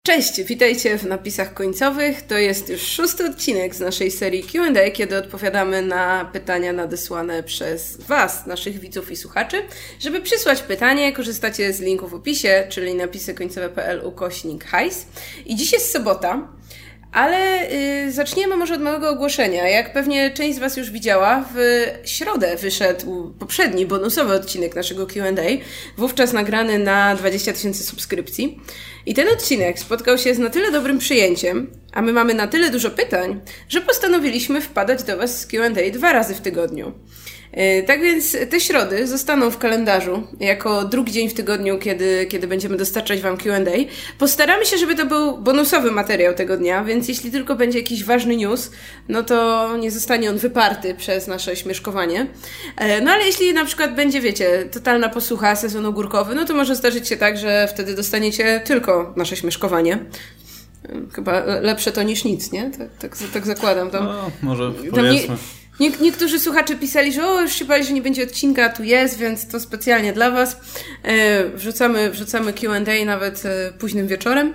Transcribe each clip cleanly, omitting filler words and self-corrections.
Cześć, witajcie w napisach końcowych. To jest już 6. odcinek z naszej serii Q&A, kiedy odpowiadamy na pytania nadesłane przez Was, naszych widzów i słuchaczy. Żeby przysłać pytanie, korzystacie z linku w opisie, czyli napisykońcowe.pl/hajs. I dziś jest sobota, ale zaczniemy może od małego ogłoszenia. Jak pewnie część z Was już widziała, w środę wyszedł poprzedni, bonusowy odcinek naszego Q&A, wówczas nagrany na 20 000 subskrypcji. I ten odcinek spotkał się z na tyle dobrym przyjęciem, a my mamy na tyle dużo pytań, że postanowiliśmy wpadać do Was z Q&A 2 razy w tygodniu. Tak więc te środy zostaną w kalendarzu jako drugi dzień w tygodniu, kiedy będziemy dostarczać Wam Q&A. Postaramy się, żeby to był bonusowy materiał tego dnia, więc jeśli tylko będzie jakiś ważny news, no to nie zostanie on wyparty przez nasze śmieszkowanie. No ale jeśli na przykład będzie, wiecie, totalna posłucha, sezon ogórkowy, no to może zdarzyć się tak, że wtedy dostaniecie tylko nasze śmieszkowanie. Chyba lepsze to niż nic, nie? Tak zakładam. No, może powiedzmy. Niektórzy słuchacze pisali, że już się bali, że nie będzie odcinka, a tu jest, więc to specjalnie dla Was. Wrzucamy Q&A nawet późnym wieczorem.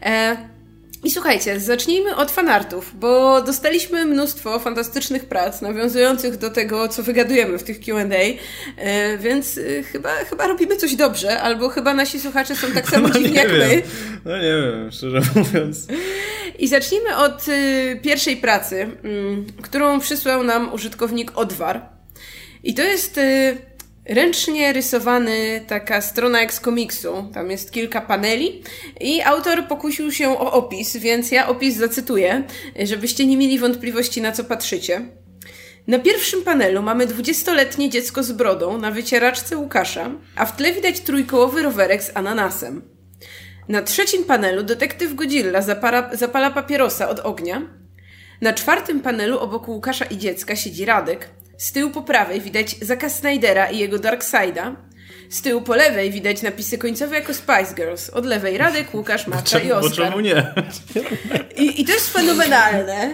I słuchajcie, zacznijmy od fanartów, bo dostaliśmy mnóstwo fantastycznych prac nawiązujących do tego, co wygadujemy w tych Q&A, więc chyba robimy coś dobrze, albo chyba nasi słuchacze są tak samo dziwni jak my. No nie wiem, szczerze mówiąc. I zacznijmy od pierwszej pracy, którą przysłał nam użytkownik Odwar. I to jest ręcznie rysowany, taka strona jak z komiksu. Tam jest kilka paneli i autor pokusił się o opis, więc ja opis zacytuję, żebyście nie mieli wątpliwości, na co patrzycie. Na pierwszym panelu mamy 20-letnie dziecko z brodą na wycieraczce Łukasza, a w tle widać trójkołowy rowerek z ananasem. Na trzecim panelu detektyw Godzilla zapala papierosa od ognia. Na czwartym panelu obok Łukasza i dziecka siedzi Radek. Z tyłu po prawej widać Zacka Snydera i jego Darkseida. Z tyłu po lewej widać napisy końcowe jako Spice Girls. Od lewej Radek, Łukasz, Marta i Oskar. Bo czemu nie? I to jest fenomenalne.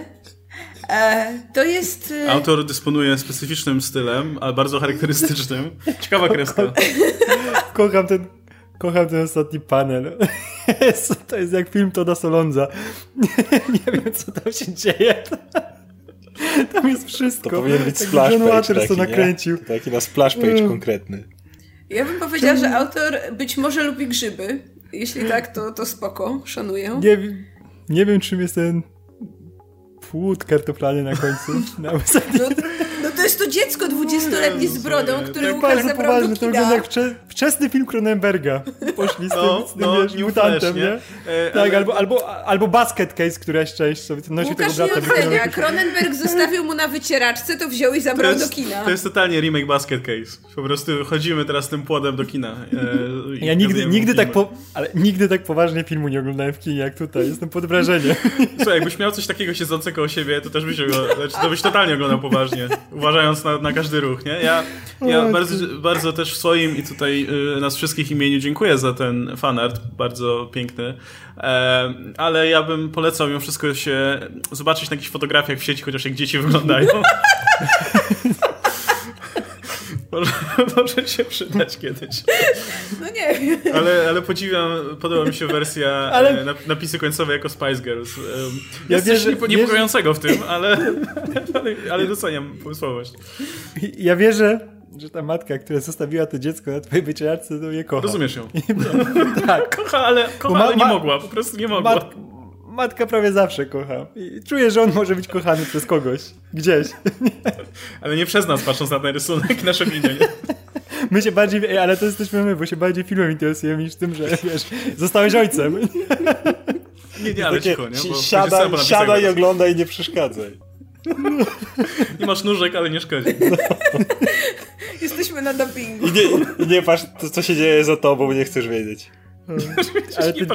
To jest... Autor dysponuje specyficznym stylem, ale bardzo charakterystycznym. Ciekawa kreska. Kocham ten ostatni panel. To jest jak film Toda Solondza. Nie wiem, co tam się dzieje. Tam jest wszystko. To powinien być splash John page Waters taki, to nakręcił. Taki na splash page konkretny. Ja bym powiedziała, że autor być może lubi grzyby. Jeśli tak, to spoko. Szanuję. Nie wiem, czym jest ten płód kartoflany na końcu. No to jest to dziecko 20-letnie z brodą, które tak Łukasz zabrał do to kina. wygląda jak wczesny film Cronenberga. Poszli z tym wiesz, New mutantem, Flash, nie? Tak, albo Basket Case, któraś część sobie nosił tego Łukasz brata. nie ocenia. Cronenberg zostawił mu na wycieraczce, to wziął i zabrał do kina. To jest totalnie remake Basket Case. Po prostu chodzimy teraz tym płodem do kina. Ja nigdy tak poważnie filmu nie oglądałem w kinie jak tutaj. Jestem pod wrażeniem. Słuchaj, jakbyś miał coś takiego siedzącego o siebie, to też byś totalnie oglądał poważnie, uważając na każdy ruch, nie? Ja bardzo też w swoim i tutaj nas wszystkich imieniu dziękuję za ten fanart, bardzo piękny, ale ja bym polecał mimo wszystko się zobaczyć na jakichś fotografiach w sieci, chociaż jak dzieci wyglądają. Może się przydać kiedyś. No nie wiem. Ale podoba mi się wersja napisy końcowe jako Spice Girls. Jest coś niepokojącego w tym, ale doceniam pomysłowość. Ja wierzę, że ta matka, która zostawiła to dziecko na twojej wycieraczce, to je kocha. Rozumiesz ją. Tak. Kocha, ale nie mogła. Po prostu nie mogła. Matka prawie zawsze kocha. I czuję, że on może być kochany przez kogoś. Gdzieś. Ale nie przez nas, patrząc na ten rysunek, nasze winy. Nie? My się bardziej... Ale to jesteśmy my, bo się bardziej filmem interesujemy niż tym, że wiesz, zostałeś ojcem. Nie, ale cicho, nie? Bo siadaj i oglądaj i nie przeszkadzaj. Nie masz nóżek, ale nie szkodzi. No. Jesteśmy na dubbingu. I nie patrz, co się dzieje za tobą, bo nie chcesz wiedzieć. Ale to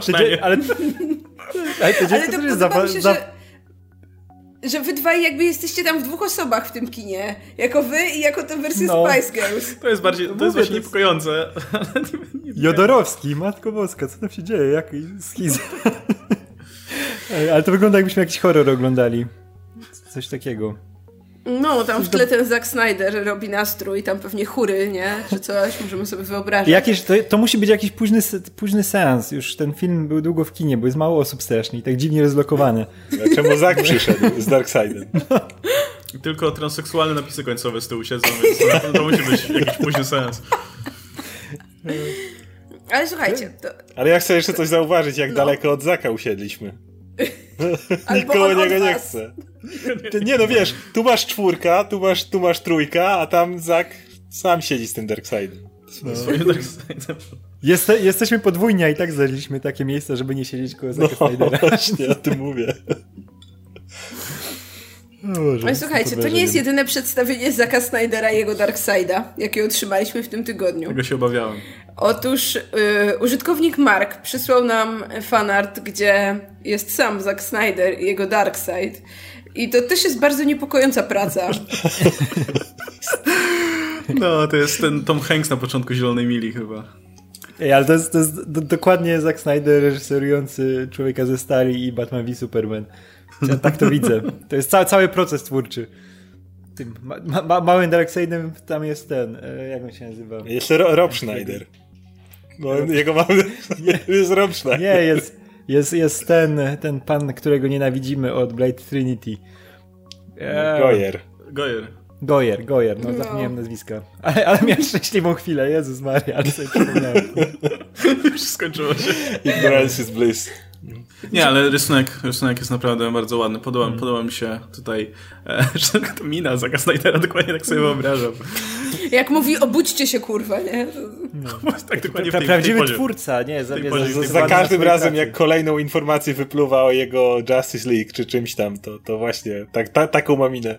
podoba mi się, że wy dwaj jakby jesteście tam w dwóch osobach w tym kinie. Jako wy i jako tę wersję Spice Girls. To jest właśnie niepokojące. Jodorowski, Matko Boska, co tam się dzieje? Jaki schiz. Ale to wygląda, jakbyśmy jakiś horror oglądali. Coś takiego. No, tam w tle ten Zack Snyder robi nastrój, tam pewnie chóry, nie? Czy coś, możemy sobie wyobrazić. To musi być jakiś późny seans. Już ten film był długo w kinie, bo jest mało osób strasznie i tak dziwnie rozlokowany. Czemu Zack przyszedł z Darkseidem? Tylko transseksualne napisy końcowe z tyłu siedzą, więc to musi być jakiś późny seans. Ale słuchajcie... Ale ja chcę jeszcze coś zauważyć, jak daleko od Zacka usiedliśmy. Nikt koło niego nie chce. Nie no wiesz, tu masz 4, tu masz 3, a tam Zack sam siedzi z tym Darkseidem. Swoim Darkseidem. Jesteśmy podwójnie, a i tak znaleźliśmy takie miejsce, żeby nie siedzieć koło Zacka Snydera. Właśnie, o tym mówię. Ale słuchajcie, to nie jest jedyne przedstawienie Zacka Snydera i jego Darkseida, jakie otrzymaliśmy w tym tygodniu. Tego się obawiałem. Otóż użytkownik Mark przysłał nam fanart, gdzie jest sam Zack Snyder i jego Darkseid. I to też jest bardzo niepokojąca praca. No, to jest ten Tom Hanks na początku Zielonej Mili chyba. Ej, ale to jest dokładnie Zack Snyder reżyserujący Człowieka ze Stali i Batman v Superman. Ja tak to widzę. To jest cały proces twórczy. Tym małym Darkseidem tam jest ten, jak on się nazywa? Jeszcze Rob Schneider. No, jego mały jest Rob Schneider. Nie, jest ten pan, którego nienawidzimy od Blade Trinity. Goyer, no zapomniałem nazwiska. Ale miałem szczęśliwą chwilę, Jezus Maria, ale sobie przypomniałem. Już skończyło się. Ignorance is bliss. Nie, ale rysunek jest naprawdę bardzo ładny. Podoba mi się tutaj, że ta mina Zacka Snydera, dokładnie tak sobie wyobrażam. Jak mówi, obudźcie się, kurwa, nie? No. Tak dokładnie w tej Prawdziwy pozie. twórca, nie? Za każdym razem, jak kolejną informację wypluwa o jego Justice League czy czymś tam, to właśnie taką ma minę.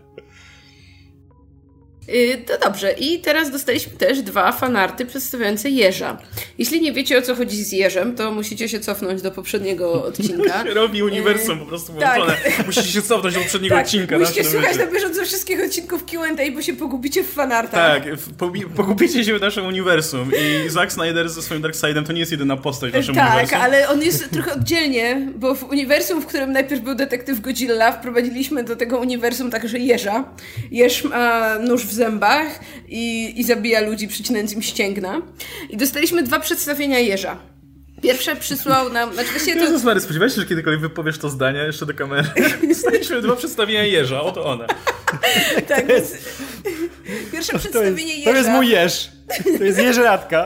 To dobrze. I teraz dostaliśmy też 2 fanarty przedstawiające jeża. Jeśli nie wiecie, o co chodzi z jeżem, to musicie się cofnąć do poprzedniego odcinka. Robi uniwersum po prostu włączone. Tak. Musicie się cofnąć do poprzedniego odcinka. Musicie słuchać na bieżąco wszystkich odcinków Q&A, bo się pogubicie w fanartach. Tak, pogubicie się w naszym uniwersum. I Zack Snyder ze swoim Darkseidem to nie jest jedyna postać w naszym uniwersum. Tak, ale on jest trochę oddzielnie, bo w uniwersum, w którym najpierw był detektyw Godzilla, wprowadziliśmy do tego uniwersum także jeża. Jeż ma nóż w zębach i zabija ludzi, przycinając im ścięgna. I dostaliśmy 2 przedstawienia jeża. Pierwsze przysłał nam... Jezus Mary, spodziewałeś się, że kiedykolwiek wypowiesz to zdanie jeszcze do kamery? Dostaliśmy 2 przedstawienia jeża, oto one. Tak, więc... Pierwsze przedstawienie jeża... To jest mój jeż. To jest jeżeradka.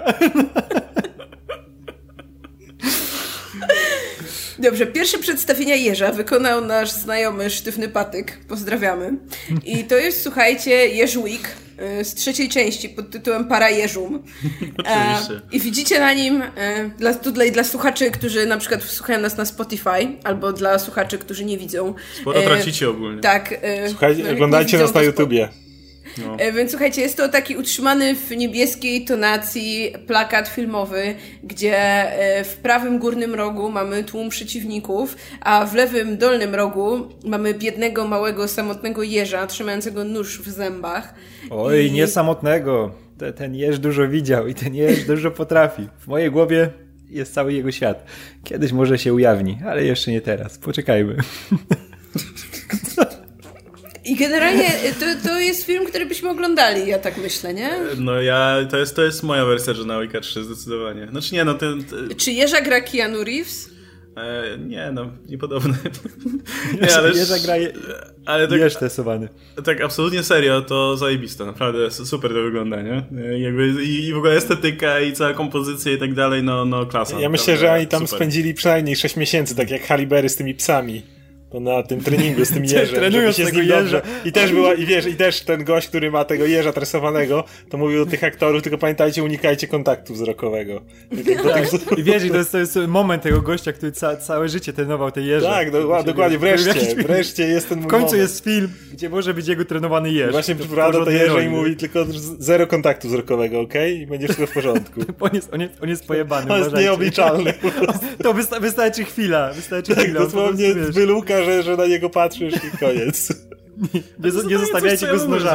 Dobrze, pierwsze przedstawienie jeża wykonał nasz znajomy Sztywny Patyk. Pozdrawiamy. I to jest, słuchajcie, Jeż Week z 3. części pod tytułem Para Jeżum. Oczywiście. I widzicie na nim, dla słuchaczy, którzy na przykład słuchają nas na Spotify, albo dla słuchaczy, którzy nie widzą. Sporo tracicie ogólnie. Tak. Słuchajcie, oglądajcie nas na YouTubie. No. Więc słuchajcie, jest to taki utrzymany w niebieskiej tonacji plakat filmowy, gdzie w prawym górnym rogu mamy tłum przeciwników, a w lewym dolnym rogu mamy biednego, małego, samotnego jeża trzymającego nóż w zębach. Oj, nie samotnego. Ten jeż dużo widział i ten jeż dużo potrafi. W mojej głowie jest cały jego świat. Kiedyś może się ujawni, ale jeszcze nie teraz. Poczekajmy. I generalnie to jest film, który byśmy oglądali, ja tak myślę, nie? No to jest moja wersja Johna Wicka 3 zdecydowanie. Znaczy nie, no Czy jeża gra Keanu Reeves? Nie, no, niepodobny. Nie, ale jeża gra jeż stresowany. Tak, absolutnie serio, to zajebiste, naprawdę super to wygląda, nie? Jakby i w ogóle estetyka i cała kompozycja i tak dalej, no klasa. Ja myślę, że oni tam spędzili przynajmniej 6 miesięcy, tak jak Halle Berry z tymi psami. To na tym treningu z tym jeżem. Trenując tego jeża. I też była, i też ten gość, który ma tego jeża tresowanego, to mówił do tych aktorów, tylko pamiętajcie, unikajcie kontaktu wzrokowego. I wiesz, to jest moment tego gościa, który całe życie trenował te jeże. Tak, dokładnie, wreszcie jest ten w końcu moment. Jest film, gdzie może być jego trenowany jeż. Właśnie przyprowadza to jeże i mówi tylko 0 kontaktu wzrokowego, okej? I będzie wszystko w porządku. On jest pojebany. On jest nieobliczalny. To wystarczy chwila. Tak, dosłownie wyluka, że na niego patrzysz i koniec. Nie zostawiajcie go z nożami.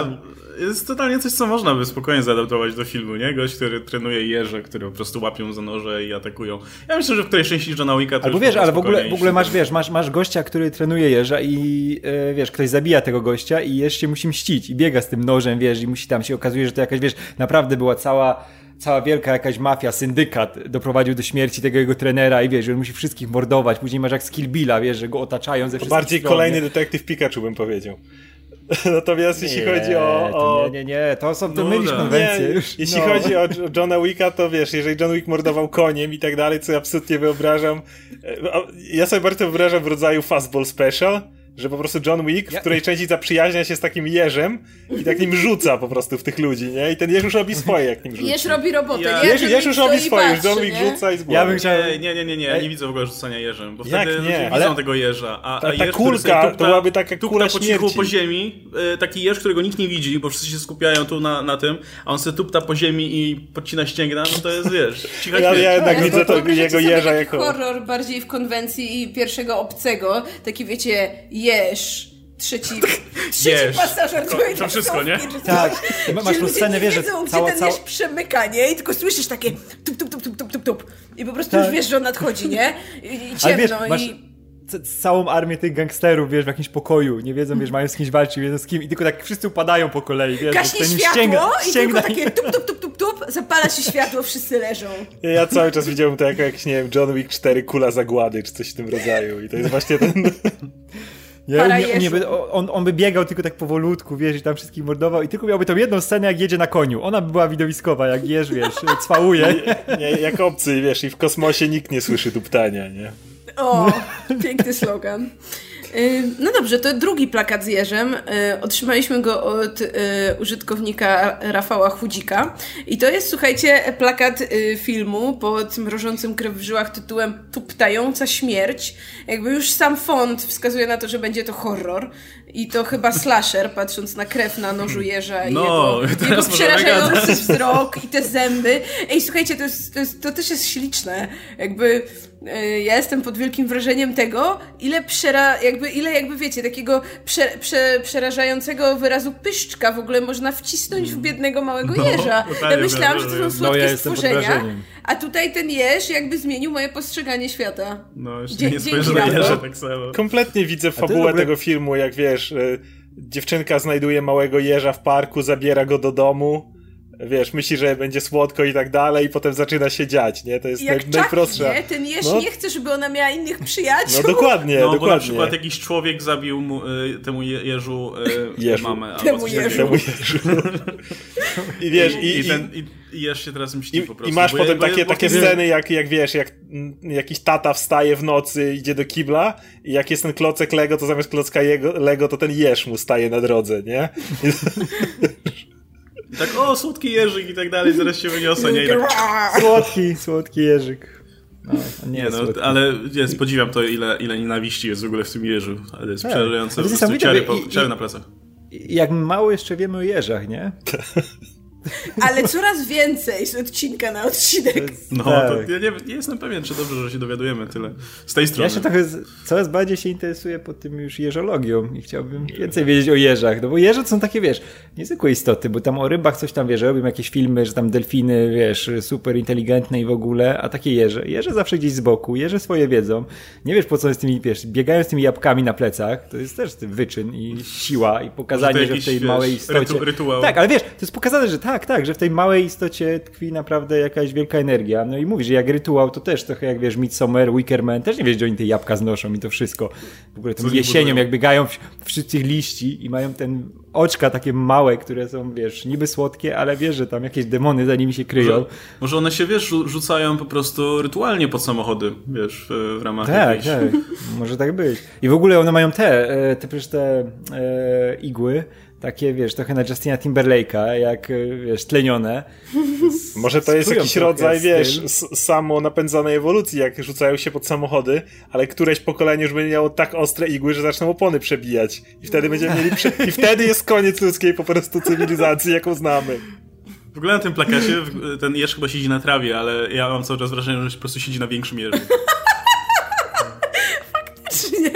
jest totalnie coś, co można by spokojnie zaadaptować do filmu, nie? Gość, który trenuje jeże, które po prostu łapią za noże i atakują. Ja myślę, że w którejś części Johna Wicka to albo wiesz, ale w ogóle masz gościa, który trenuje jeża i wiesz, ktoś zabija tego gościa i jeż się musi mścić i biega z tym nożem, wiesz, i musi tam się okazuje, że to jakaś, wiesz, naprawdę była cała wielka jakaś mafia, syndykat doprowadził do śmierci tego jego trenera i wiesz, że on musi wszystkich mordować. Później masz jak z Kill Billa, wiesz, że go otaczają ze wszystkich bardziej stron, kolejny detektyw Pikachu, bym powiedział. Natomiast jeśli chodzi o... Nie, to mylisz konwencję już. Jeśli chodzi o Johna Wicka, to wiesz, jeżeli John Wick mordował koniem i tak dalej, co ja absolutnie wyobrażam... Ja sobie bardzo wyobrażam w rodzaju Fastball Special, że po prostu John Wick w której części zaprzyjaźnia się z takim jeżem i tak nim rzuca po prostu w tych ludzi, nie? I ten jeż już robi swoje, jak nim rzuca. Jeż robi robotę, Jeż już robi swoje, już John Wick rzuca i z głowy. Ja bym chciał... Nie widzę w ogóle rzucania jeżem, bo wtedy ludzie widzą tego jeża. A ta jeż, kulka, to byłaby taka kula po cichu po ziemi, taki jeż, którego nikt nie widzi, bo wszyscy się skupiają tu na tym, a on sobie tupta po ziemi i podcina ścięgna, no to jest, wiesz, cicha śmierć. Ja jednak widzę to jego jeża jako... horror bardziej w konwencji pierwszego obcego, taki wiecie, jeż, trzeci pasażer twojej to wszystko, nie? Tak, masz tą scenę, wiesz, że gdzie ten jeż przemyka, nie? I tylko słyszysz takie tup. I po prostu już wiesz, że on nadchodzi, nie? I ciemno, wiesz, masz całą armię tych gangsterów, wiesz, w jakimś pokoju, nie wiedzą, wiesz, mają z kimś walczyć, wiedzą z kim i tylko tak wszyscy upadają po kolei, wiesz. Gaśnie światło i tylko takie tup, zapala się światło, wszyscy leżą. Ja cały czas widziałem to jako jakiś, nie wiem, John Wick 4 kula zagłady, czy coś w tym rodzaju i to jest właśnie ten... On by biegał tylko tak powolutku, wiesz, i tam wszystkich mordował i tylko miałby tą jedną scenę, jak jedzie na koniu. Ona by była widowiskowa, jak jeż, wiesz, cwałuje. Nie, jak obcy, wiesz, i w kosmosie nikt nie słyszy tuptania, nie? O, piękny slogan. No dobrze, to drugi plakat z jeżem. Otrzymaliśmy go od użytkownika Rafała Chudzika. I to jest, słuchajcie, plakat filmu pod mrożącym krew w żyłach tytułem Tuptająca śmierć. Jakby już sam font wskazuje na to, że będzie to horror. I to chyba slasher, patrząc na krew na nożu jeża i jego przerażający wzrok i te zęby. Ej, słuchajcie, to też jest śliczne. Jakby ja jestem pod wielkim wrażeniem tego, ile wiecie, takiego przerażającego wyrazu pyszczka w ogóle można wcisnąć w biednego małego jeża. Ja myślałam, że to są słodkie stworzenia, a tutaj ten jeż jakby zmienił moje postrzeganie świata. No, jeszcze nie spojrzę na jeża tak samo. Kompletnie widzę fabułę tego filmu, jak wiesz, dziewczynka znajduje małego jeża w parku, zabiera go do domu, wiesz, myśli, że będzie słodko i tak dalej i potem zaczyna się dziać, nie? To jest najprostsza. Nie? Ten jeż nie chce, żeby ona miała innych przyjaciół. No dokładnie, dokładnie. Bo na przykład jakiś człowiek zabił temu jeżu mamę. Temu jeżu. I wiesz, i jeż się teraz mści po prostu. I masz potem takie sceny, jak wiesz, jak jakiś tata wstaje w nocy, idzie do kibla i jak jest ten klocek Lego, to zamiast klocka Lego, to ten jeż mu staje na drodze, nie? I tak, słodki jeżyk i tak dalej, zaraz się wyniosę, nie? I tak... Słodki jeżyk. Ale podziwiam to, ile nienawiści jest w ogóle w tym jeżu. Ale jest przerażające, po prostu ciary na plecach. Jak mało jeszcze wiemy o jeżach, nie? Ale coraz więcej z odcinka na odcinek. To ja nie jestem pewien, czy dobrze, że się dowiadujemy tyle z tej strony. Ja się trochę coraz bardziej się interesuję pod tym już jeżologią i chciałbym więcej wiedzieć o jeżach, no bo jeże to są takie, wiesz, niezwykłe istoty, bo tam o rybach coś tam, wiesz, robią jakieś filmy, że tam delfiny, wiesz, super inteligentne i w ogóle, a takie jeże zawsze gdzieś z boku, jeże swoje wiedzą, nie wiesz po co z tymi, wiesz, biegają z tymi jabłkami na plecach, to jest też wyczyn i siła i pokazanie, że w tej małej istocie... Rytuał. Tak, ale wiesz, to jest pokazane, że tak, że w tej małej istocie tkwi naprawdę jakaś wielka energia. No i mówisz, że jak rytuał, to też trochę jak wiesz, Midsommar, Wicker Man, też nie wiesz, że oni te jabłka znoszą i to wszystko. W ogóle tą jesienią, jak biegają wśród tych liści i mają ten oczka takie małe, które są, wiesz, niby słodkie, ale wiesz, że tam jakieś demony za nimi się kryją. Może one się, wiesz, rzucają po prostu rytualnie pod samochody, wiesz, w ramach jakiejś... Tak, może tak być. I w ogóle one mają te igły, takie, wiesz, trochę na Justina Timberlake'a, jak, wiesz, tlenione. Może to jest jakiś rodzaj, wiesz, samo napędzanej ewolucji, jak rzucają się pod samochody, ale któreś pokolenie już będzie miało tak ostre igły, że zaczną opony przebijać. I wtedy będziemy mieli... I wtedy jest koniec ludzkiej po prostu cywilizacji, jaką znamy. W ogóle na tym plakacie ten jeż chyba siedzi na trawie, ale ja mam cały czas wrażenie, że po prostu siedzi na większym jeżu. Faktycznie.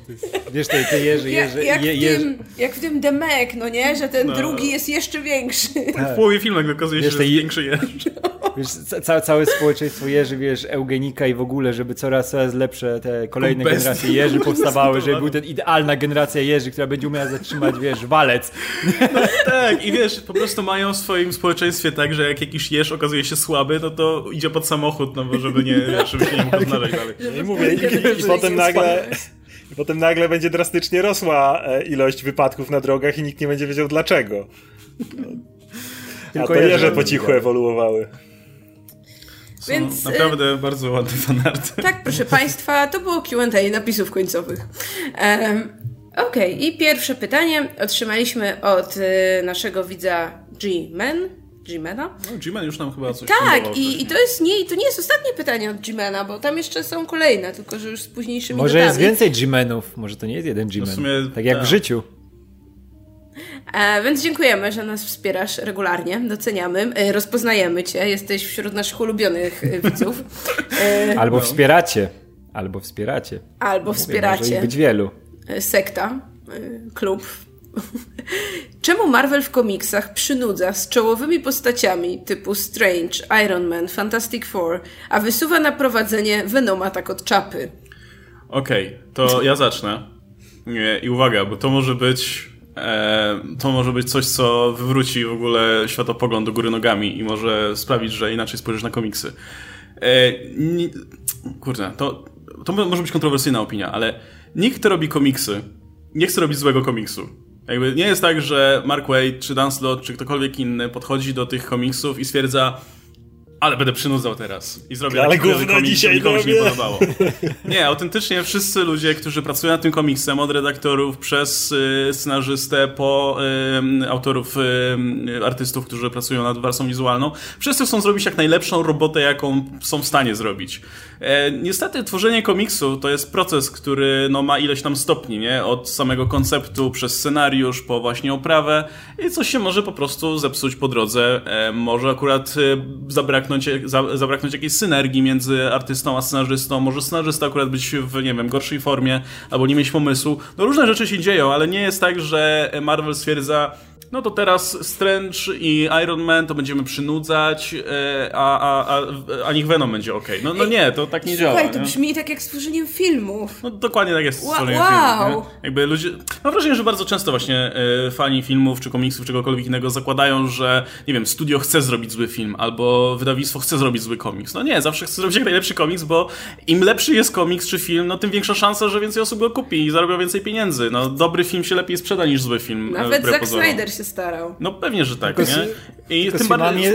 Wiesz, te Jerzy... Jak w tym The Meg, no nie? Że ten drugi jest jeszcze większy. W połowie filmu okazuje się, że jest większy Jerzy. Wiesz, całe społeczeństwo Jerzy, wiesz, eugenika i w ogóle, żeby coraz lepsze te kolejne generacje Jerzy powstawały, żeby był ten idealna generacja Jerzy, która będzie umiała zatrzymać, wiesz, walec. No, tak, i wiesz, po prostu mają w swoim społeczeństwie tak, że jak jakiś Jerz okazuje się słaby, to idzie pod samochód, no bo żeby się nie mógł poznawać dalej. I mówię, i potem nagle będzie drastycznie rosła ilość wypadków na drogach i nikt nie będzie wiedział dlaczego. A to Jerze po cichu ewoluowały. Więc, naprawdę bardzo ładny fanart. Tak, proszę Państwa, to było Q&A napisów końcowych. Okej, i pierwsze pytanie otrzymaliśmy od naszego widza G-Mana? No, G-Man już nam chyba coś tak, i to nie jest ostatnie pytanie od G-Mana, bo tam jeszcze są kolejne, tylko że już z późniejszymi Może datami. jest więcej G-Manów, może to nie jest jeden G-Man. Tak jak w życiu. Więc dziękujemy, że nas wspierasz regularnie, doceniamy, rozpoznajemy Cię, jesteś wśród naszych ulubionych widzów. Albo wspieracie. Albo wspieracie. Może ich być wielu. Sekta, klub. Czemu Marvel w komiksach przynudza z czołowymi postaciami typu Strange, Iron Man, Fantastic Four, a wysuwa na prowadzenie Venoma tak od czapy? Okej, to ja zacznę. I uwaga, bo to może być coś, co wywróci w ogóle światopogląd do góry nogami i może sprawić, że inaczej spojrzysz na komiksy. Kurde, to może być kontrowersyjna opinia, ale nikt, kto robi komiksy, nie chce robić złego komiksu. Jakby nie jest tak, że Mark Waid, czy Dan Slott, czy ktokolwiek inny podchodzi do tych komiksów i stwierdza: ale będę przynudzał teraz i zrobię taki komiks, że nikomu się nie podobało. Nie, autentycznie wszyscy ludzie, którzy pracują nad tym komiksem, od redaktorów przez scenarzystę po autorów, artystów, którzy pracują nad wersją wizualną, wszyscy chcą zrobić jak najlepszą robotę, jaką są w stanie zrobić. Niestety tworzenie komiksu to jest proces, który ma ileś tam stopni, nie? Od samego konceptu przez scenariusz po właśnie oprawę i coś się może po prostu zepsuć po drodze. Może akurat zabraknąć jakiejś synergii między artystą a scenarzystą, może scenarzysta akurat być w, nie wiem, gorszej formie, albo nie mieć pomysłu. No różne rzeczy się dzieją, ale nie jest tak, że Marvel stwierdza: no to teraz Strange i Iron Man to będziemy przynudzać, a niech Venom będzie okej. No nie, to tak nie działa. Słuchaj, to brzmi tak jak z tworzeniem filmów. No dokładnie tak jest z tworzeniem filmów. Nie? Jakby ludzie... Mam wrażenie, że bardzo często właśnie fani filmów, czy komiksów, czegokolwiek innego zakładają, że, nie wiem, studio chce zrobić zły film, albo wydawnictwo chce zrobić zły komiks. No nie, zawsze chce zrobić jak najlepszy komiks, bo im lepszy jest komiks czy film, no tym większa szansa, że więcej osób go kupi i zarobią więcej pieniędzy. No dobry film się lepiej sprzeda niż zły film. Nawet Zack Snyder się starał. No pewnie, że tak, nie? I tym bardziej...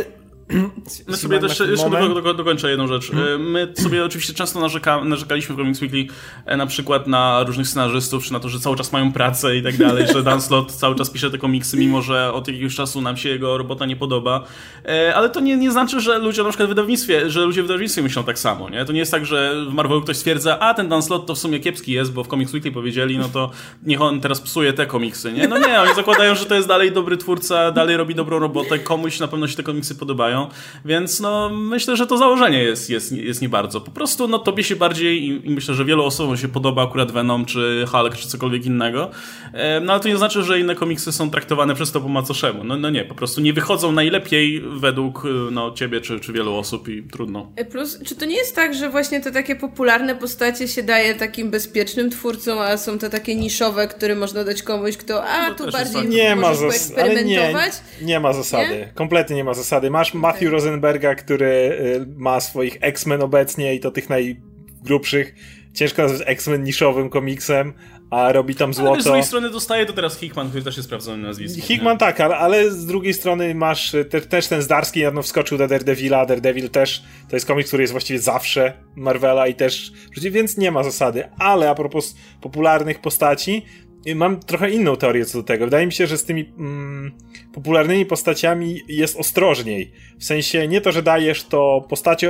My sobie też jeszcze dokończę jedną rzecz. My sobie oczywiście często narzekaliśmy w Comics Weekly na przykład na różnych scenarzystów, czy na to, że cały czas mają pracę i tak dalej, że Dan Slott cały czas pisze te komiksy, mimo że od jakiegoś czasu nam się jego robota nie podoba. Ale to nie znaczy, że ludzie na przykład w wydawnictwie myślą tak samo, nie? To nie jest tak, że w Marvelu ktoś stwierdza: a ten Dan Slott to w sumie kiepski jest, bo w Comics Weekly powiedzieli, no to niech on teraz psuje te komiksy, nie? No nie, oni zakładają, że to jest dalej dobry twórca, dalej robi dobrą robotę, komuś na pewno się te komiksy podobają. Więc no myślę, że to założenie jest nie bardzo. Po prostu no tobie się bardziej i myślę, że wielu osobom się podoba akurat Venom, czy Hulk, czy cokolwiek innego. No ale to nie znaczy, że inne komiksy są traktowane przez to po macoszemu. No nie, po prostu nie wychodzą najlepiej według ciebie, czy wielu osób i trudno. Plus, czy to nie jest tak, że właśnie te takie popularne postacie się daje takim bezpiecznym twórcom, a są to takie niszowe, które można dać komuś, kto tu bardziej może poeksperymentować? Nie ma zasady. Nie? Kompletnie nie ma zasady. Masz Matthew Rosenberga, który ma swoich X-Men obecnie i to tych najgrubszych. Ciężko nazwać X-Men niszowym komiksem, a robi tam złoto. Ale z drugiej strony dostaje to teraz Hickman, który też jest sprawdzonym nazwiskiem. Hickman tak, ale z drugiej strony masz też ten Zdarsky niedawno wskoczył do Daredevila. Daredevil też to jest komiks, który jest właściwie zawsze Marvela i też, więc nie ma zasady. Ale a propos popularnych postaci, mam trochę inną teorię co do tego. Wydaje mi się, że z tymi popularnymi postaciami jest ostrożniej. W sensie nie to, że dajesz to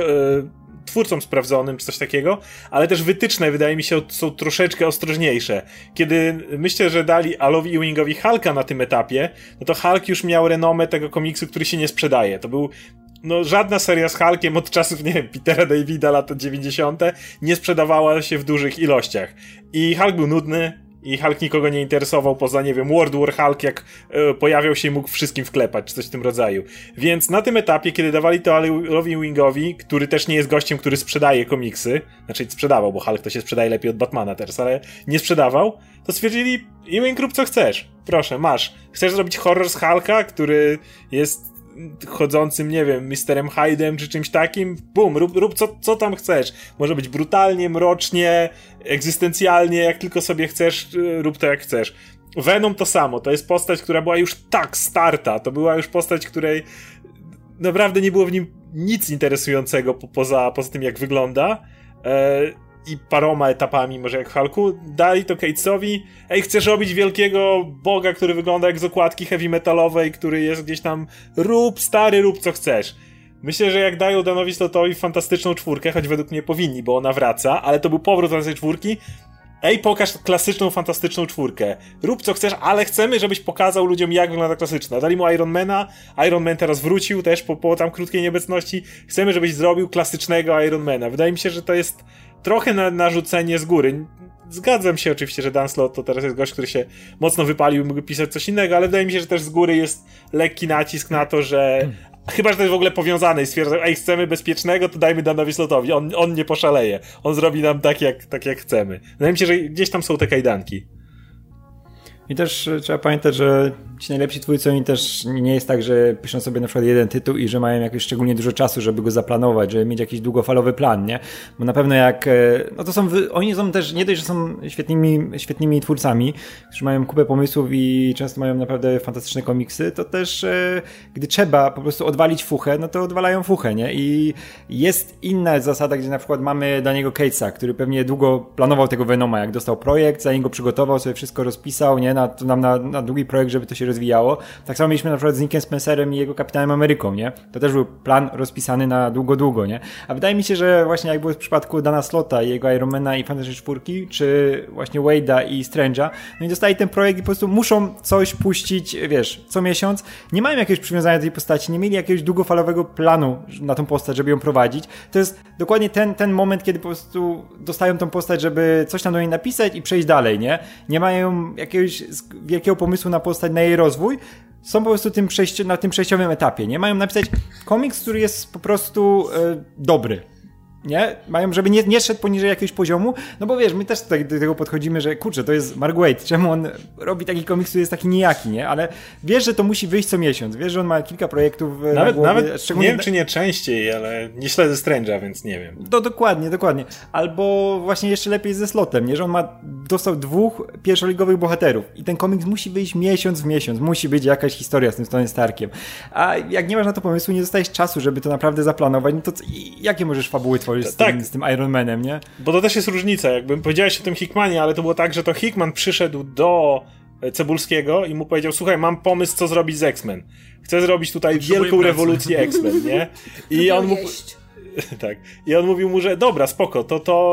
twórcom sprawdzonym czy coś takiego, ale też wytyczne wydaje mi się są troszeczkę ostrożniejsze. Kiedy myślę, że dali Alowi Ewingowi Hulka na tym etapie, no to Hulk już miał renomę tego komiksu, który się nie sprzedaje. To był no żadna seria z Hulkiem od czasów, nie wiem, Petera Davida, lat 90. nie sprzedawała się w dużych ilościach. I Hulk był nudny, i Hulk nikogo nie interesował poza, nie wiem, World War Hulk, jak pojawiał się i mógł wszystkim wklepać, czy coś w tym rodzaju. Więc na tym etapie, kiedy dawali to Alowi Wingowi, który też nie jest gościem, który sprzedaje komiksy, znaczy sprzedawał, bo Hulk to się sprzedaje lepiej od Batmana teraz, ale nie sprzedawał, to stwierdzili, Ewing, rób co chcesz. Proszę, masz. Chcesz zrobić horror z Hulka, który jest chodzącym, nie wiem, Misterem Hyde'em czy czymś takim, bum, rób co tam chcesz. Może być brutalnie, mrocznie, egzystencjalnie, jak tylko sobie chcesz, rób to jak chcesz. Venom to samo, to jest postać, która była już tak starta, to była już postać, której naprawdę nie było w nim nic interesującego poza tym, jak wygląda. I paroma etapami, może jak w Hulku, dali to Cagesowi, chcesz robić wielkiego boga, który wygląda jak z okładki heavy metalowej, który jest gdzieś tam, rób co chcesz. Myślę, że jak dają Danowi Slottowi fantastyczną czwórkę, choć według mnie powinni, bo ona wraca, ale to był powrót do tej czwórki, pokaż klasyczną, fantastyczną czwórkę. Rób co chcesz, ale chcemy, żebyś pokazał ludziom, jak wygląda klasyczna. Dali mu Ironmana, Iron Man teraz wrócił też po tam krótkiej nieobecności. Chcemy, żebyś zrobił klasycznego Ironmana. Wydaje mi się, że to jest trochę narzucenie z góry. Zgadzam się oczywiście, że Dan Slott to teraz jest gość, który się mocno wypalił i mógł pisać coś innego, ale wydaje mi się, że też z góry jest lekki nacisk na to, że chyba, że to jest w ogóle powiązane i stwierdzą, chcemy bezpiecznego, to dajmy Danowi Slottowi, on nie poszaleje, on zrobi nam tak jak chcemy. Wydaje mi się, że gdzieś tam są te kajdanki. I też trzeba pamiętać, że ci najlepsi twórcy, oni też nie jest tak, że piszą sobie na przykład jeden tytuł i że mają jakoś szczególnie dużo czasu, żeby go zaplanować, żeby mieć jakiś długofalowy plan, nie? Bo na pewno jak, no to oni są też, nie dość, że są świetnymi twórcami, którzy mają kupę pomysłów i często mają naprawdę fantastyczne komiksy, to też gdy trzeba po prostu odwalić fuchę, no to odwalają fuchę, nie? I jest inna zasada, gdzie na przykład mamy Daniego Catesa, który pewnie długo planował tego Venoma, jak dostał projekt, zanim go przygotował, sobie wszystko rozpisał, nie? Na długi projekt, żeby to się rozwijało. Tak samo mieliśmy na przykład z Nickiem Spencerem i jego Kapitanem Ameryką, nie? To też był plan rozpisany na długo, nie? A wydaje mi się, że właśnie jak było w przypadku Dana Slotta i jego Ironmana i Fantastycznej Czwórki, czy właśnie Wade'a i Strange'a, no i dostali ten projekt i po prostu muszą coś puścić, wiesz, co miesiąc. Nie mają jakiegoś przywiązania do tej postaci, nie mieli jakiegoś długofalowego planu na tą postać, żeby ją prowadzić. To jest dokładnie ten moment, kiedy po prostu dostają tą postać, żeby coś tam do niej napisać i przejść dalej, nie? Nie mają jakiegoś wielkiego pomysłu na postać, na jej rozwój, są po prostu na tym przejściowym etapie, nie? Mają napisać komiks, który jest po prostu dobry, nie? Mają, żeby nie szedł poniżej jakiegoś poziomu, no bo wiesz, my też do tego podchodzimy, że kurczę, to jest Mark Waid, czemu on robi taki komiks, który jest taki nijaki, nie? Ale wiesz, że to musi wyjść co miesiąc, wiesz, że on ma kilka projektów na głowie. Nawet nie wiem, czy nie częściej, ale nie śledzę Strange'a, więc nie wiem. To dokładnie. Albo właśnie jeszcze lepiej ze Slottem, nie? Że on dostał 2 pierwszoligowych bohaterów i ten komiks musi wyjść miesiąc w miesiąc, musi być jakaś historia z tym Tony Starkiem. A jak nie masz na to pomysłu, nie dostajesz czasu, żeby to naprawdę zaplanować, no to jakie możesz fabuły tworzyć z tym Iron Manem, nie? Bo to też jest różnica, jakbym powiedziałeś o tym Hickmanie, ale to było tak, że to Hickman przyszedł do Cebulskiego i mu powiedział, słuchaj, mam pomysł, co zrobić z X-Men. Chcę zrobić tutaj wielką rewolucję X-Men, nie? I on mu... Tak. I on mówił mu, że dobra, spoko,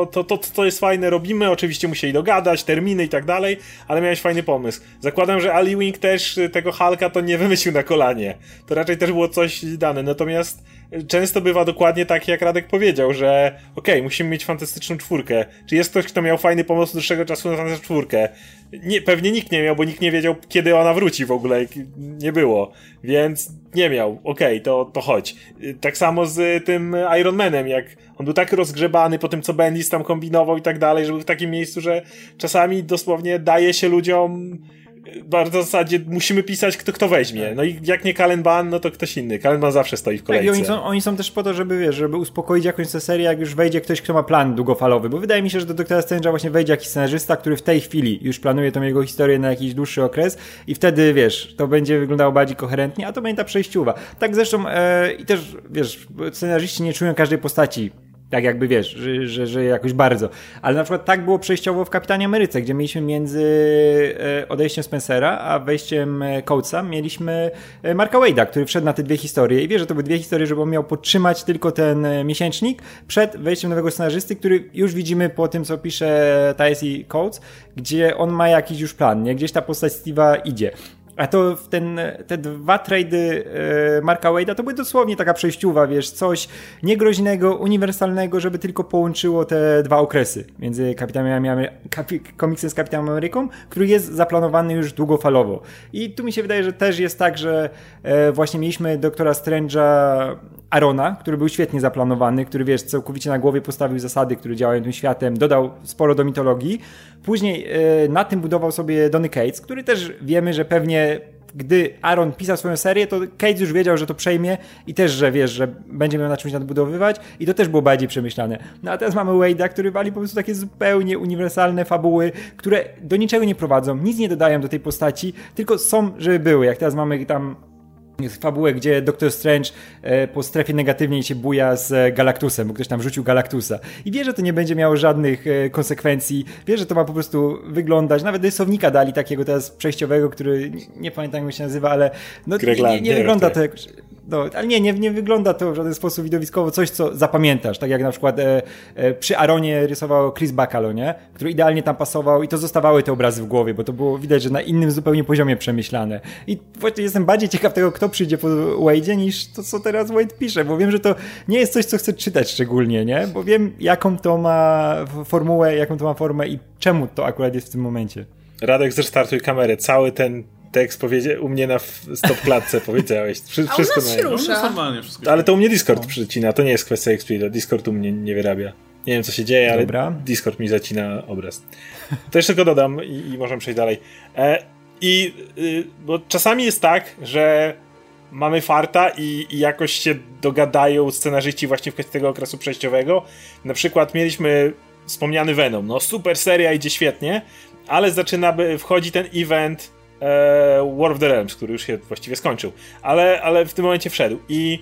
to jest fajne, robimy, oczywiście musieli dogadać, terminy i tak dalej, ale miałeś fajny pomysł. Zakładam, że Ali Wing też tego Hulka to nie wymyślił na kolanie. To raczej też było coś dane, natomiast często bywa dokładnie tak, jak Radek powiedział, że musimy mieć fantastyczną czwórkę. Czy jest ktoś, kto miał fajny pomysł dłuższego czasu na fantastyczną czwórkę? Nie, pewnie nikt nie miał, bo nikt nie wiedział, kiedy ona wróci w ogóle. Nie było. Więc nie miał. To chodź. Tak samo z tym Iron Manem, jak on był tak rozgrzebany po tym, co Bendis tam kombinował i tak dalej, że był w takim miejscu, że czasami dosłownie daje się ludziom bardzo w zasadzie musimy pisać, kto weźmie. No i jak nie Cullen Bunn, no to ktoś inny. Cullen Bunn zawsze stoi w kolejce. Tak, oni są też po to, żeby uspokoić jakąś tę serię, jak już wejdzie ktoś, kto ma plan długofalowy, bo wydaje mi się, że do Doktora Strange'a właśnie wejdzie jakiś scenarzysta, który w tej chwili już planuje tą jego historię na jakiś dłuższy okres i wtedy, to będzie wyglądało bardziej koherentnie, a to będzie ta przejściowa. Tak zresztą i też, scenarzyści nie czują każdej postaci tak jakby że jakoś bardzo. Ale na przykład tak było przejściowo w Kapitanie Ameryce, gdzie mieliśmy między odejściem Spencera a wejściem Coatesa mieliśmy Marka Wade'a, który wszedł na te 2 historie i że to były 2 historie, żeby on miał podtrzymać tylko ten miesięcznik przed wejściem nowego scenarzysty, który już widzimy po tym, co pisze Tyus i Coates, gdzie on ma jakiś już plan, nie? Gdzieś ta postać Steve'a idzie. A to te 2 trade'y Marka Wade'a to były dosłownie taka przejściowa, wiesz, coś niegroźnego, uniwersalnego, żeby tylko połączyło te 2 okresy między komiksem z Kapitanem Ameryką, który jest zaplanowany już długofalowo. I tu mi się wydaje, że też jest tak, że właśnie mieliśmy Doktora Strange'a Arona, który był świetnie zaplanowany, który, wiesz, całkowicie na głowie postawił zasady, które działają tym światem, dodał sporo do mitologii. Później na tym budował sobie Donny Cates, który też wiemy, że pewnie gdy Aaron pisał swoją serię, to Cates już wiedział, że to przejmie i też, że wiesz, że będzie miał na czymś nadbudowywać i to też było bardziej przemyślane. No a teraz mamy Wade'a, który wali po prostu takie zupełnie uniwersalne fabuły, które do niczego nie prowadzą, nic nie dodają do tej postaci, tylko są, żeby były. Jak teraz mamy tam fabułę, gdzie Doctor Strange po strefie negatywnej się buja z Galactusem, bo ktoś tam rzucił Galactusa. I wie, że to nie będzie miało żadnych konsekwencji. Wie, że to ma po prostu wyglądać. Nawet rysownika dali takiego teraz przejściowego, który nie pamiętam jak się nazywa, ale no, nie wygląda to jakoś... No, ale nie wygląda to w żaden sposób widowiskowo coś, co zapamiętasz. Tak jak na przykład przy Aaronie rysował Chris Bacalo, nie? Który idealnie tam pasował i to zostawały te obrazy w głowie, bo to było widać, że na innym zupełnie poziomie przemyślane. I właśnie jestem bardziej ciekaw tego, kto przyjdzie po Wade'zie, niż to, co teraz Wade pisze, bo wiem, że to nie jest coś, co chcę czytać szczególnie, nie? Bo wiem, jaką to ma formułę, jaką to ma formę i czemu to akurat jest w tym momencie. Radek, zrestartuj kamerę. Cały ten tekst u mnie na stop-klatce powiedziałeś. Wszystko się rusza. Normalnie wszystko. Ale to u mnie Discord przycina, to nie jest kwestia Xpeeda. Discord u mnie nie wyrabia. Nie wiem, co się dzieje, ale Discord mi zacina obraz. To jeszcze tylko dodam i możemy przejść dalej. Bo czasami jest tak, że mamy farta i jakoś się dogadają scenarzyści właśnie w kwestii tego okresu przejściowego. Na przykład mieliśmy wspomniany Venom. No super seria, idzie świetnie, ale wchodzi ten event War of the Realms, który już się właściwie skończył, ale w tym momencie wszedł i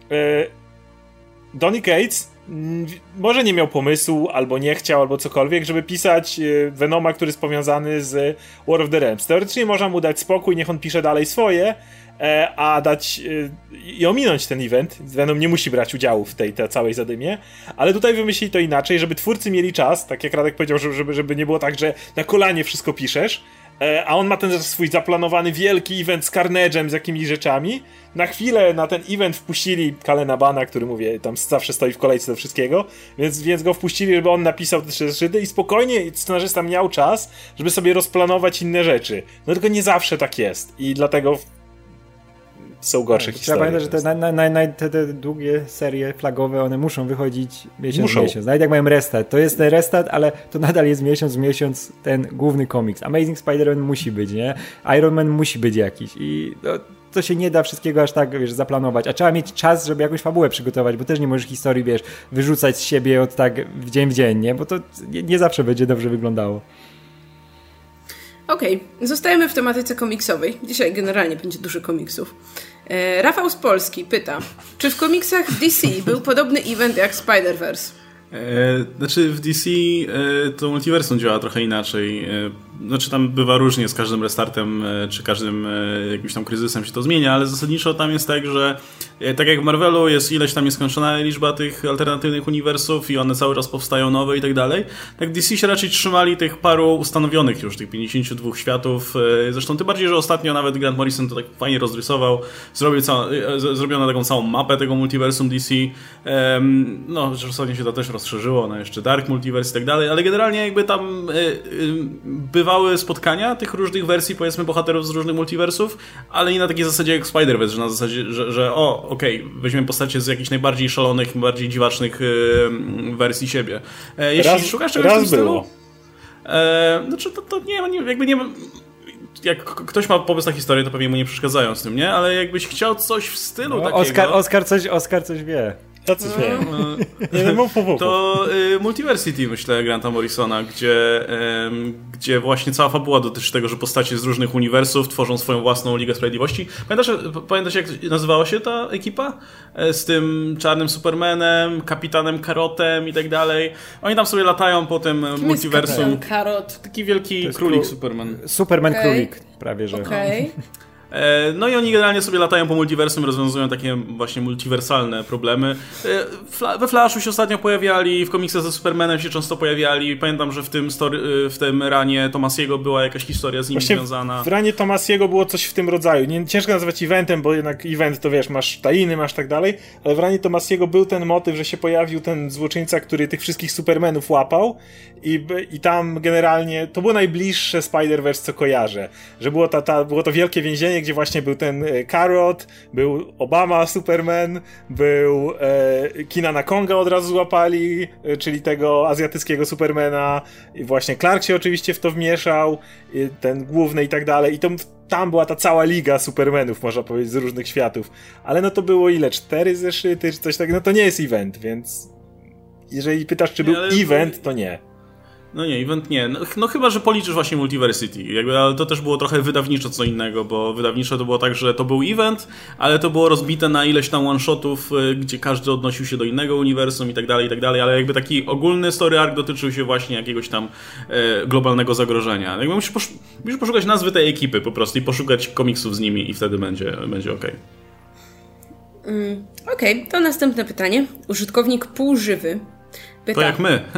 Donny Cates może nie miał pomysłu, albo nie chciał, albo cokolwiek, żeby pisać Venoma, który jest powiązany z War of the Realms. Teoretycznie można mu dać spokój, niech on pisze dalej swoje, a dać i ominąć ten event. Venom nie musi brać udziału w tej całej zadymie, ale tutaj wymyślili to inaczej, żeby twórcy mieli czas, tak jak Radek powiedział, żeby nie było tak, że na kolanie wszystko piszesz, a on ma ten swój zaplanowany wielki event z Carnage'em, z jakimiś rzeczami. Na chwilę na ten event wpuścili Kalena Bana, który, mówię, tam zawsze stoi w kolejce do wszystkiego, więc go wpuścili, żeby on napisał te 3 zeszyty i spokojnie scenarzysta miał czas, żeby sobie rozplanować inne rzeczy. No tylko nie zawsze tak jest i dlatego są gorsze historie. Trzeba pamiętać, że te długie serie flagowe, one muszą wychodzić miesiąc w miesiąc. Nawet jak mają restart. To jest ten restart, ale to nadal jest miesiąc w miesiąc ten główny komiks. Amazing Spider-Man musi być, nie? Iron Man musi być jakiś. I to się nie da wszystkiego aż tak, wiesz, zaplanować. A trzeba mieć czas, żeby jakąś fabułę przygotować, bo też nie możesz historii, wiesz, wyrzucać z siebie od tak w dzień, nie? Bo to nie zawsze będzie dobrze wyglądało. Okej, zostajemy w tematyce komiksowej. Dzisiaj generalnie będzie dużo komiksów. Rafał z Polski pyta, czy w komiksach DC był podobny event jak Spider-Verse? Znaczy w DC to multiversum działa trochę inaczej. Znaczy tam bywa różnie z każdym restartem, czy każdym jakimś tam kryzysem się to zmienia, ale zasadniczo tam jest tak, że tak jak w Marvelu jest ileś tam nieskończona liczba tych alternatywnych uniwersów i one cały czas powstają nowe i tak dalej, tak DC się raczej trzymali tych paru ustanowionych już, tych 52 światów. Zresztą tym bardziej, że ostatnio nawet Grant Morrison to tak fajnie rozrysował, zrobiono taką całą mapę tego multiversum DC. No, że ostatnio się to też rozszerzyło na jeszcze Dark Multiverse i tak dalej, ale generalnie jakby tam bywały spotkania tych różnych wersji, powiedzmy, bohaterów z różnych multiversów, ale nie na takiej zasadzie jak Spider-Verse, że na zasadzie, że weźmiemy postacie z jakichś najbardziej szalonych, bardziej dziwacznych wersji siebie. Jeśli szukasz czegoś w tym stylu, znaczy to nie jak ktoś ma pomysł na historię, to pewnie mu nie przeszkadzają z tym, nie? Ale jakbyś chciał coś w stylu takiego... Oskar coś wie. To coś wiem. To Multiversity, myślę, Granta Morrisona, gdzie właśnie cała fabuła dotyczy tego, że postacie z różnych uniwersów tworzą swoją własną Ligę Sprawiedliwości. Pamiętasz jak nazywała się ta ekipa? Z tym czarnym Supermanem, kapitanem Karotem i tak dalej. Oni tam sobie latają po tym multiversum. Karot? Taki wielki królik Superman. Superman królik, prawie że. Okej. No i oni generalnie sobie latają po multiversum, rozwiązują takie właśnie multiwersalne problemy. We Flashu się ostatnio pojawiali, w komiksach ze Supermanem się często pojawiali. Pamiętam, że w tym ranie Tomasiego była jakaś historia z nimi właśnie związana. W ranie Tomasiego było coś w tym rodzaju. Ciężko nazwać eventem, bo jednak event to wiesz, masz tajiny, masz tak dalej, ale w ranie Tomasiego był ten motyw, że się pojawił ten złoczyńca, który tych wszystkich Supermanów łapał i tam generalnie to było najbliższe Spider-Verse, co kojarzę. Że było to wielkie więzienie, gdzie właśnie był ten Carrot, był Obama Superman, był Kinana Konga od razu złapali, czyli tego azjatyckiego Supermana, i właśnie Clark się oczywiście w to wmieszał, ten główny i tak dalej, i tam była ta cała liga Supermanów, można powiedzieć, z różnych światów. Ale no to było ile? 4 zeszyty, czy coś takiego? No to nie jest event, więc jeżeli pytasz, czy był event, to nie. No nie, event nie. No chyba, że policzysz właśnie Multiversity. Ale to też było trochę wydawniczo co innego, bo wydawniczo to było tak, że to był event, ale to było rozbite na ileś tam one-shotów, gdzie każdy odnosił się do innego uniwersum i tak dalej, ale jakby taki ogólny story arc dotyczył się właśnie jakiegoś tam globalnego zagrożenia. Jakby musisz poszukać nazwy tej ekipy po prostu i poszukać komiksów z nimi i wtedy będzie okej. Okej, to następne pytanie. Użytkownik półżywy pyta. To jak my.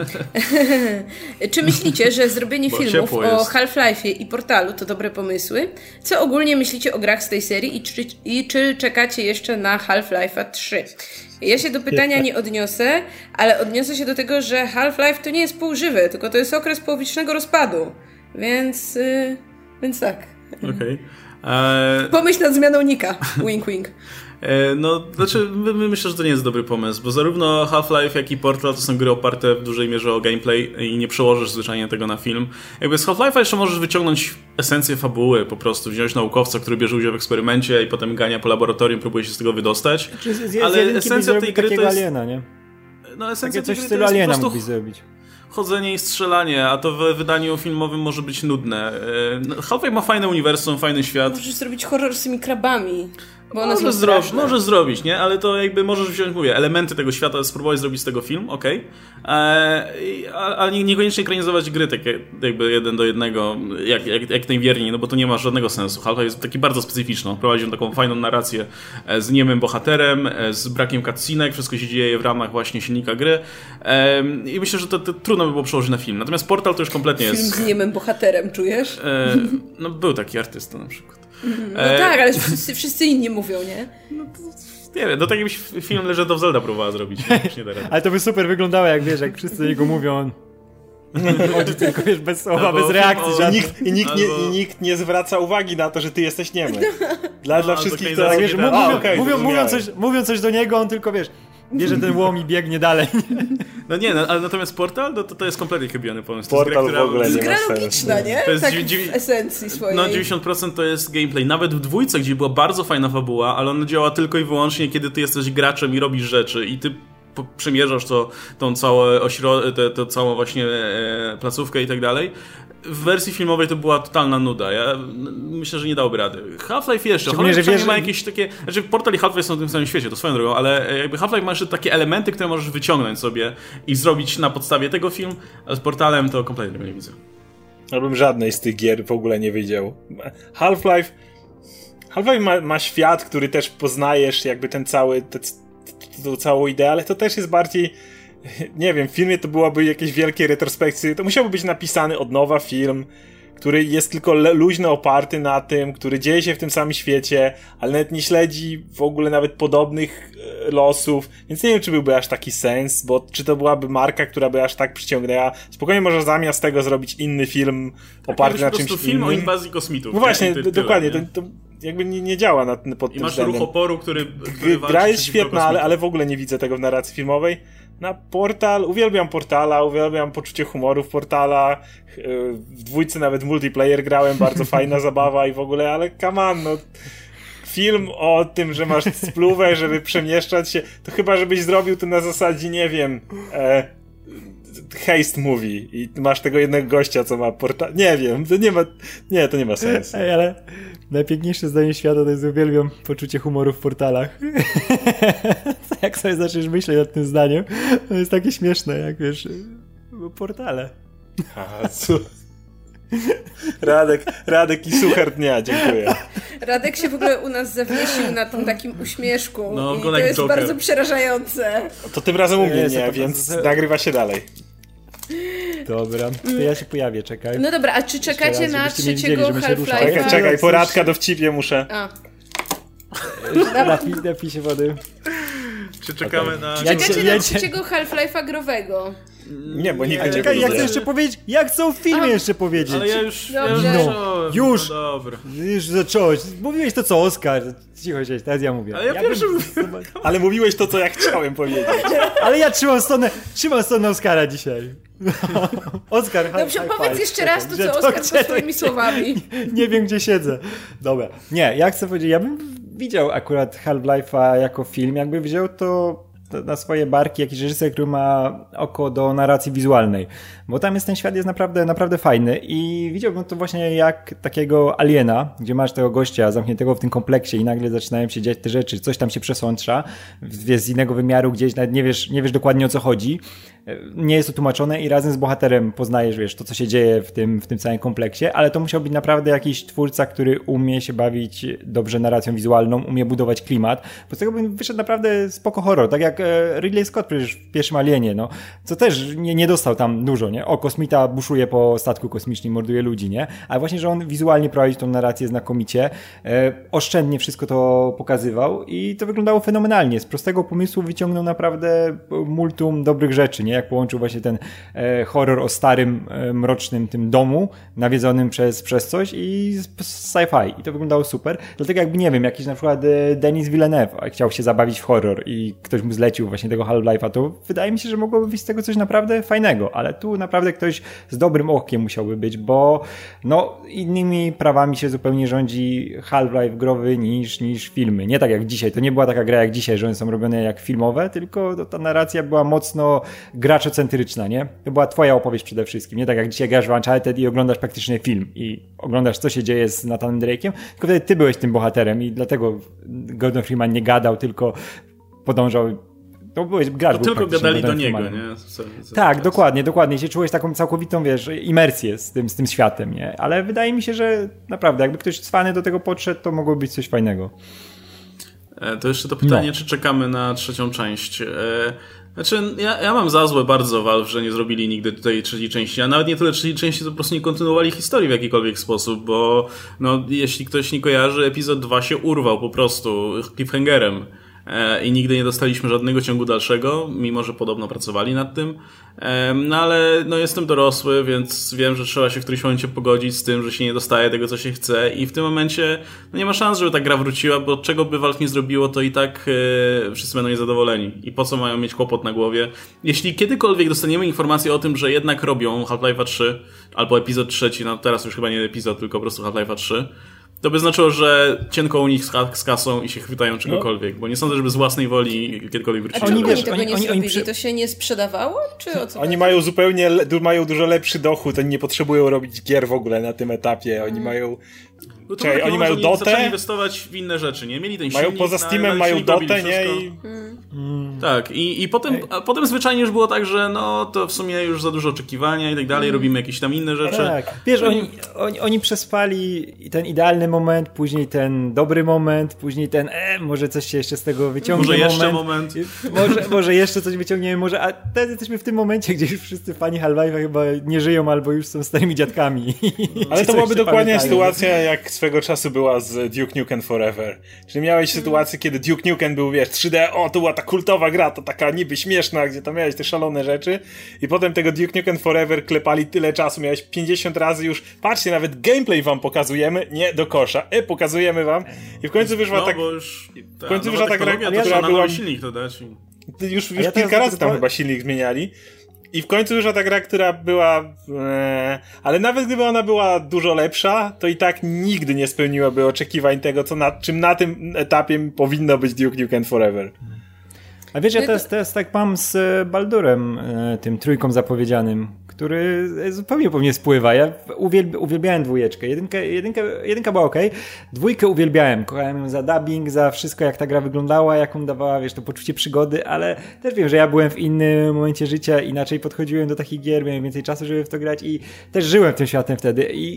Czy myślicie, że zrobienie filmów o Half-Life'ie i Portalu to dobre pomysły? Co ogólnie myślicie o grach z tej serii i czy czekacie jeszcze na Half-Life'a 3? Ja się do pytania nie odniosę, ale odniosę się do tego, że Half-Life to nie jest półżywy, tylko to jest okres połowicznego rozpadu. Więc tak. Okej. Pomyśl nad zmianą nika. Wink, wink. No, znaczy myślę, że to nie jest dobry pomysł, bo zarówno Half-Life, jak i Portal to są gry oparte w dużej mierze o gameplay i nie przełożysz zwyczajnie tego na film. Jakby z Half-Life'a jeszcze możesz wyciągnąć esencję fabuły, po prostu wziąć naukowca, który bierze udział w eksperymencie i potem gania po laboratorium, próbuje się z tego wydostać. Ale esencja tej gry to jest... Aliena, nie? No, esencja coś w stylu Aliena mógłbyś zrobić. Chodzenie i strzelanie, a to w wydaniu filmowym może być nudne. Half-Life ma fajne uniwersum, fajny świat. Możesz zrobić horror z tymi krabami. Możesz zrobić, nie? Ale to jakby możesz wziąć, elementy tego świata, spróbować zrobić z tego film, okej. Ale niekoniecznie ekranizować gry takie jakby 1 do 1, jak najwierniej, no bo to nie ma żadnego sensu. Half-Life jest taki bardzo specyficzny. Prowadzi taką fajną narrację z niemym bohaterem, z brakiem cutscenek, wszystko się dzieje w ramach właśnie silnika gry. I myślę, że to trudno by było przełożyć na film. Natomiast Portal to już kompletnie jest... Film z niemym bohaterem, czujesz? No był taki artysta na przykład. No tak, ale wszyscy inni mówią, nie? No to, nie wiem, taki film Legend of Zelda próbowała zrobić. Nie da rady. Ale to by super wyglądało, jak wiesz, jak wszyscy niego mówią. Tylko wiesz, bez słowa, bez reakcji. Nikt nie zwraca uwagi na to, że ty jesteś niemy. Dla wszystkich to... Wiesz, mówią coś do niego, on tylko, wiesz, bierze ten łom i biegnie dalej. No nie, ale natomiast Portal to jest kompletnie chybiony pomysł. Portal w ogóle nie ma sensu. To jest gra logiczna, nie? To jest tak w esencji swojej. No 90% to jest gameplay. Nawet w 2, gdzie była bardzo fajna fabuła, ale ona działa tylko i wyłącznie, kiedy ty jesteś graczem i robisz rzeczy i ty przemierzasz tą całą właśnie placówkę i tak dalej. W wersji filmowej to była totalna nuda. Ja myślę, że nie dałoby rady. Half-Life jeszcze. Half-Life ma jakieś takie... Znaczy Portal i Half-Life są w tym samym świecie, to swoją drogą, ale jakby Half-Life ma jeszcze takie elementy, które możesz wyciągnąć sobie i zrobić na podstawie tego film, a z Portalem to kompletnie tego nie widzę. Ja bym żadnej z tych gier w ogóle nie widział. Half-Life ma świat, który też poznajesz, jakby ten cały... tą całą ideę, ale to też jest bardziej, nie wiem, w filmie to byłoby jakieś wielkie retrospekcje, to musiałby być napisany od nowa film, który jest tylko luźno oparty na tym, który dzieje się w tym samym świecie, ale nawet nie śledzi w ogóle nawet podobnych losów, więc nie wiem, czy byłby aż taki sens, bo czy to byłaby marka, która by aż tak przyciągnęła. Spokojnie można zamiast tego zrobić inny film oparty na czymś innym. Film o inwazji kosmitów. No właśnie, dokładnie, to jakby nie działa pod tym względem. I masz ruch oporu, który gra jest świetna, ale w ogóle nie widzę tego w narracji filmowej. Na Portal, uwielbiam Portala, uwielbiam poczucie humoru w Portala. W 2 nawet multiplayer grałem, bardzo fajna zabawa i w ogóle, ale come on, no. Film o tym, że masz spluwę, żeby przemieszczać się, to chyba żebyś zrobił to na zasadzie, nie wiem, heist movie i masz tego jednego gościa, co ma portal. Nie wiem, to nie ma sensu. Ej, ale najpiękniejsze zdanie świata to jest uwielbiam poczucie humoru w Portalach. Jak sobie zaczniesz myśleć nad tym zdaniem, to jest takie śmieszne, jak wiesz, Portale. Radek i suchar dnia, dziękuję. Radek się w ogóle u nas zawiesił na tym takim uśmieszku. No, i to jest Joker. bardzo przerażające. To tym razem u mnie nie, więc nagrywa się dalej. Dobra, to ja się pojawię, czekaj. No dobra, a czy czekacie na trzeciego Half-Life'a? Czekaj, poradka dowcipnie muszę. Napij się wody. Czy czekamy na... Czekacie na trzeciego Half-Life'a growego? Nie, bo nigdy nie Czekaj, ja chcę jeszcze powiedzieć, jak chcą w filmie jeszcze powiedzieć. Ale ja już... Już! No dobra. Już zacząłeś. Mówiłeś to co, Oskar. Cicho się, teraz ja mówię. Ale ja pierwszy mówiłem. Ale mówiłeś to, co ja chciałem powiedzieć. Ale ja trzymam stronę Oskara dzisiaj. Oskar, dobrze, powiedz jeszcze raz to, co Oskar swoimi słowami. Nie wiem, gdzie siedzę. Dobra. Nie, ja chcę powiedzieć, ja bym widział akurat Half-Life'a jako film, jakby wziął to na swoje barki jakiś reżyser, który ma oko do narracji wizualnej. Bo tam ten świat jest naprawdę fajny i widziałbym to właśnie jak takiego aliena, gdzie masz tego gościa zamkniętego w tym kompleksie i nagle zaczynają się dziać te rzeczy, coś tam się przesącza, z innego wymiaru gdzieś, nawet nie wiesz dokładnie o co chodzi. Nie jest to tłumaczone i razem z bohaterem poznajesz, wiesz, to co się dzieje w tym całym kompleksie, ale to musiał być naprawdę jakiś twórca, który umie się bawić dobrze narracją wizualną, umie budować klimat, bo z tego bym wyszedł naprawdę spoko horror, tak jak Ridley Scott przecież w pierwszym Alienie, no, co też nie dostał tam dużo, nie? O, kosmita buszuje po statku kosmicznym, morduje ludzi, nie? Ale właśnie, że on wizualnie prowadzi tą narrację znakomicie, oszczędnie wszystko to pokazywał i to wyglądało fenomenalnie. Z prostego pomysłu wyciągnął naprawdę multum dobrych rzeczy, nie? Jak połączył właśnie ten horror o starym, mrocznym tym domu, nawiedzonym przez coś i sci-fi. I to wyglądało super. Dlatego jakby, nie wiem, jakiś na przykład Denis Villeneuve chciał się zabawić w horror i ktoś mu zlecił właśnie tego Half-Life'a, to wydaje mi się, że mogłoby być z tego coś naprawdę fajnego, ale tu naprawdę ktoś z dobrym okiem musiałby być, bo no innymi prawami się zupełnie rządzi Half-Life growy niż filmy. Nie tak jak dzisiaj. To nie była taka gra jak dzisiaj, że one są robione jak filmowe, tylko ta narracja była mocno graczocentryczna, nie? To była twoja opowieść przede wszystkim. Nie tak jak dzisiaj grasz w Uncharted i oglądasz praktycznie film i oglądasz, co się dzieje z Nathanem Drake'iem, tylko wtedy ty byłeś tym bohaterem i dlatego Gordon Freeman nie gadał, tylko podążał. To gracz był tylko gadali do niego, Freemanem. nie? Tak, dokładnie. Się czułeś taką całkowitą, wiesz, imersję z tym światem, nie? Ale wydaje mi się, że naprawdę, jakby ktoś cwany do tego podszedł, to mogło być coś fajnego. To jeszcze to pytanie, czy czekamy na trzecią część. Znaczy, ja mam za złe bardzo Valve, że nie zrobili nigdy tej trzeciej części, a nawet nie tyle trzeciej części, to po prostu nie kontynuowali historii w jakikolwiek sposób, bo no, jeśli ktoś nie kojarzy, epizod 2 się urwał po prostu cliffhangerem. I nigdy nie dostaliśmy żadnego ciągu dalszego, mimo że podobno pracowali nad tym. No ale no jestem dorosły, więc wiem, że trzeba się w którymś momencie pogodzić z tym, że się nie dostaje tego, co się chce i w tym momencie no nie ma szans, żeby ta gra wróciła, bo czego by Valve nie zrobiło, to i tak wszyscy będą niezadowoleni. I po co mają mieć kłopot na głowie? Jeśli kiedykolwiek dostaniemy informację o tym, że jednak robią Half-Life'a 3 albo epizod 3, no teraz już chyba nie epizod, tylko po prostu Half-Life'a 3, to by znaczyło, że cienko u nich z kasą i się chwytają czegokolwiek, bo nie sądzę, żeby z własnej woli kiedykolwiek wrócili. Oni tego nie zrobili? To się nie sprzedawało? Czy o co oni mają dużo lepszy dochód, oni nie potrzebują robić gier w ogóle na tym etapie, oni mają... Oni mają Dotę. Zaczęli inwestować w inne rzeczy, nie? Mieli ten silnik, poza Steamem mają Dotę, nie? Tak, i potem zwyczajnie już było tak, że no to w sumie już za dużo oczekiwania i tak dalej, robimy jakieś tam inne rzeczy. Tak, wiesz, oni przespali ten idealny moment, później ten dobry moment, później ten może coś się jeszcze z tego wyciągnie. Może jeszcze moment. Może jeszcze coś wyciągniemy, a teraz jesteśmy w tym momencie, gdzie już wszyscy fani Half-Life'a chyba nie żyją albo już są starymi dziadkami. Ale to byłaby dokładnie sytuacja, jak swego czasu była z Duke Nukem Forever. Czyli miałeś sytuację, kiedy Duke Nukem był, wiesz, 3D, to była ta kultowa gra, to taka niby śmieszna, gdzie tam miałeś te szalone rzeczy i potem tego Duke Nukem Forever klepali tyle czasu, miałeś 50 razy już, patrzcie, nawet gameplay wam pokazujemy, nie do kosza, pokazujemy wam i w końcu wyszła w końcu wyszła ta gra, która była... silnik to dać. Już kilka razy tam chyba silnik zmieniali. I w końcu wyszła ta gra, która była... ale nawet gdyby ona była dużo lepsza, to i tak nigdy nie spełniłaby oczekiwań tego, czym na tym etapie powinno być Duke Nukem Forever. A wiesz, ja teraz tak mam z Baldurem, tym trójką zapowiedzianym, który zupełnie po mnie spływa. Ja uwielbiałem dwójeczkę. Jedynka była okej. Dwójkę uwielbiałem. Kochałem ją za dubbing, za wszystko, jak ta gra wyglądała, jak on dawała, wiesz, to poczucie przygody, ale też wiem, że ja byłem w innym momencie życia, inaczej podchodziłem do takich gier, miałem więcej czasu, żeby w to grać i też żyłem tym światem wtedy i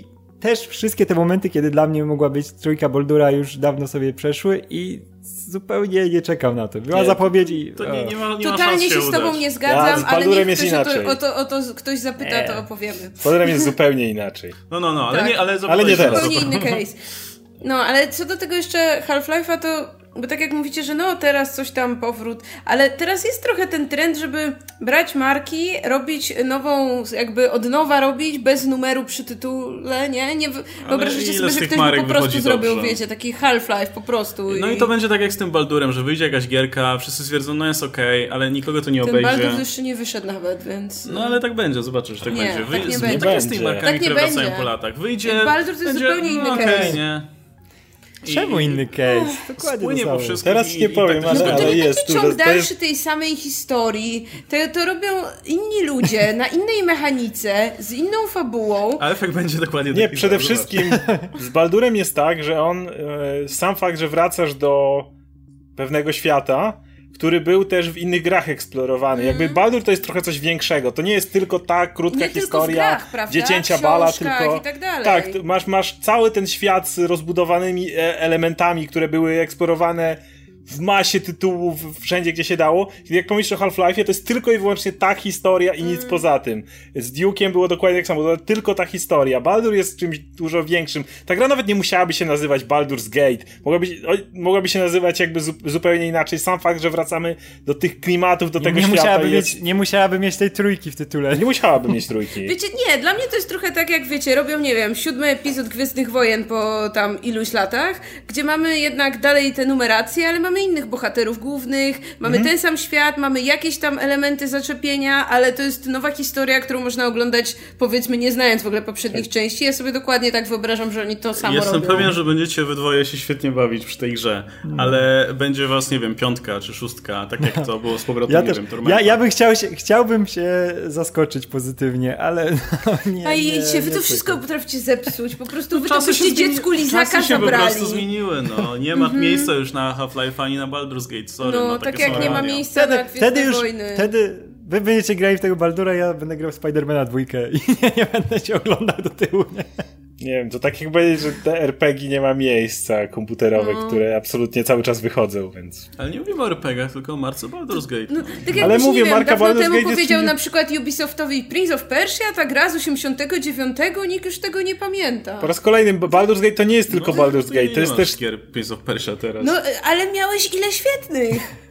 też wszystkie te momenty, kiedy dla mnie mogła być trójka Baldura, już dawno sobie przeszły i zupełnie nie czekam na to. Była zapowiedź i... To nie ma Totalnie się z tobą nie zgadzam, ale niech ktoś o to ktoś zapyta, to opowiemy. Z Baldurem jest zupełnie inaczej. No, tak. ale nie teraz. Zupełnie inny case. No, ale co do tego jeszcze Half-Life'a, to bo tak jak mówicie, że no teraz coś tam powrót, ale teraz jest trochę ten trend, żeby brać marki, robić nową, jakby od nowa robić, bez numeru przy tytule, nie wyobrażacie sobie, że ktoś by po prostu zrobił, wiecie, taki Half-Life po prostu. No i to będzie tak jak z tym Baldurem, że wyjdzie jakaś gierka, wszyscy stwierdzą, no jest okej, ale nikogo to nie obejdzie. Ten Baldur jeszcze nie wyszedł nawet, więc... No ale tak będzie, zobaczysz, tak będzie. Tak nie będzie. Tak jest z tymi markami, tak które wracają po latach. Wyjdzie... Baldur to jest zupełnie inny case. Nie. Czemu inny case? Dokładnie spłynie po wszystkim. Teraz nie powiem, tak ale to nie jest. taki ciąg dalszy tej samej historii. To robią inni ludzie, na innej mechanice, z inną fabułą. A efekt będzie dokładnie taki. Nie, przede wszystkim z Baldurem jest tak, że on, sam fakt, że wracasz do pewnego świata, który był też w innych grach eksplorowany. Jakby Baldur to jest trochę coś większego. To nie jest tylko ta krótka historia dziecięcia Bala, tylko... I tak dalej. Tak, masz cały ten świat z rozbudowanymi elementami, które były eksplorowane w masie tytułów, wszędzie gdzie się dało. Jak pomyślisz o Half-Life'ie, to jest tylko i wyłącznie ta historia i nic poza tym. Z Duke'iem było dokładnie tak samo, to tylko ta historia. Baldur jest czymś dużo większym. Ta gra nawet nie musiałaby się nazywać Baldur's Gate. Mogłaby się nazywać jakby zupełnie inaczej. Sam fakt, że wracamy do tych klimatów, do tego świata nie musiałaby mieć tej trójki w tytule. Nie musiałaby mieć trójki. Wiecie, nie, dla mnie to jest trochę tak jak, wiecie, robią, nie wiem, 7. epizod Gwiezdnych Wojen po tam iluś latach, gdzie mamy jednak dalej te numeracje, ale mamy innych bohaterów głównych, mamy ten sam świat, mamy jakieś tam elementy zaczepienia, ale to jest nowa historia, którą można oglądać, powiedzmy, nie znając w ogóle poprzednich części. Ja sobie dokładnie tak wyobrażam, że oni to samo robią. Jestem pewien, że będziecie we dwoje się świetnie bawić przy tej grze, ale będzie was, nie wiem, 5 czy 6, tak jak to było z powrotem, nie wiem, Tormenta. Ja bym chciałbym się zaskoczyć pozytywnie, ale no, nie. A idźcie, wy to wszystko potraficie zepsuć, po prostu wy to byście dziecku lizaka czasy się zabrali. po prostu zmieniły, no. Nie ma miejsca już na Half-Life ani na Baldur's Gate, sorry. No, tak jak nie ma miejsca na Gwiezdne Wojny. Wtedy wy będziecie grali w tego Baldura, ja będę grał w Spidermana 2 i nie będę się oglądał do tyłu, nie? Nie wiem, to tak jak powiedzieć, że te RPG nie ma miejsca komputerowe, które absolutnie cały czas wychodzą, więc... Ale nie mówimy o RPG-ach, tylko o marce Baldur's Gate. No, tak jak ale mówię, nie wiem, marka dawno Baldur's temu Gate powiedział jest... na przykład Ubisoftowi Prince of Persia, ta gra z 89, nikt już tego nie pamięta. Po raz kolejny, Baldur's Gate to nie jest tylko Baldur's Gate, to jest też... Prince of Persia teraz. No, ale miałeś ile świetnych!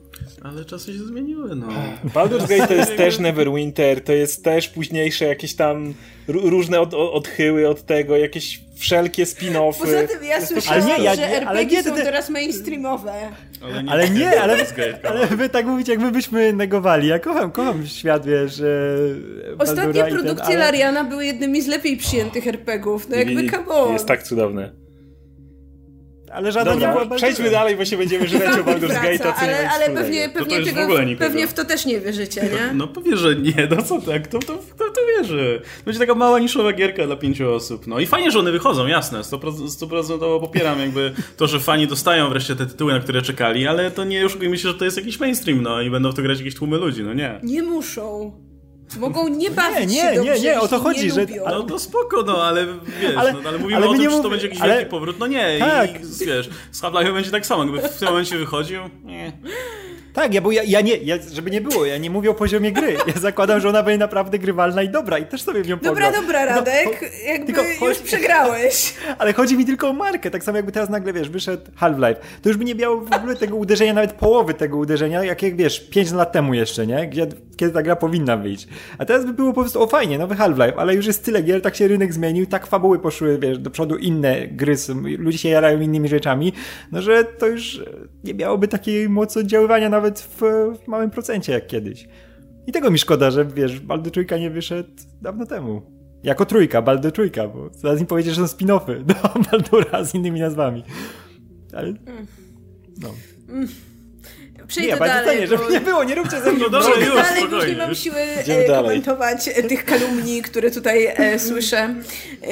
Ale czasy się zmieniły, no. Baldur's Gate to jest też Neverwinter, to jest też późniejsze jakieś tam różne odchyły od tego, jakieś wszelkie spin-offy. Poza tym ja słyszałam, że RPG są teraz mainstreamowe. Ale wy tak mówicie, jak my byśmy negowali. Ja kocham świat, wiesz, ostatnie produkcje Lariana były jednymi z lepiej przyjętych RPGów. No jakby come on. Jest tak cudowne. Ale żadna nie była Baldura. Przejdźmy dalej, bo się będziemy żreć o Baldur's Gate, ale pewnie w to też nie wierzycie, nie? No powie, że nie, no co tak, kto wierzy? Będzie taka mała niszowa gierka dla 5 osób. No i fajnie, że one wychodzą, jasne, 100% popieram jakby to, że fani dostają wreszcie te tytuły, na które czekali, ale to nie oszukujmy się, że to jest jakiś mainstream, no i będą w to grać jakieś tłumy ludzi, no nie. Nie muszą. Mogą nie bawić się dobrze, nie, o to chodzi, że... No to spoko, no, ale wiesz, ale mówimy o tym, że to będzie jakiś wielki powrót, no nie, tak. I wiesz, z Half-Life będzie tak samo, jakby w tym momencie wychodził, nie. Tak, żeby nie było, ja nie mówię o poziomie gry. Ja zakładam, że ona będzie naprawdę grywalna i dobra i też sobie w nią pogram. Dobra, Radek, już przegrałeś. Ale chodzi mi tylko o markę, tak samo jakby teraz nagle, wiesz, wyszedł Half-Life, to już by nie miało w ogóle tego uderzenia, nawet połowy tego uderzenia, jak wiesz, 5 lat temu jeszcze, nie? Kiedy ta gra powinna wyjść. A teraz by było po prostu, fajnie, nowy Half-Life, ale już jest tyle gier, tak się rynek zmienił, tak fabuły poszły, wiesz, do przodu inne gry, ludzie się jarają innymi rzeczami, no że to już nie miałoby takiej mocy oddziaływania nawet w małym procencie jak kiedyś. I tego mi szkoda, że wiesz, Baldur Trójka nie wyszedł dawno temu. Jako trójka, Baldur Trójka, bo zaraz im powiedzieć, że są spin-offy do Baldura z innymi nazwami. Ale... No. Przejdę dalej, żeby nie było, nie róbcie ze mną. No dobra, już nie mam siły komentować tych kalumnii, które tutaj słyszę.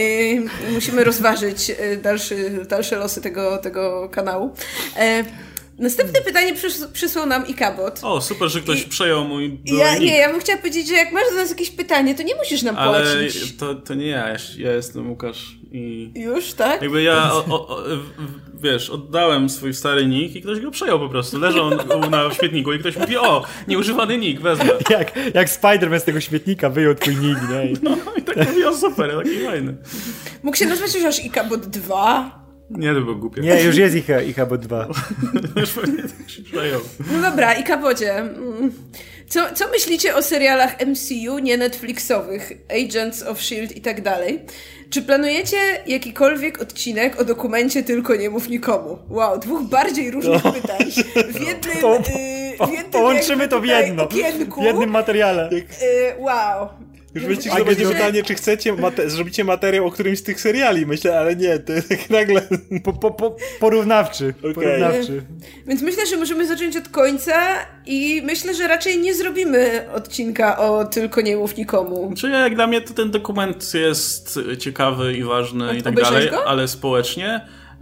Musimy rozważyć dalsze losy tego kanału. Następne pytanie przysłał nam Ikabot. O, super, że ktoś przejął mój nick. Ja bym chciała powiedzieć, że jak masz do nas jakieś pytanie, to nie musisz nam płacić. Ale to nie ja jestem Łukasz i... Już, tak? Jakby ja, wiesz, oddałem swój stary nick i ktoś go przejął po prostu. Leżał na śmietniku i ktoś mówi, o, nieużywany nick, wezmę. Jak Spider-Man z tego śmietnika wyjął twój nick, nie? No i tak mówi, o super, taki fajny. Mógł się nazwać już aż Ikabot 2? Nie, to było głupie. Nie, już jest Ikabot 2. Już pewnie tak się przejął. No dobra, Ikabocie. Co myślicie o serialach MCU, nie Netflixowych, Agents of S.H.I.E.L.D. i tak dalej? Czy planujecie jakikolwiek odcinek o dokumencie Tylko nie mów nikomu? Wow, 2 bardziej różnych pytań. W jednym Połączymy to w jedno. Okienku. W jednym materiale. Wow. Już myślicie, że to będzie pytanie, czy chcecie, zrobicie materiał o którymś z tych seriali. Myślę, ale nie, to jest tak nagle... Porównawczy. Okay. Porównawczy. Więc myślę, że możemy zacząć od końca i myślę, że raczej nie zrobimy odcinka o Tylko nie mów nikomu. Czyli jak dla mnie to ten dokument jest ciekawy i ważny i tak dalej, ale społecznie,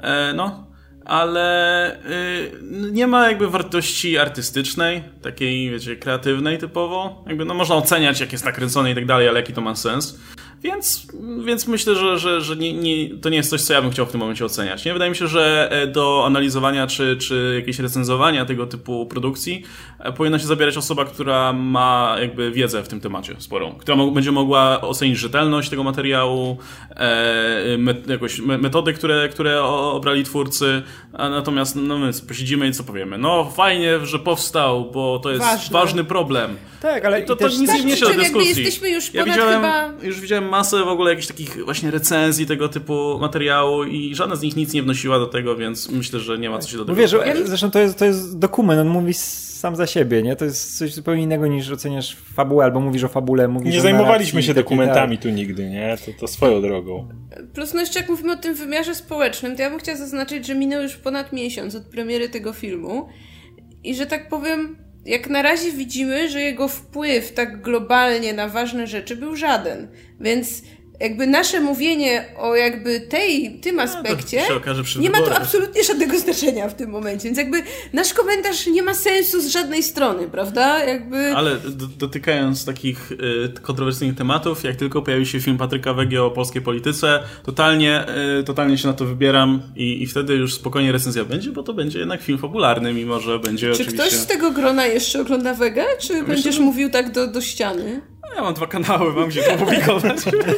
ale nie ma jakby wartości artystycznej, takiej, wiecie, kreatywnej typowo. Jakby, no można oceniać, jak jest nakręcone i tak dalej, ale jaki to ma sens. Więc myślę, że to nie jest coś, co ja bym chciał w tym momencie oceniać. Nie? Wydaje mi się, że do analizowania czy jakiegoś recenzowania tego typu produkcji powinna się zabierać osoba, która ma jakby wiedzę w tym temacie sporą, która będzie mogła ocenić rzetelność tego materiału, jakoś metody, które obrali twórcy, a natomiast my posiedzimy i co powiemy? No fajnie, że powstał, bo to jest ważny problem. Tak, ale to nic nie wniesie do dyskusji. Jesteśmy już już widziałem masę w ogóle jakichś takich właśnie recenzji tego typu materiału i żadna z nich nic nie wnosiła do tego, więc myślę, że nie ma co się do tego. Wiesz, zresztą to jest dokument, on mówi sam za siebie, nie? To jest coś zupełnie innego niż oceniasz fabułę, albo mówisz o fabule, mówisz nie o zajmowaliśmy się dokumentami tu nigdy, nie? To swoją drogą. Plus no jeszcze jak mówimy o tym wymiarze społecznym, to ja bym chciała zaznaczyć, że minął już ponad miesiąc od premiery tego filmu i że tak powiem, jak na razie widzimy, że jego wpływ tak globalnie na ważne rzeczy był żaden. Więc jakby nasze mówienie o jakby tym aspekcie nie ma tu absolutnie żadnego znaczenia w tym momencie. Więc jakby nasz komentarz nie ma sensu z żadnej strony, prawda? Ale dotykając takich kontrowersyjnych tematów, jak tylko pojawi się film Patryka Wege o polskiej polityce, totalnie się na to wybieram i wtedy już spokojnie recenzja będzie, bo to będzie jednak film fabularny, mimo że będzie oczywiście... Czy ktoś z tego grona jeszcze ogląda Wege? Czy będziesz mówił tak do ściany? Ja mam 2 kanały, mam gdzie to publikować.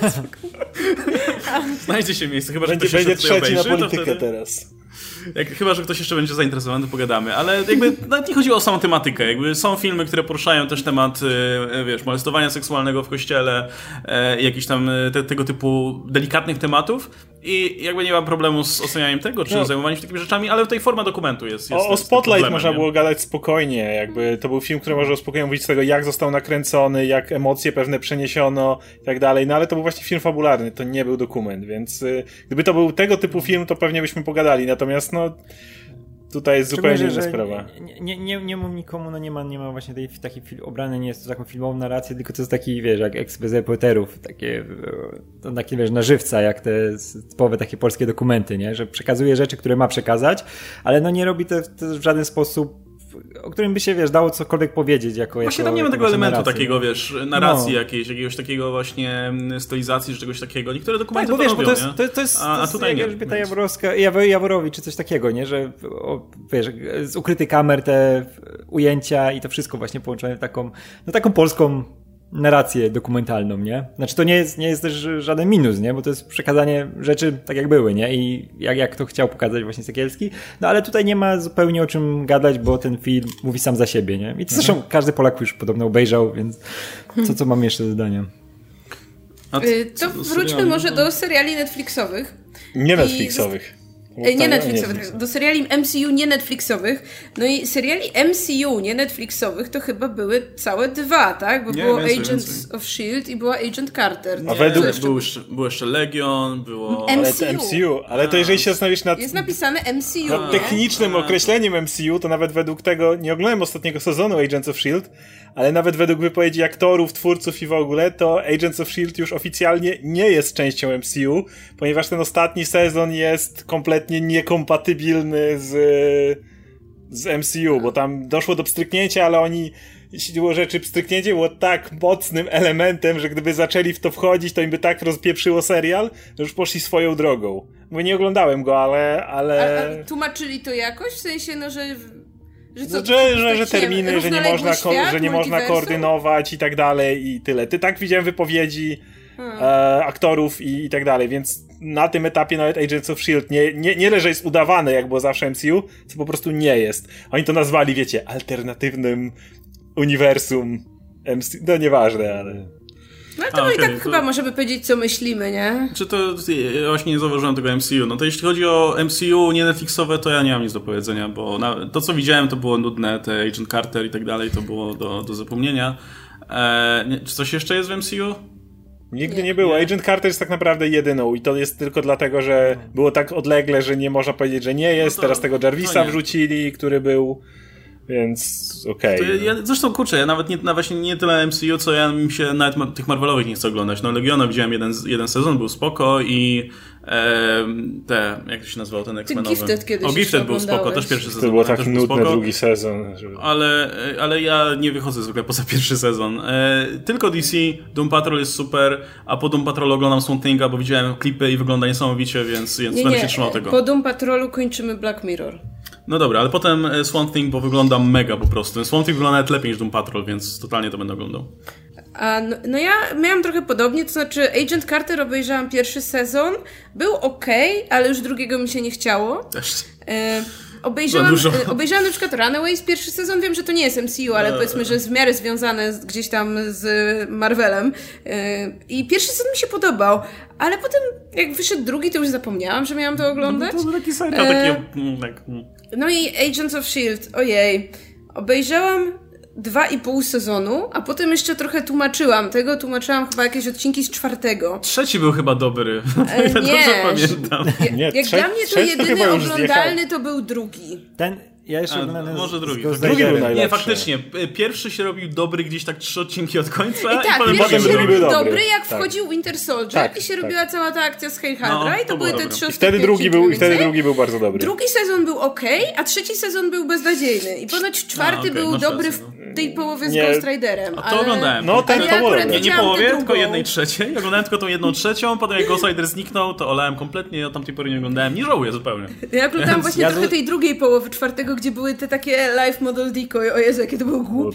Znajdzie się miejsce, chyba że ktoś będzie jeszcze trzeci obejrzy, na politykę teraz. Chyba że ktoś jeszcze będzie zainteresowany, to pogadamy. Ale jakby nawet nie chodziło o samą tematykę. Jakby są filmy, które poruszają też temat, wiesz, molestowania seksualnego w kościele, jakichś tam tego typu delikatnych tematów. I jakby nie mam problemu z ocenianiem tego, czy zajmowaniem się takimi rzeczami, ale tutaj forma dokumentu jest o Spotlight można było gadać spokojnie. Jakby to był film, który można spokojnie mówić z tego, jak został nakręcony, jak emocje pewne przeniesiono i tak dalej. No ale to był właśnie film fabularny, to nie był dokument, więc gdyby to był tego typu film, to pewnie byśmy pogadali. Natomiast no tutaj jest zupełnie inna sprawa. Nie mów nikomu, no nie ma właśnie takiej obrany, nie jest to taką filmową narrację, tylko to jest taki, wiesz, jak ekspres reporterów, takie wiesz, na żywca, jak te typowe takie polskie dokumenty, nie? Że przekazuje rzeczy, które ma przekazać, ale no nie robi to w żaden sposób, o którym by się, wiesz, dało cokolwiek powiedzieć. Właśnie tam nie ma tego elementu takiego, wiesz, narracji jakiejś, jakiegoś takiego właśnie stylizacji, czy czegoś takiego. Niektóre dokumenty to robią, to jest a tutaj nie. Elżbieta Jaworowicz, czy coś takiego, nie? Że, wiesz, z ukrytych kamer te ujęcia i to wszystko właśnie połączone w taką polską narrację dokumentalną, nie? Znaczy to nie jest też żaden minus, nie? Bo to jest przekazanie rzeczy tak jak były, nie? I jak to chciał pokazać właśnie Sekielski. No ale tutaj nie ma zupełnie o czym gadać, bo ten film mówi sam za siebie, nie? I to zresztą każdy Polak już podobno obejrzał, więc co mam jeszcze do dodania? To wróćmy może do seriali Netflixowych. Nie Netflixowych. Nie Netflixowych, do seriali MCU nie Netflixowych. No i seriali MCU nie Netflixowych to chyba były całe 2, tak? Bo było Agents of S.H.I.E.L.D. i była Agent Carter. A był jeszcze Legion, było... MCU. Ale to jeżeli się zastanowisz nad... Jest napisane MCU. Nad technicznym określeniem MCU, to nawet według tego, nie oglądałem ostatniego sezonu Agents of S.H.I.E.L.D., ale nawet według wypowiedzi aktorów, twórców i w ogóle, to Agents of S.H.I.E.L.D. już oficjalnie nie jest częścią MCU, ponieważ ten ostatni sezon jest kompletnie niekompatybilny z MCU, bo tam doszło do pstryknięcia, ale oni, jeśli było rzeczy, pstryknięcie było tak mocnym elementem, że gdyby zaczęli w to wchodzić, to im by tak rozpieprzyło serial, że już poszli swoją drogą. Bo nie oglądałem go, ale... A tłumaczyli to jakoś? W sensie, no, że co, że terminy, że nie można koordynować i tak dalej i tyle. Tak widziałem wypowiedzi aktorów i tak dalej, więc na tym etapie nawet Agents of S.H.I.E.L.D. nie leży jest udawane, jak było zawsze MCU, co po prostu nie jest. Oni to nazwali, wiecie, alternatywnym uniwersum MCU. No nieważne, ale... No ale to i tak chyba możemy powiedzieć, co myślimy, nie? Czy to... Ja właśnie nie zauważyłem tego MCU. No to jeśli chodzi o MCU nie Netflixowe, to ja nie mam nic do powiedzenia, bo to, co widziałem, to było nudne, te Agent Carter i tak dalej, to było do zapomnienia. Czy coś jeszcze jest w MCU? Nigdy nie było. Agent Carter jest tak naprawdę jedyną i to jest tylko dlatego, że było tak odlegle, że nie można powiedzieć, że nie jest. Teraz tego Jarvisa wrzucili, który był... Więc okej. Zresztą kurczę, ja nawet nie tyle MCU, co ja mi się nawet tych Marvelowych nie chcę oglądać. No Legiona widziałem jeden sezon, był spoko i jak to się nazywał ten X-Menowy? Gifted kiedyś Gifted był spoko, też pierwszy sezon. To było tak nudne drugi sezon. Żeby... Ale ja nie wychodzę zwykle poza pierwszy sezon. Tylko DC, Doom Patrol jest super, a po Doom Patrolu oglądam Swamp Thinga, bo widziałem klipy i wygląda niesamowicie, więc będę się trzymał tego. Po Doom Patrolu kończymy Black Mirror. No dobra, ale potem Swamp Thing, bo wygląda mega po prostu. Swamp Thing wygląda nawet lepiej niż Doom Patrol, więc totalnie to będę oglądał. No ja miałam trochę podobnie, to znaczy Agent Carter obejrzałam pierwszy sezon, był okej, ale już drugiego mi się nie chciało. Też. Obejrzałam na przykład Runaways pierwszy sezon, wiem, że to nie jest MCU, ale powiedzmy, że jest w miarę związane gdzieś tam z Marvelem. I pierwszy sezon mi się podobał, ale potem jak wyszedł drugi, to już zapomniałam, że miałam to oglądać. No to był taki serial, No i Agents of S.H.I.E.L.D., ojej. Obejrzałam 2,5 sezonu, a potem jeszcze trochę tłumaczyłam chyba jakieś odcinki z 4. Trzeci był chyba dobry. Ja dobrze pamiętam. Jak dla mnie to jedyny oglądalny to był drugi. Ja jeszcze oglądałem... Może drugi. Drugi był najlepszy. Nie, faktycznie. Pierwszy się robił dobry gdzieś tak 3 odcinki od końca. I pierwszy się robił dobry, jak wchodził Winter Soldier i się robiła cała ta akcja z Hail Hydra i to były te 3 wtedy drugi był bardzo dobry. Drugi sezon był okej, a trzeci sezon był beznadziejny. I ponoć 4 był dobry w tej połowie z Ghost Riderem. A to oglądałem. No ten nie połowie, tylko 1/3. Oglądałem tylko tą 1/3, potem jak Ghost Rider zniknął, to olałem kompletnie, od tamtej pory nie oglądałem. Nie żałuję zupełnie. Ja oglądałem właśnie trochę tej drugiej połowy 4, gdzie były te takie live model decoy. O Jezu, jakie to było głupie.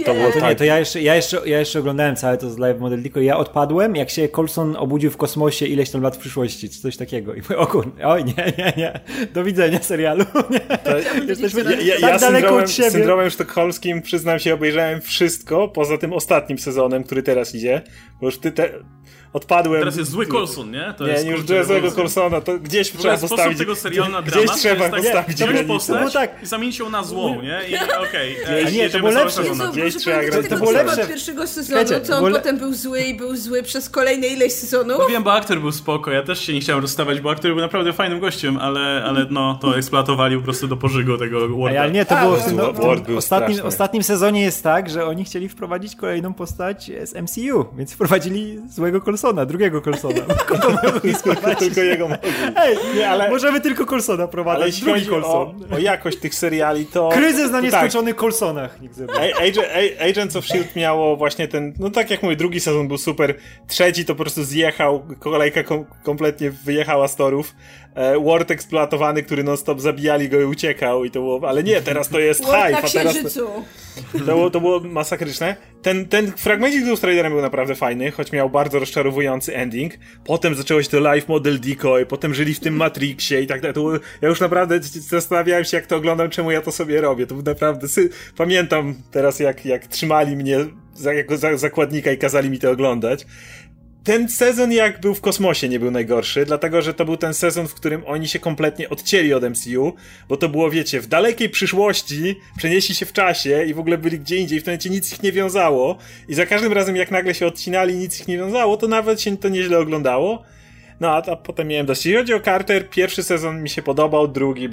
Ja jeszcze oglądałem całe to z live model decoy. Ja odpadłem, jak się Coulson obudził w kosmosie ileś tam lat w przyszłości, czy coś takiego. I mówię, oj, nie. Do widzenia serialu. Jesteśmy tak daleko od siebie. Syndromem sztokholmskim, przyznam się, obejrzałem wszystko, poza tym ostatnim sezonem, który teraz idzie, bo już odpadłem. Teraz jest zły Coulson, nie? To nie, jest, już złego Coulsona, to gdzieś trzeba postawić. Tego serialu na gdzieś trzeba postawić postać i zamienić ją na złą, nie? I to było lepsze. Gdzieś trzeba grać. To było lepsze od pierwszego sezonu, co on potem był zły i był zły przez kolejne ileś sezonów. No wiem, bo aktor był spoko, ja też się nie chciałem rozstawać, bo aktor był naprawdę fajnym gościem, ale no, to eksploatowali po prostu do pożygu tego Warda. Ale nie, to było w ostatnim sezonie jest tak, że oni chcieli wprowadzić kolejną postać z MCU, więc wprowadzili złego Coulsona, drugiego Coulsona. Tylko jego mogli. Ale możemy tylko Coulsona prowadzić. Ale jeśli chodzi o jakość tych seriali, to... Kryzys na nieskończonych Coulsonach. Agents of S.H.I.E.L.D. miało właśnie ten, no tak jak mówię, drugi sezon był super, trzeci to po prostu zjechał, kolejka kompletnie wyjechała z torów. Ward eksploatowany, który non-stop zabijali go i uciekał i to było, ale nie, teraz to jest hype, a teraz to było masakryczne. Ten fragmencik z Ghost Riderem był naprawdę fajny, choć miał bardzo rozczarowujący ending. Potem zaczęło się to live model decoy, potem żyli w tym Matrixie i tak dalej. Ja już naprawdę zastanawiałem się, jak to oglądam, czemu ja to sobie robię. To był naprawdę... Pamiętam teraz, jak trzymali mnie jako zakładnika i kazali mi to oglądać. Ten sezon, jak był w kosmosie, nie był najgorszy, dlatego, że to był ten sezon, w którym oni się kompletnie odcięli od MCU, bo to było, wiecie, w dalekiej przyszłości, przenieśli się w czasie i w ogóle byli gdzie indziej, w tym momencie nic ich nie wiązało i za każdym razem, jak nagle się odcinali i nic ich nie wiązało, to nawet się to nieźle oglądało. No, a potem miałem dość. Jeśli chodzi o Carter, pierwszy sezon mi się podobał, drugi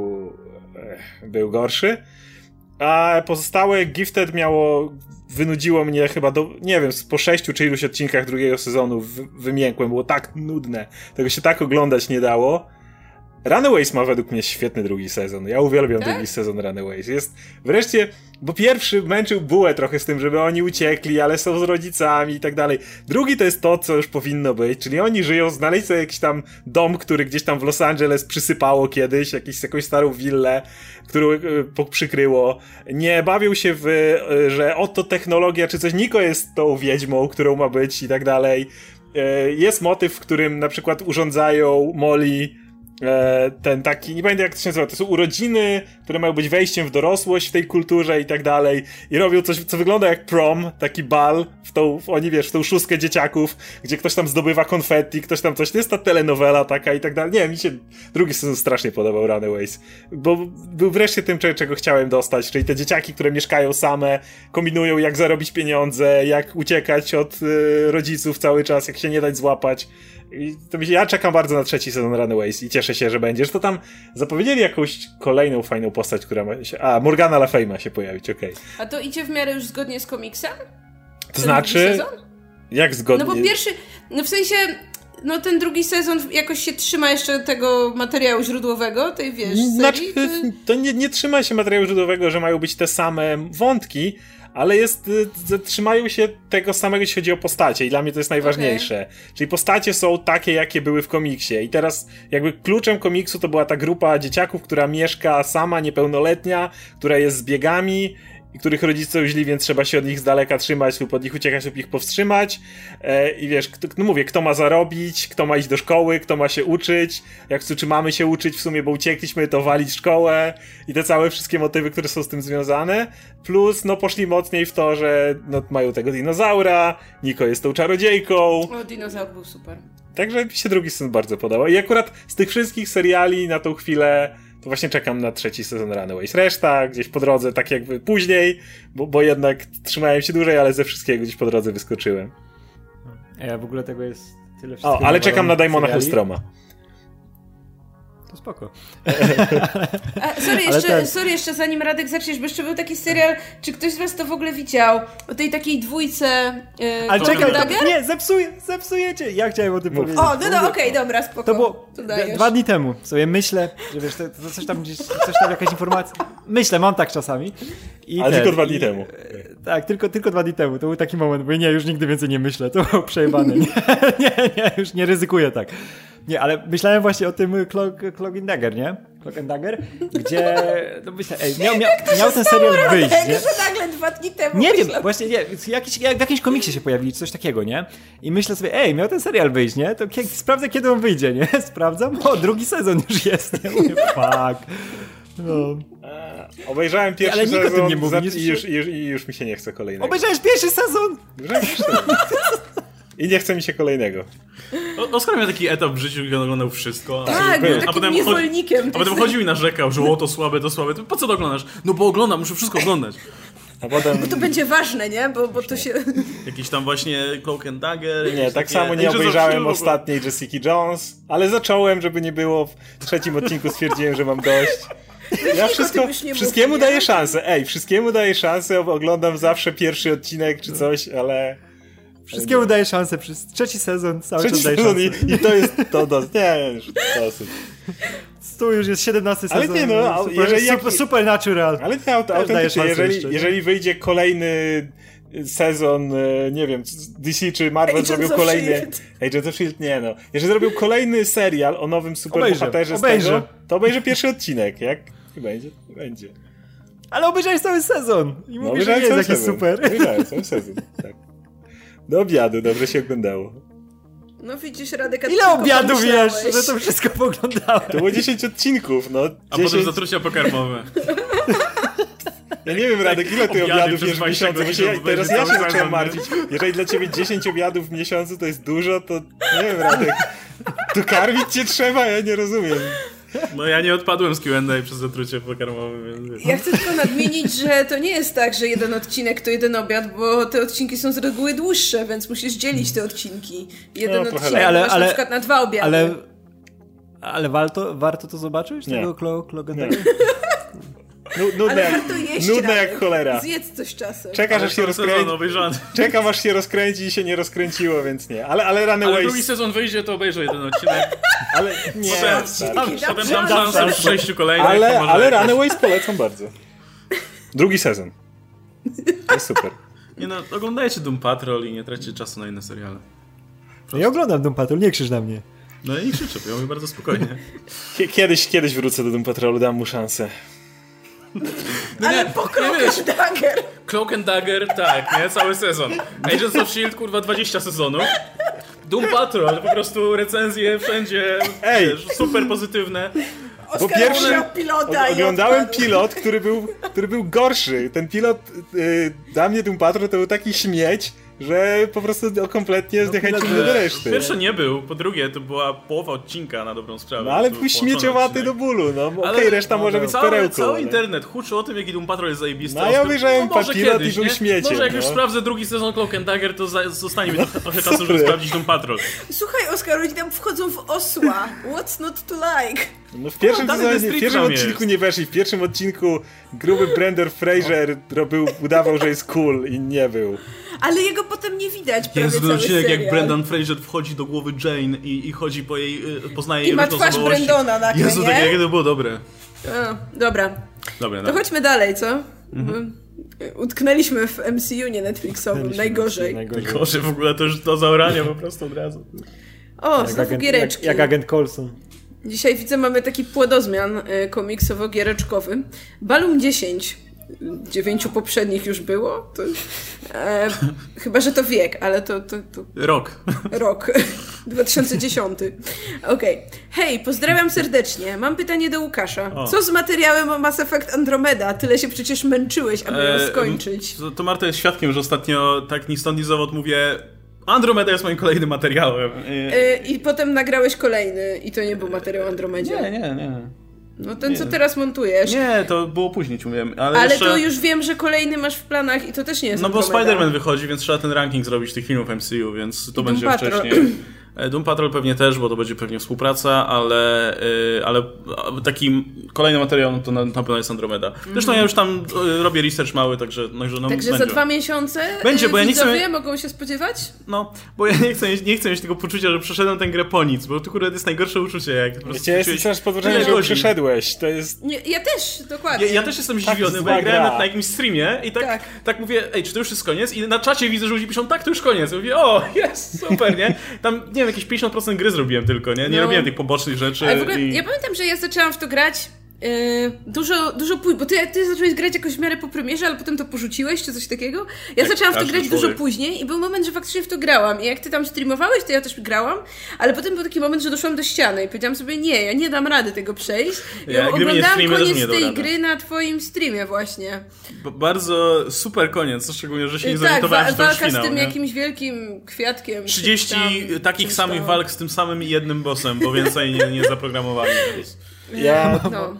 był gorszy, a pozostałe Gifted wynudziło mnie chyba nie wiem, po 6 czy iluś odcinkach drugiego sezonu wymiękłem, było tak nudne, tego się tak oglądać nie dało. Runaways ma według mnie świetny drugi sezon. Ja uwielbiam drugi sezon Runaways. Jest wreszcie, bo pierwszy męczył bułę trochę z tym, żeby oni uciekli, ale są z rodzicami i tak dalej. Drugi to jest to, co już powinno być, czyli oni żyją, znaleźli sobie jakiś tam dom, który gdzieś tam w Los Angeles przysypało kiedyś, jakąś starą willę, którą przykryło. Nie bawią się że oto technologia czy coś, Niko jest tą wiedźmą, którą ma być i tak dalej. Jest motyw, w którym na przykład urządzają Molly ten taki, nie pamiętam jak to się nazywa, to są urodziny, które mają być wejściem w dorosłość w tej kulturze i tak dalej i robią coś, co wygląda jak prom, taki bal w tą szóstkę dzieciaków, gdzie ktoś tam zdobywa konfetti, ktoś tam coś, to jest ta telenowela taka i tak dalej. Nie, mi się drugi sezon strasznie podobał, Runaways, bo był wreszcie tym, czego chciałem dostać, czyli te dzieciaki, które mieszkają same, kombinują jak zarobić pieniądze, jak uciekać od rodziców cały czas, jak się nie dać złapać. I to ja czekam bardzo na trzeci sezon Runaways i cieszę się, że będzie. Że to tam zapowiedzieli jakąś kolejną fajną postać, która ma się... Morgana Le Fay ma się pojawić, okej. A to idzie w miarę już zgodnie z komiksem? To znaczy... Jak zgodnie? No bo pierwszy... No w sensie... No ten drugi sezon jakoś się trzyma jeszcze tego materiału źródłowego, tej serii? To nie trzyma się materiału źródłowego, że mają być te same wątki, ale trzymają się tego samego, jeśli chodzi o postacie i dla mnie to jest najważniejsze. Okay. Czyli postacie są takie, jakie były w komiksie i teraz jakby kluczem komiksu to była ta grupa dzieciaków, która mieszka sama, niepełnoletnia, która jest z biegami i których rodzice są źli, więc trzeba się od nich z daleka trzymać lub od nich uciekać lub ich powstrzymać. I wiesz, kto ma zarobić, kto ma iść do szkoły, kto ma się uczyć, czy mamy się uczyć w sumie, bo uciekliśmy, to walić szkołę i te całe wszystkie motywy, które są z tym związane. Plus, poszli mocniej w to, że mają tego dinozaura, Niko jest tą czarodziejką. O, dinozaur był super. Także mi się drugi sezon bardzo podobał. I akurat z tych wszystkich seriali na tą chwilę to właśnie czekam na trzeci sezon Runaways. Reszta gdzieś po drodze, tak jakby później, bo jednak trzymałem się dłużej, ale ze wszystkiego gdzieś po drodze wyskoczyłem. Ja w ogóle tego jest tyle wszystkiego. Ale czekam na Daimona Hellstroma. To spoko. Sorry, jeszcze zanim Radek zaczniesz, bo jeszcze był taki serial, czy ktoś z was to w ogóle widział? O tej takiej dwójce... Ale czekaj, nie, zepsujecie. Ja chciałem o tym powiedzieć. O, no okej, dobra, spoko. To było 2 dni temu. Sobie myślę, że wiesz, to coś tam jakaś informacja. Myślę, mam tak czasami. Ale tylko 2 dni temu. Tak, tylko 2 dni temu. To był taki moment, bo już nigdy więcej nie myślę. To było przejebane. Nie, już nie ryzykuję tak. Nie, ale myślałem właśnie o tym Cloak and Dagger, nie? Cloak and Dagger, gdzie... No myślę, miał ten serial wyjść, nie? Że nagle 2 dni temu nie wiem, właśnie nie. W jakimś komiksie się pojawili, coś takiego, nie? I myślę sobie, miał ten serial wyjść, nie? To sprawdzę, kiedy on wyjdzie, nie? Sprawdzam, drugi sezon już jest, nie? Mówię, fuck. No. Obejrzałem pierwszy sezon, ale nie mówi, i już mi się nie chce kolejnego. Obejrzałeś pierwszy sezon? I nie chce mi się kolejnego. Oskar miał taki etap w życiu, gdzie on oglądał wszystko. Tak, był takim niewolnikiem. A potem chodził i narzekał, że to słabe. Po co to oglądasz? No bo oglądam, muszę wszystko oglądać. A potem... Bo to będzie ważne, nie? Bo to się... Jakiś tam właśnie Cloak and Dagger. Nie, tak samo nie obejrzałem ostatniej Jessica Jones, ale zacząłem, żeby nie było. W 3. odcinku stwierdziłem, że mam dość. Ja wszystkiemu daję szansę. Wszystkiemu daję szansę, oglądam zawsze pierwszy odcinek czy coś, ale... Wszystkiemu daję szansę przez 3. sezon, cały czas daję szansę. I to jest to dosyć. Nie, już dosyć. Tu już jest 17 sezon. Ale nie Supernatural. Ale nie, autentycznie, jeżeli wyjdzie kolejny sezon, nie wiem, DC czy Marvel zrobił kolejny... Agents of S.H.I.E.L.D. nie no. Jeżeli zrobił kolejny serial o nowym superbohaterze z tego, to obejrzę pierwszy odcinek, jak? I będzie. Ale obejrzałeś cały sezon i mówisz, że nie jest jakiś super. Obejrzałem cały sezon, tak. Do obiadu, dobrze się oglądało. No widzisz, Radek, ile obiadu wiesz, że to wszystko poglądałem? To było 10 odcinków, no. 10... A potem zatrucia pokarmowe. Ja nie wiem, Radek, ile ty obiadów jesz w miesiącu? Teraz ja się zacząłem martwić. Jeżeli dla ciebie 10 obiadów w miesiącu to jest dużo, to nie wiem, Radek. Tu karmić cię trzeba, ja nie rozumiem. No ja nie odpadłem z Q&A przez zatrucie pokarmowe, więc... Ja chcę tylko nadmienić, że to nie jest tak, że jeden odcinek to jeden obiad, bo te odcinki są z reguły dłuższe, więc musisz dzielić te odcinki. Jeden odcinek masz na przykład na 2 obiady. Ale warto to zobaczyć? Nie. Tego Cloak and Dagger? Nudne jak cholera. Zjedz coś czasem. Czekasz, aż się rozkręci. Czekam, aż się rozkręci i się nie rozkręciło, więc nie. Ale Runaways... Ale drugi sezon wyjdzie, to obejrzę jeden odcinek. Ale nie. Potem dam szansę w 6 kolejnych. Ale Runaways polecam bardzo. Drugi sezon. To jest super. Nie no, oglądajcie Doom Patrol i nie traćcie czasu na inne seriale. Ja oglądam Doom Patrol, nie krzyż na mnie. No i nie krzyczę, ja mówię bardzo spokojnie. Kiedyś wrócę do Doom Patrolu, dam mu szansę. Ale po Cloak and Dagger. Cloak and Dagger, tak, nie? Cały sezon. Agents of S.H.I.E.L.D., kurwa, 20 sezonów. Doom Patrol, po prostu recenzje wszędzie, wiesz, super pozytywne. Bo pierwszy oglądałem pilot, który był gorszy. Ten pilot dla mnie Doom Patrol to był taki śmieć, że po prostu kompletnie zniechęcił mnie do reszty. Pierwszy nie był, po drugie to była połowa odcinka na dobrą sprawę. No ale był śmieciowaty do bólu, no okej, reszta może być perełką. Cały internet huczy o tym, jaki Doom Patrol jest zajebisty. No ja obejrzałem pilot i był śmieciem. Może jak już sprawdzę drugi sezon Cloak and Dagger, to zostanie mi trochę czasu, żeby sprawdzić Doom Patrol. Słuchaj, Oskar, oni tam wchodzą w osła. What's not to like? No w pierwszym odcinku nie weszli. W pierwszym odcinku gruby Brendan Fraser udawał, że jest cool i nie był. Ale jego potem nie widać prawie jest cały odcinek, serial. jak Brendan Fraser wchodzi do głowy Jane i chodzi po jej, poznaje jej I ma twarz Brendona nagle, Jezu, nie? jakie to było dobre. Dobra. To chodźmy dalej, co? Utknęliśmy w MCU, nie Netflixowym. Najgorzej. Najgorzej w ogóle, to już do zaorania po prostu od razu. O, znowu giereczki. Jak agent Coulson. Dzisiaj widzę, mamy taki płodozmian komiksowo-giereczkowy. Balloon 10. 9 poprzednich już było. To, chyba, że to wiek, ale to... Rok. 2010. Okej. Hej, pozdrawiam serdecznie. Mam pytanie do Łukasza. Co z materiałem o Mass Effect Andromeda? Tyle się przecież męczyłeś, aby ją skończyć. To Marta jest świadkiem, że ostatnio tak ni stąd ni zowąd mówię... Andromeda jest moim kolejnym materiałem. I potem nagrałeś kolejny i to nie był materiał o Andromedzie. Nie. No ten, co teraz montujesz. Nie, to było później, ci mówiłem. Ale jeszcze... to już wiem, że kolejny masz w planach i to też nie jest Andromeda. Bo Spider-Man wychodzi, więc trzeba ten ranking zrobić tych filmów MCU, więc to będzie wcześniej. Doom Patrol pewnie też, bo to będzie pewnie współpraca, ale taki kolejny materiał to na pewno jest Andromeda. Zresztą ja już tam robię research mały, także Także za 2 miesiące będzie, bo ja nie chcę... mogą się spodziewać? No, bo ja nie chcę mieć tego poczucia, że przeszedłem tę grę po nic, bo to kurde jest najgorsze uczucie, jak po prostu... Ja jestem coraz pod wrażeniem, że ją przeszedłeś, to jest... Nie, ja też, dokładnie. Ja też jestem zdziwiony, bo ja grałem na jakimś streamie i tak mówię, czy to już jest koniec? I na czacie widzę, że ludzie piszą, tak, to już koniec. Ja mówię, jest, super, nie? Tam, nie wiem, jakieś 50% gry zrobiłem tylko, nie? Nie robiłem tych pobocznych rzeczy. Ale w ogóle, ja pamiętam, że ja zaczęłam w to grać dużo później, bo ty zacząłeś grać jakoś w miarę po premierze, ale potem to porzuciłeś, czy coś takiego. Ja zaczęłam w to grać dużo później i był moment, że faktycznie w to grałam. I jak ty tam streamowałeś, to ja też grałam, ale potem był taki moment, że doszłam do ściany i powiedziałam sobie, ja nie dam rady tego przejść. I oglądałam koniec tej gry na twoim streamie właśnie. Bardzo super koniec, szczególnie, że się nie zorientowałem, że to już finał, walka z tym jakimś wielkim kwiatkiem. 30 takich samych walk z tym samym i jednym bossem, bo więcej nie zaprogramowali. Ja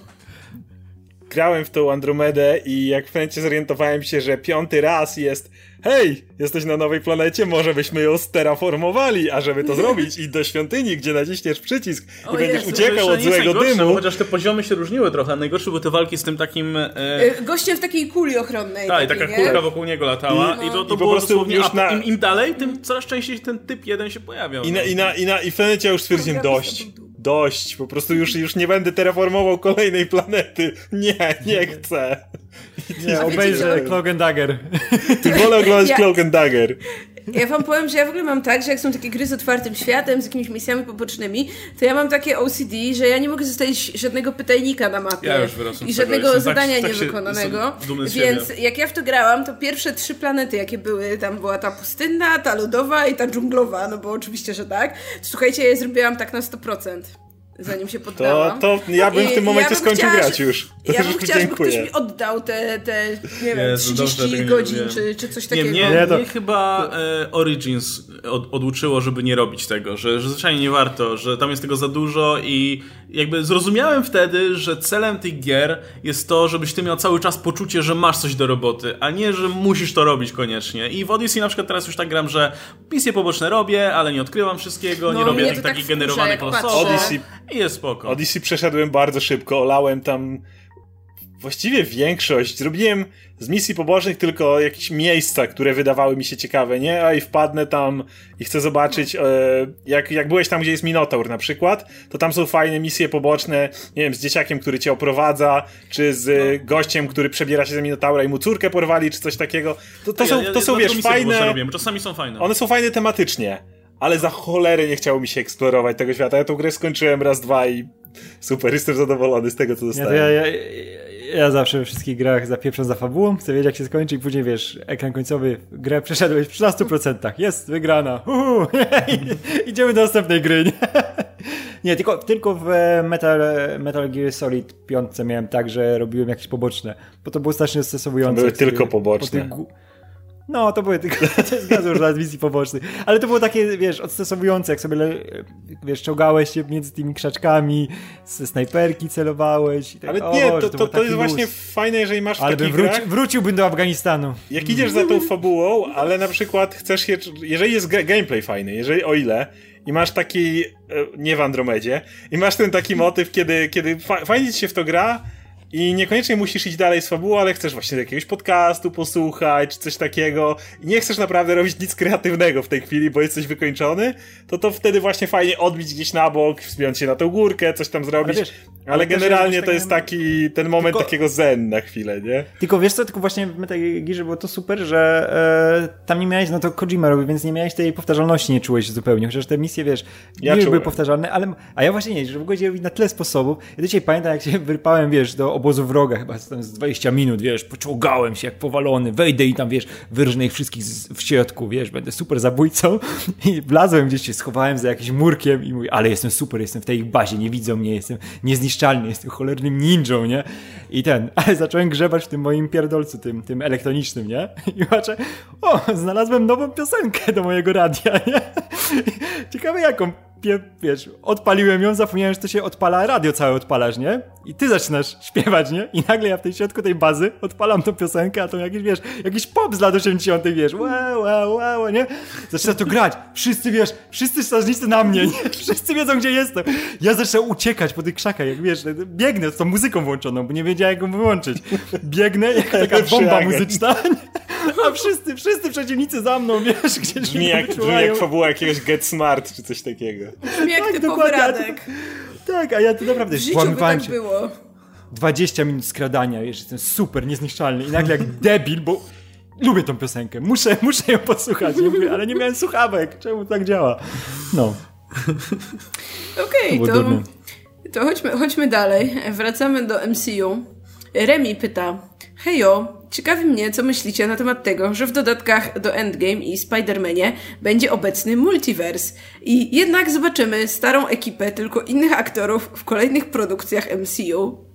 grałem w tą Andromedę i jak w pewnym zorientowałem się, że 5. raz jest hej, jesteś na nowej planecie, może byśmy ją sterraformowali, a żeby to zrobić idź do świątyni, gdzie naciśniesz przycisk i będziesz uciekał od złego dymu. Chociaż te poziomy się różniły trochę, najgorsze były te walki z tym takim... gościem w takiej kuli ochronnej. Tak, i taka kulka wokół niego latała i to było po prostu dosłownie, już im dalej, tym coraz częściej ten typ 1 się pojawiał. I w pewnym już stwierdziłem, dość, po prostu już nie będę terraformował kolejnej planety. Nie chcę. Nie, obejrzę Cloak and Dagger. Ty wolę oglądać Cloak and Dagger. Ja wam powiem, że ja w ogóle mam tak, że jak są takie gry z otwartym światem, z jakimiś misjami pobocznymi, to ja mam takie OCD, że ja nie mogę zostawić żadnego pytajnika na mapie. Ja już wyrosłem i żadnego zadania niewykonanego. Więc jak ja w to grałam, to pierwsze 3 planety, jakie były, tam była ta pustynna, ta lodowa i ta dżunglowa, no bo oczywiście, że tak. Słuchajcie, ja je zrobiłam tak na 100%. Zanim się poddałam. To ja bym w tym momencie skończył grać już. Ja bym chciała, żeby ktoś mi oddał te nie wiem, 30 godzin czy coś takiego. Mnie chyba Origins oduczyło, żeby nie robić tego, że zwyczajnie nie warto, że tam jest tego za dużo i jakby zrozumiałem wtedy, że celem tych gier jest to, żebyś ty miał cały czas poczucie, że masz coś do roboty, a nie, że musisz to robić koniecznie. I w Odyssey na przykład teraz już tak gram, że misje poboczne robię, ale nie odkrywam wszystkiego, nie robię takich generowanych losów. I jest spoko. Odyssey przeszedłem bardzo szybko, olałem tam właściwie większość. Zrobiłem z misji pobocznych tylko jakieś miejsca, które wydawały mi się ciekawe, nie? A i wpadnę tam i chcę zobaczyć, jak byłeś tam, gdzie jest Minotaur na przykład, to tam są fajne misje poboczne, nie wiem, z dzieciakiem, który cię oprowadza, czy z gościem, który przebiera się za Minotaura i mu córkę porwali, czy coś takiego. To są wiesz, fajne... Robię, czasami są fajne. One są fajne tematycznie, ale za cholerę nie chciało mi się eksplorować tego świata. Ja tą grę skończyłem raz, dwa i super, jestem zadowolony z tego, co dostałem. Ja zawsze we wszystkich grach zapieprzam za fabułą, chcę wiedzieć, jak się skończy i później, wiesz, ekran końcowy, grę przeszedłeś w 13%. Jest, wygrana. Idziemy do następnej gry. Nie, tylko w Metal Gear Solid 5 miałem tak, że robiłem jakieś poboczne, bo to było strasznie stresowujące. Były tylko poboczne. No, to były tylko, to zgadzam, że nawet misji pobocznych. Ale to było takie, wiesz, odstresowujące, jak sobie, wiesz, czołgałeś się między tymi krzaczkami, ze snajperki celowałeś. I tak, ale nie, Boże, to jest właśnie fajne, jeżeli masz ale takich grach. Wróciłbym do Afganistanu. Jak idziesz za tą fabułą, ale na przykład chcesz jeżeli jest gameplay fajny, o ile, i masz taki, nie w Andromedzie, i masz ten taki motyw, kiedy fajnie ci się w to gra, i niekoniecznie musisz iść dalej z fabułą, ale chcesz właśnie jakiegoś podcastu posłuchać, czy coś takiego i nie chcesz naprawdę robić nic kreatywnego w tej chwili, bo jesteś wykończony, to wtedy właśnie fajnie odbić gdzieś na bok, wspiąć się na tą górkę, coś tam zrobić, ale generalnie to jest taki ten moment takiego zen na chwilę, nie? Tylko wiesz co, tylko właśnie w Metal Gearze było to super, że tam nie miałeś, no to Kojima robi, więc nie miałeś tej powtarzalności, nie czułeś zupełnie, chociaż te misje, wiesz, nie były powtarzalne, a ja właśnie nie, że w ogóle je robić na tyle sposobów. Ja dzisiaj pamiętam, jak się wyrypałem, wiesz, do obozu wroga, chyba tam z 20 minut, wiesz, poczołgałem się jak powalony, wejdę i tam, wiesz, wyrżnę ich wszystkich w środku, wiesz, będę super zabójcą i wlazłem gdzieś, się schowałem za jakimś murkiem i mówię, ale jestem super, jestem w tej ich bazie, nie widzą mnie, jestem niezniszczalny, jestem cholernym ninją, nie? Ale zacząłem grzebać w tym moim pierdolcu, tym elektronicznym, nie? I patrzę, znalazłem nową piosenkę do mojego radia, nie? Ciekawe jaką, wiesz, odpaliłem ją, zapomniałem, że to się odpala, radio całe odpalasz, nie? I ty zaczynasz śpiewać, nie? I nagle ja w tej środku tej bazy odpalam tą piosenkę, a to jakiś, wiesz, jakiś pop z lat 80., wiesz, wow, nie? Zaczyna to grać. Wszyscy strażnicy na mnie, nie? Wszyscy wiedzą, gdzie jestem. Ja zaczynam uciekać po tych krzakach, jak wiesz, biegnę z tą muzyką włączoną, bo nie wiedziałem, jak ją wyłączyć. Biegnę, jak taka bomba muzyczna, a wszyscy przeciwnicy za mną, wiesz, gdzie brzmi jak fabuła jakiegoś Get Smart, czy coś takiego. Brzmi jak typowy Radek. Tak, a ja to naprawdę w życiu by tak było. 20 minut skradania, wiesz, jestem super niezniszczalny i nagle jak debil, bo lubię tą piosenkę, muszę ją posłuchać, nie mówię, ale nie miałem słuchawek, czemu tak działa? No. Okej, to chodźmy dalej, wracamy do MCU. Remi pyta, hejo, ciekawi mnie, co myślicie na temat tego, że w dodatkach do Endgame i Spider-Manie będzie obecny multiverse i jednak zobaczymy starą ekipę, tylko innych aktorów w kolejnych produkcjach MCU.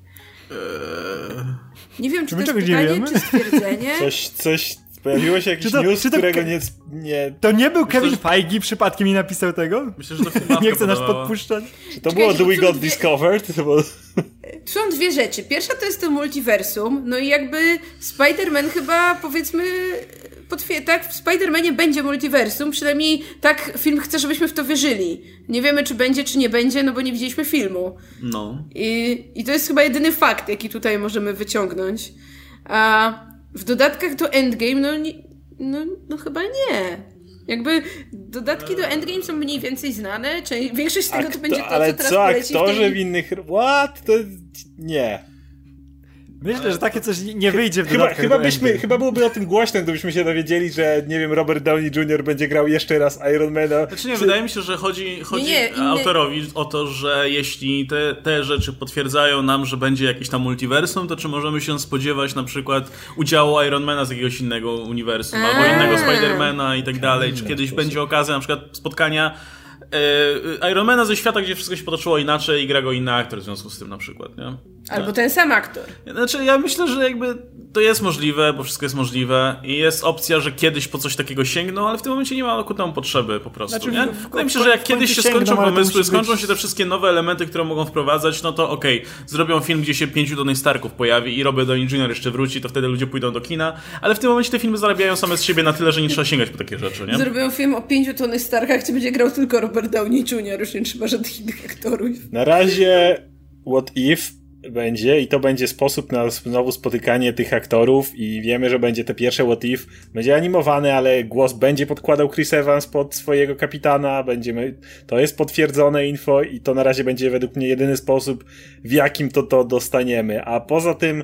Nie wiem, czy to jest pytanie, czy stwierdzenie. Coś pojawiło się jakiś news, którego nie... To nie był Kevin Feige przypadkiem mi napisał tego? Myślę, że to nie chce nas podpuszczać. Czy to było Do We Got Discovered? Są dwie rzeczy. Pierwsza to jest to multiversum, no i jakby Spider-Man chyba, powiedzmy, tak, w Spider-Manie będzie multiversum, przynajmniej tak film chce, żebyśmy w to wierzyli. Nie wiemy, czy będzie, czy nie będzie, no bo nie widzieliśmy filmu. No. I to jest chyba jedyny fakt, jaki tutaj możemy wyciągnąć. A w dodatkach do Endgame, no chyba nie. Jakby dodatki do Endgame są mniej więcej znane, czyli większość z tego to będzie to, co teraz poleci aktorzy w innych... What? To nie. Myślę, że takie coś nie wyjdzie w chyba byłoby o tym głośno, gdybyśmy się dowiedzieli, że, nie wiem, Robert Downey Jr. będzie grał jeszcze raz Ironmana. Znaczy nie, wydaje mi się, że chodzi autorowi o to, że jeśli te rzeczy potwierdzają nam, że będzie jakieś tam multiversum, to czy możemy się spodziewać na przykład udziału Ironmana z jakiegoś innego uniwersum, albo innego Spidermana i tak dalej, czy kiedyś będzie okazja na przykład spotkania Ironmana ze świata, gdzie wszystko się potoczyło inaczej i gra go inny aktor w związku z tym na przykład, nie? Albo ten sam aktor. Znaczy ja myślę, że jakby to jest możliwe, bo wszystko jest możliwe i jest opcja, że kiedyś po coś takiego sięgną, ale w tym momencie nie ma ku temu potrzeby po prostu, nie? Wydaje mi się, że jak kiedyś się skończą pomysły, skończą się te wszystkie nowe elementy, które mogą wprowadzać, no to okej, zrobią film, gdzie się 5 Tony Starków pojawi i Robert Downey Jr. jeszcze wróci, to wtedy ludzie pójdą do kina, ale w tym momencie te filmy zarabiają same z siebie na tyle, że nie trzeba sięgać po takie rzeczy, nie? Zrobią film o 5 Tony Starkach, gdzie będzie grał tylko Robert Downey Jr., już nie trzeba żadnych innych aktorów. Na razie What If będzie i to będzie sposób na znowu spotykanie tych aktorów i wiemy, że będzie te pierwsze What If, będzie animowane, ale głos będzie podkładał Chris Evans pod swojego kapitana, to jest potwierdzone info i to na razie będzie według mnie jedyny sposób, w jakim to dostaniemy, a poza tym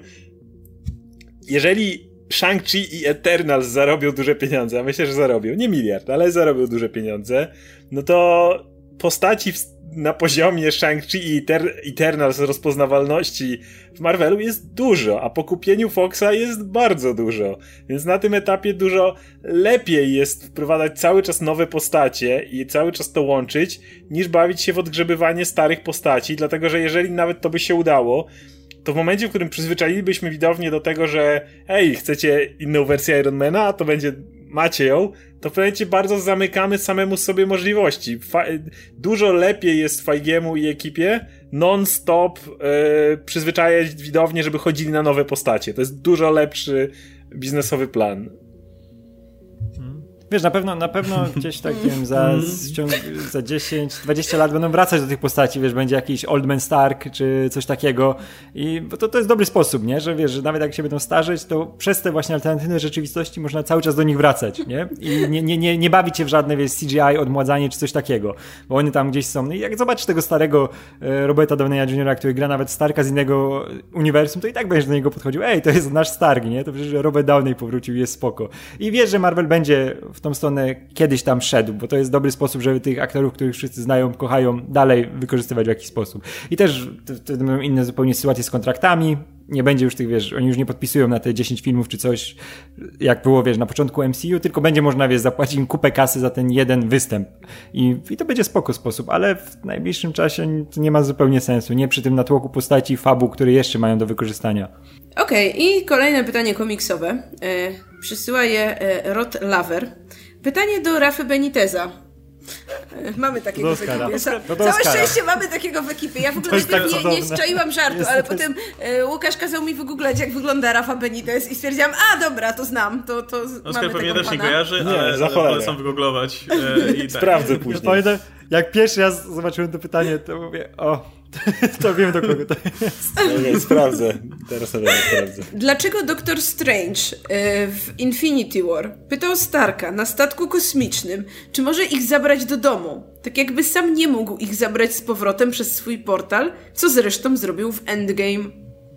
jeżeli Shang-Chi i Eternals zarobią duże pieniądze, a myślę, że zarobią, nie miliard, ale zarobią duże pieniądze, no to postaci na poziomie Shang-Chi i Eternals rozpoznawalności w Marvelu jest dużo, a po kupieniu Foxa jest bardzo dużo. Więc na tym etapie dużo lepiej jest wprowadzać cały czas nowe postacie i cały czas to łączyć, niż bawić się w odgrzebywanie starych postaci, dlatego że jeżeli nawet to by się udało, to w momencie, w którym przyzwyczailibyśmy widownię do tego, że chcecie inną wersję Ironmana, a to macie ją, to w pewnym momencie bardzo zamykamy samemu sobie możliwości. Dużo lepiej jest Feigiemu i ekipie non-stop przyzwyczajać widownię, żeby chodzili na nowe postacie. To jest dużo lepszy biznesowy plan. Wiesz, na pewno gdzieś tak, nie wiem, za 10-20 lat będą wracać do tych postaci, wiesz, będzie jakiś Old Man Stark, czy coś takiego i to jest dobry sposób, nie, że wiesz, że nawet jak się będą starzeć, to przez te właśnie alternatywne rzeczywistości można cały czas do nich wracać, nie, i nie bawić się w żadne, wiesz, CGI, odmładzanie, czy coś takiego, bo oni tam gdzieś są, no i jak zobaczysz tego starego Roberta Downeya Jr., który gra nawet Starka z innego uniwersum, to i tak będziesz do niego podchodził, to jest nasz Stark, nie, to przecież Robert Downey powrócił, jest spoko i wiesz, że Marvel będzie w tą stronę kiedyś tam szedł, bo to jest dobry sposób, żeby tych aktorów, których wszyscy znają, kochają, dalej wykorzystywać w jakiś sposób. I też wtedy będą inne zupełnie sytuacje z kontraktami, nie będzie już tych, wiesz, oni już nie podpisują na te 10 filmów czy coś, jak było, wiesz, na początku MCU, tylko będzie można, wiesz, zapłacić im kupę kasy za ten jeden występ. I to będzie spoko sposób, ale w najbliższym czasie to nie ma zupełnie sensu, nie przy tym natłoku postaci i fabuł, które jeszcze mają do wykorzystania. Okej, i kolejne pytanie komiksowe. Przysyła je Rod Lover. Pytanie do Rafy Beniteza. Mamy takiego w ekipie. Całe szczęście mamy takiego w ekipie. Ja w ogóle nie zczaiłam żartu, ale potem Łukasz kazał mi wygooglać, jak wygląda Rafa Benitez i stwierdziłam, dobra, to znam. To Oskar pewnie też nie kojarzy, ale polecam wygooglować. Sprawdzę później. Pamiętam, jak pierwszy raz zobaczyłem to pytanie, to mówię, to wiem, do kogo to jest. Sprawdzę. Teraz sobie sprawdzę. Dlaczego Doctor Strange w Infinity War pytał Starka na statku kosmicznym, czy może ich zabrać do domu? Tak jakby sam nie mógł ich zabrać z powrotem przez swój portal, co zresztą zrobił w Endgame.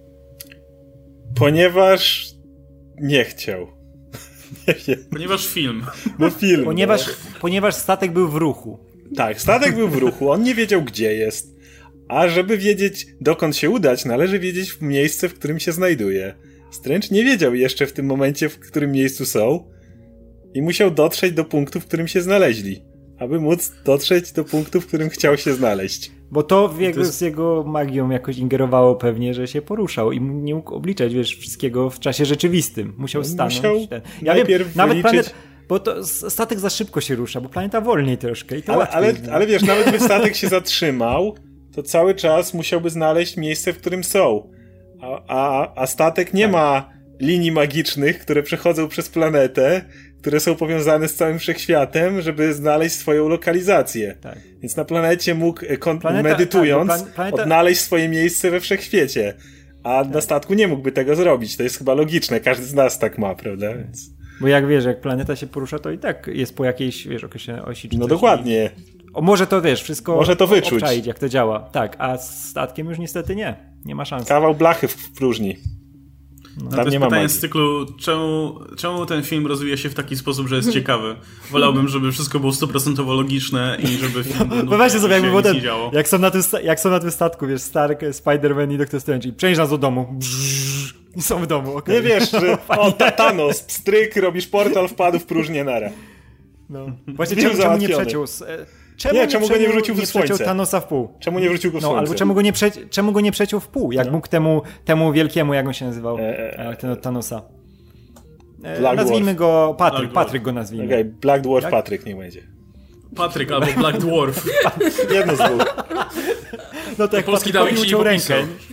Ponieważ nie chciał. Ponieważ film. Bo film. Ponieważ statek był w ruchu. Tak, statek był w ruchu, on nie wiedział, gdzie jest. A żeby wiedzieć, dokąd się udać, należy wiedzieć miejsce, w którym się znajduje. Strange nie wiedział jeszcze w tym momencie, w którym miejscu są i musiał dotrzeć do punktu, w którym się znaleźli, aby móc dotrzeć do punktu, w którym chciał się znaleźć. Bo to z jego magią jakoś ingerowało pewnie, że się poruszał i nie mógł obliczać, wiesz, wszystkiego w czasie rzeczywistym. Musiał stanąć. Nawet planet... Bo to statek za szybko się rusza, bo planeta wolniej troszkę i to ale wiesz, nawet gdyby statek się zatrzymał, to cały czas musiałby znaleźć miejsce, w którym są. A statek nie ma linii magicznych, które przechodzą przez planetę, które są powiązane z całym wszechświatem, żeby znaleźć swoją lokalizację. Tak. Więc na planecie mógł, medytując, odnaleźć swoje miejsce we wszechświecie. A na statku nie mógłby tego zrobić. To jest chyba logiczne. Każdy z nas tak ma, prawda? Więc... Bo jak wiesz, jak planeta się porusza, to i tak jest po jakiejś, wiesz, określonej osi. Czy no dokładnie. Może to, wiesz, wszystko może to wyczuć. Obczaić, jak to działa. Tak, a z statkiem już niestety nie. Nie ma szans. Kawał blachy w próżni. No. To jest pytanie z cyklu, czemu ten film rozwija się w taki sposób, że jest ciekawy? Wolałbym, żeby wszystko było 100% logiczne i żeby film no właśnie sobie jakby potem, jak są na tym statku, wiesz, Stark, Spider-Man i Doctor Strange i przejdź nas do domu. I są w domu, okej. Nie wiesz, że Thanos, pstryk, robisz portal, wpadł w próżnię, nara. No. Właśnie czemu nie przeciął? Czemu go nie wrzucił w słońce? Thanosa w pół. Czemu nie wrzucił go w słońce? Albo czemu go nie przeciął w pół? Jak mógł temu wielkiemu, jak on się nazywał? Ten od Thanosa. Nazwijmy go Patryk go nazwijmy. Okej, Black Dwarf tak? Patryk niech będzie. Patryk albo Black Dwarf. Jedno z dwóch. No to jak Patrykowi uciął rękę.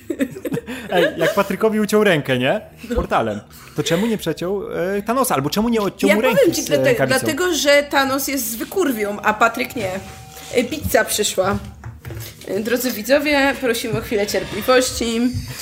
Jak Patrykowi uciął rękę, nie? Portalem. To czemu nie przeciął Thanosa? Albo czemu nie odciął mu ręki? Ja powiem ci, dlatego, że Thanos jest z wykurwią, a Patryk nie. Pizza przyszła. Drodzy widzowie, prosimy o chwilę cierpliwości.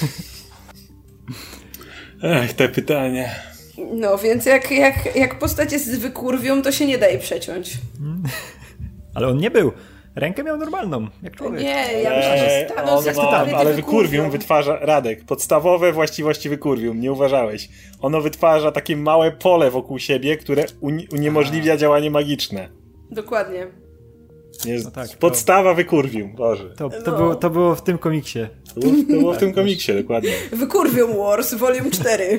Ech, te pytania. No, więc jak postać jest z wykurwią, to się nie da jej przeciąć. Ale on nie był. Rękę miał normalną, jak człowiek. Nie, ja myślę, że Thanos jest totalnie ale wykurwium wytwarza, Radek, podstawowe właściwości wykurwium, nie uważałeś. Ono wytwarza takie małe pole wokół siebie, które uniemożliwia działanie magiczne. Dokładnie. Jest podstawa wykurwium, Boże. To było w tym komiksie. To było w tym komiksie, dokładnie. Wykurwium Wars, Volume 4.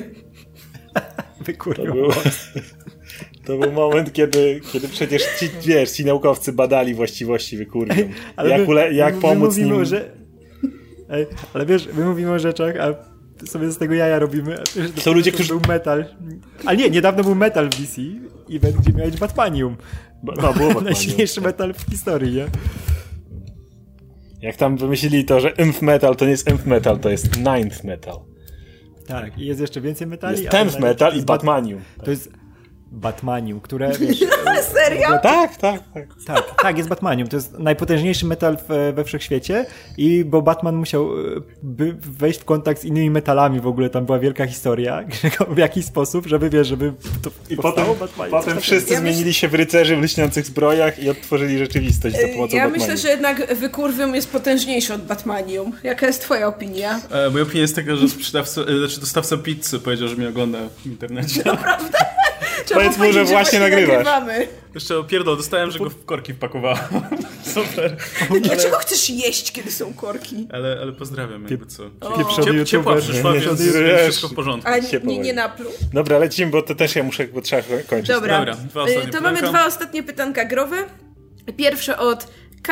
Wykurwium. To był moment, kiedy przecież ci naukowcy badali właściwości wykurwium. Jak pomóc nim... Ale wiesz, my mówimy o rzeczach, a sobie z tego jaja robimy. Są ludzie, którzy... Był metal. Ale nie, niedawno był metal w DC. Event, gdzie miałeś Batmanium. Było Batmanium. Najsilniejszy metal w historii, nie? Jak tam wymyślili to, że Nth Metal to nie jest Nth Metal, to jest Ninth Metal. Tak, i jest jeszcze więcej metali. Jest Tenth Metal i Batmanium. To jest Batmanium, które... Wiesz, serio? Tak, jest Batmanium. To jest najpotężniejszy metal we wszechświecie bo Batman musiał wejść w kontakt z innymi metalami w ogóle. Tam była wielka historia, w jakiś sposób, żeby to i potem wszyscy zmienili się w rycerzy w lśniących zbrojach i odtworzyli rzeczywistość za pomocą Batmanium. Myślę, że jednak wykurwium jest potężniejszy od Batmanium. Jaka jest twoja opinia? Moja opinia jest taka, że dostawca pizzy powiedział, że mnie ogląda w internecie. Naprawdę? Powiedz mu, że właśnie nagrywasz. Jeszcze opierdol, dostałem, że go w korki wpakowałem. Super. Dlaczego chcesz jeść, kiedy są korki? Ale pozdrawiam, jakby co. Ciepła przyszła, więc wszystko w porządku. Ale nie napluł? Dobra, lecimy, bo to też ja muszę, bo trzeba kończyć. Dobra. To mamy 2 ostatnie pytanka growe. Pierwsze od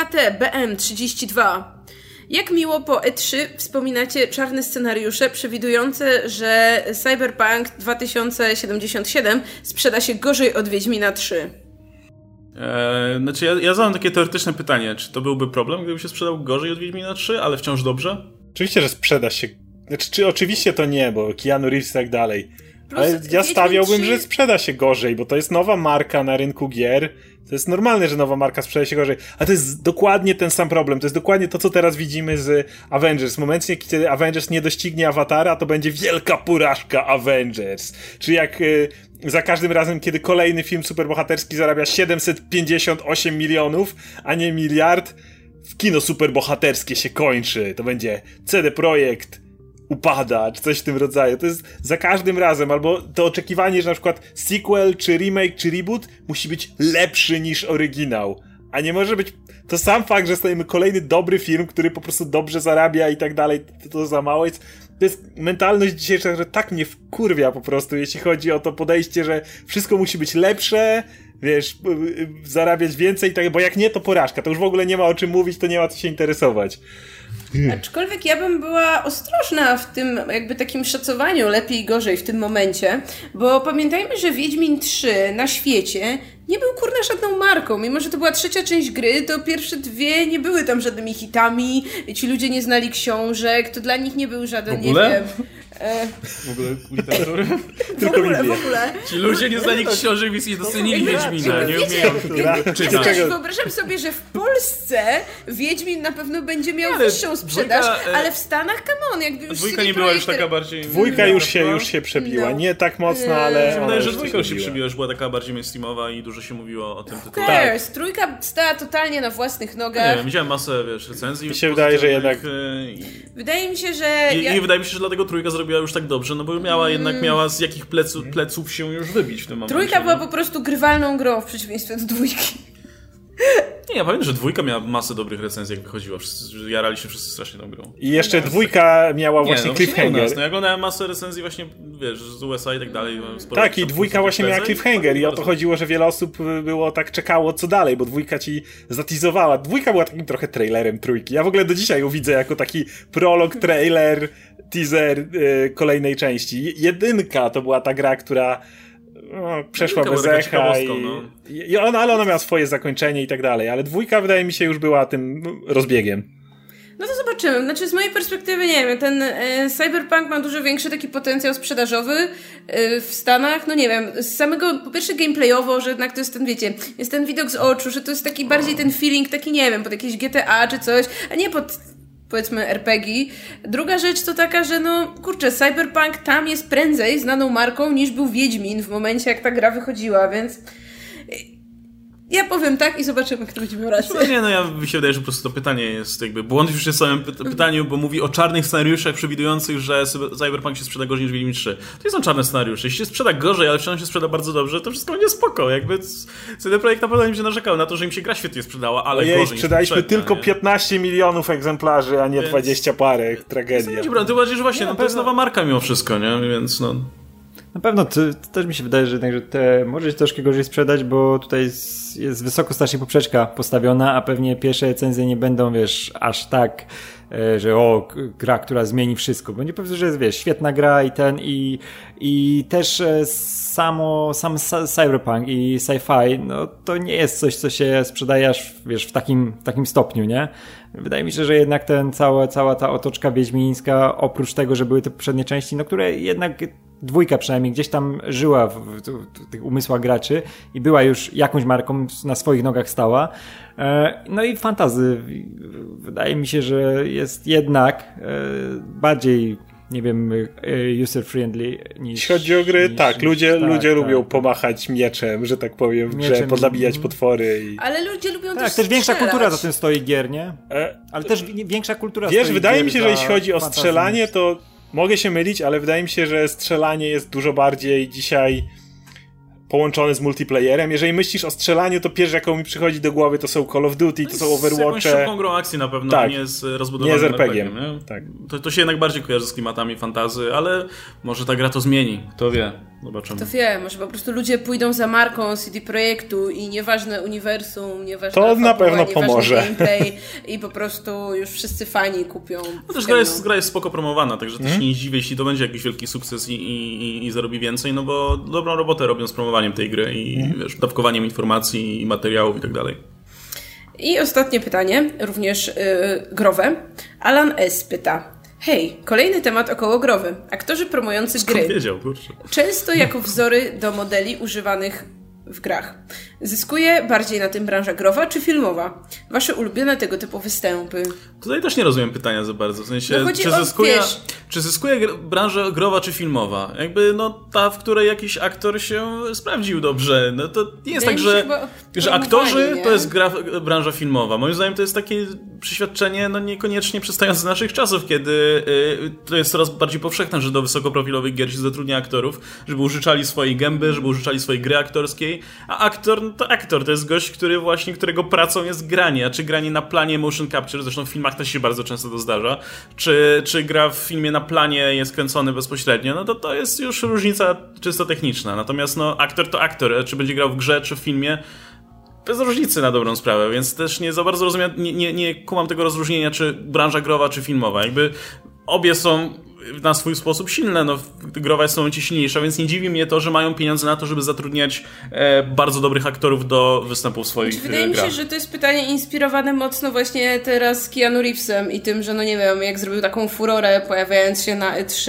KTBM32. Jak miło po E3 wspominacie czarne scenariusze przewidujące, że Cyberpunk 2077 sprzeda się gorzej od Wiedźmina 3? Znaczy ja zadam takie teoretyczne pytanie, czy to byłby problem, gdyby się sprzedał gorzej od Wiedźmina 3, ale wciąż dobrze? Oczywiście, że sprzeda się. Znaczy, oczywiście to nie, bo Keanu Reeves i tak dalej. Ale ja stawiałbym, że sprzeda się gorzej, bo to jest nowa marka na rynku gier. To jest normalne, że nowa marka sprzeda się gorzej. A to jest dokładnie ten sam problem. To jest dokładnie to, co teraz widzimy z Avengers. W momencie, kiedy Avengers nie doścignie Awatara, to będzie wielka porażka Avengers. Czy jak za każdym razem, kiedy kolejny film superbohaterski zarabia 758 milionów, a nie miliard, w kino superbohaterskie się kończy. To będzie CD Projekt upada, czy coś w tym rodzaju. To jest za każdym razem, albo to oczekiwanie, że na przykład sequel, czy remake, czy reboot musi być lepszy niż oryginał. A nie może być to sam fakt, że stajemy kolejny dobry film, który po prostu dobrze zarabia i tak dalej, to za mało jest. To jest mentalność dzisiejsza, że tak mnie wkurwia po prostu, jeśli chodzi o to podejście, że wszystko musi być lepsze, wiesz, zarabiać więcej i tak, bo jak nie, to porażka. To już w ogóle nie ma o czym mówić, to nie ma co się interesować. Aczkolwiek ja bym była ostrożna w tym jakby takim szacowaniu lepiej i gorzej w tym momencie, bo pamiętajmy, że Wiedźmin 3 na świecie nie był kurna żadną marką. Mimo że to była 3. część gry, to pierwsze 2 nie były tam żadnymi hitami, ci ludzie nie znali książek, to dla nich nie był żaden, nie wiem... W ogóle literatury? W ogóle. Ci ludzie nie znali książek, więc nie docenili Wiedźmina, nie umieją czytać. Wyobrażam sobie, że w Polsce Wiedźmin na pewno będzie miał wyższą sprzedaż, ale w Stanach, come on, jakby już... Dwójka nie była już taka bardziej... Dwójka już się przebiła, nie tak mocno, ale... Wydaje się, że dwójka już się przebiła, już była taka bardziej mainstreamowa i dużo się mówiło o tym tytule. Tak. Trójka stała totalnie na własnych nogach. Nie, widziałem masę, recenzji. Mi się wydaje, że jednak... Wydaje mi się, że... I wydaje mi się, że dlatego trójka zrobiła już tak dobrze, no bo miała z jakich pleców się już wybić w tym momencie. Trójka była po prostu grywalną grą w przeciwieństwie do dwójki. Nie, ja pamiętam, że dwójka miała masę dobrych recenzji, jak wychodziła. Jarali się wszyscy strasznie tą grą. I jeszcze dwójka miała właśnie cliffhanger. No ja oglądałem masę recenzji właśnie, wiesz, z USA i tak dalej. Tak, i dwójka właśnie miała cliffhanger i o to chodziło, że wiele osób czekało co dalej, bo dwójka ci zatizowała. Dwójka była takim trochę trailerem trójki. Ja w ogóle do dzisiaj ją widzę jako taki prolog, trailer, teaser kolejnej części. Jedynka to była ta gra, która przeszła bez echa ale ona miała swoje zakończenie i tak dalej, ale dwójka wydaje mi się już była tym rozbiegiem. No to zobaczymy. Znaczy z mojej perspektywy, nie wiem, ten Cyberpunk ma dużo większy taki potencjał sprzedażowy w Stanach, no nie wiem, z samego, po pierwsze gameplayowo, że jednak to jest ten, wiecie, jest ten widok z oczu, że to jest taki bardziej ten feeling, taki, nie wiem, pod jakieś GTA czy coś, a nie pod, powiedzmy, RPG. Druga rzecz to taka, że no, kurczę, Cyberpunk tam jest prędzej znaną marką niż był Wiedźmin w momencie, jak ta gra wychodziła, więc... Ja powiem tak i zobaczymy, kto będzie miał rację. No nie, no ja mi się wydaje, że po prostu to pytanie jest jakby błąd już jest w samym pytaniu, bo mówi o czarnych scenariuszach przewidujących, że Cyberpunk się sprzeda gorzej niż Wiedźmin 3. To nie są czarne scenariusze. Jeśli się sprzeda gorzej, ale on się sprzeda bardzo dobrze, to wszystko będzie spoko. Jakby CD Projekt na pewno im się narzekał na to, że im się gra świetnie sprzedała, ale gorzej sprzedaliśmy tylko 15 milionów egzemplarzy, a nie 20 parę. Tragedia. Tym bardziej, że właśnie, to jest nowa marka mimo wszystko, nie? Więc no... Na pewno to też mi się wydaje, że te może się troszkę gorzej sprzedać, bo tutaj jest wysoko strasznie poprzeczka postawiona, a pewnie pierwsze recenzje nie będą, wiesz, aż tak, że gra, która zmieni wszystko. Będzie pewnie, że jest, wiesz, świetna gra i też sam Cyberpunk i sci-fi, no to nie jest coś, co się sprzedaje aż, wiesz, w takim stopniu, nie? Wydaje mi się, że jednak cała ta otoczka wiedźmińska, oprócz tego, że były te poprzednie części, no które jednak dwójka przynajmniej gdzieś tam żyła w tych umysłach graczy i była już jakąś marką, na swoich nogach stała. No i fantasy. Wydaje mi się, że jest jednak bardziej, nie wiem, user-friendly niż... Jeśli chodzi o gry, ludzie lubią pomachać mieczem, że tak powiem, w grze, podlabijać potwory. Ale ludzie lubią też większa kultura za tym stoi gier, nie? Ale też większa kultura stoi. Wiesz, wydaje mi się, że jeśli chodzi o strzelanie, to mogę się mylić, ale wydaje mi się, że strzelanie jest dużo bardziej dzisiaj połączone z multiplayerem. Jeżeli myślisz o strzelaniu, to pierwsze, jaką mi przychodzi do głowy, to są Call of Duty, to są Overwatche. Z jakąś szybką grą akcji na pewno, tak, nie z rozbudowanym nie z RPG-iem. Tak. To się jednak bardziej kojarzy z klimatami fantasy, ale może ta gra to zmieni. Kto wie. Zobaczymy. Kto wie, może po prostu ludzie pójdą za marką CD Projektu i nieważne uniwersum, nieważne to fabuła, na pewno pomoże. Gameplay i po prostu już wszyscy fani kupią. No też gra jest spoko promowana, także też nie dziwię, jeśli to będzie jakiś wielki sukces i zarobi więcej, no bo dobrą robotę robią z promowaniem tej gry i wiesz, dawkowaniem informacji i materiałów i tak dalej. I ostatnie pytanie, również growe. Alan S. pyta: hej, kolejny temat okołogrowy. Aktorzy promujący Skąd gry. wiedział, kurczę. Często jako wzory do modeli używanych w grach. Zyskuje bardziej na tym branża growa czy filmowa? Wasze ulubione tego typu występy? Tutaj też nie rozumiem pytania za bardzo. W sensie, no czy zyskuje branża growa czy filmowa? Jakby no ta, w której jakiś aktor się sprawdził dobrze. No to nie jest tak, że aktorzy to jest branża filmowa. Moim zdaniem to jest takie przeświadczenie, no niekoniecznie przystające z naszych czasów, kiedy to jest coraz bardziej powszechne, że do wysokoprofilowych gier się zatrudnia aktorów, żeby użyczali swojej gęby, żeby użyczali swojej gry aktorskiej, a aktor, no to aktor to jest gość, którego pracą jest granie, a czy granie na planie motion capture, zresztą w filmach też się bardzo często to zdarza, czy gra w filmie na planie jest kręcony bezpośrednio, no to jest już różnica czysto techniczna. Natomiast no aktor to aktor, czy będzie grał w grze, czy w filmie, bez różnicy na dobrą sprawę, więc też nie za bardzo rozumiem, nie kumam tego rozróżnienia, czy branża growa, czy filmowa. Jakby obie są na swój sposób silne, no growa jest w tym momencie silniejsza, więc nie dziwi mnie to, że mają pieniądze na to, żeby zatrudniać bardzo dobrych aktorów do występów swoich grach. Wydaje mi się, że to jest pytanie inspirowane mocno właśnie teraz Keanu Reevesem i tym, że no nie wiem, jak zrobił taką furorę pojawiając się na E3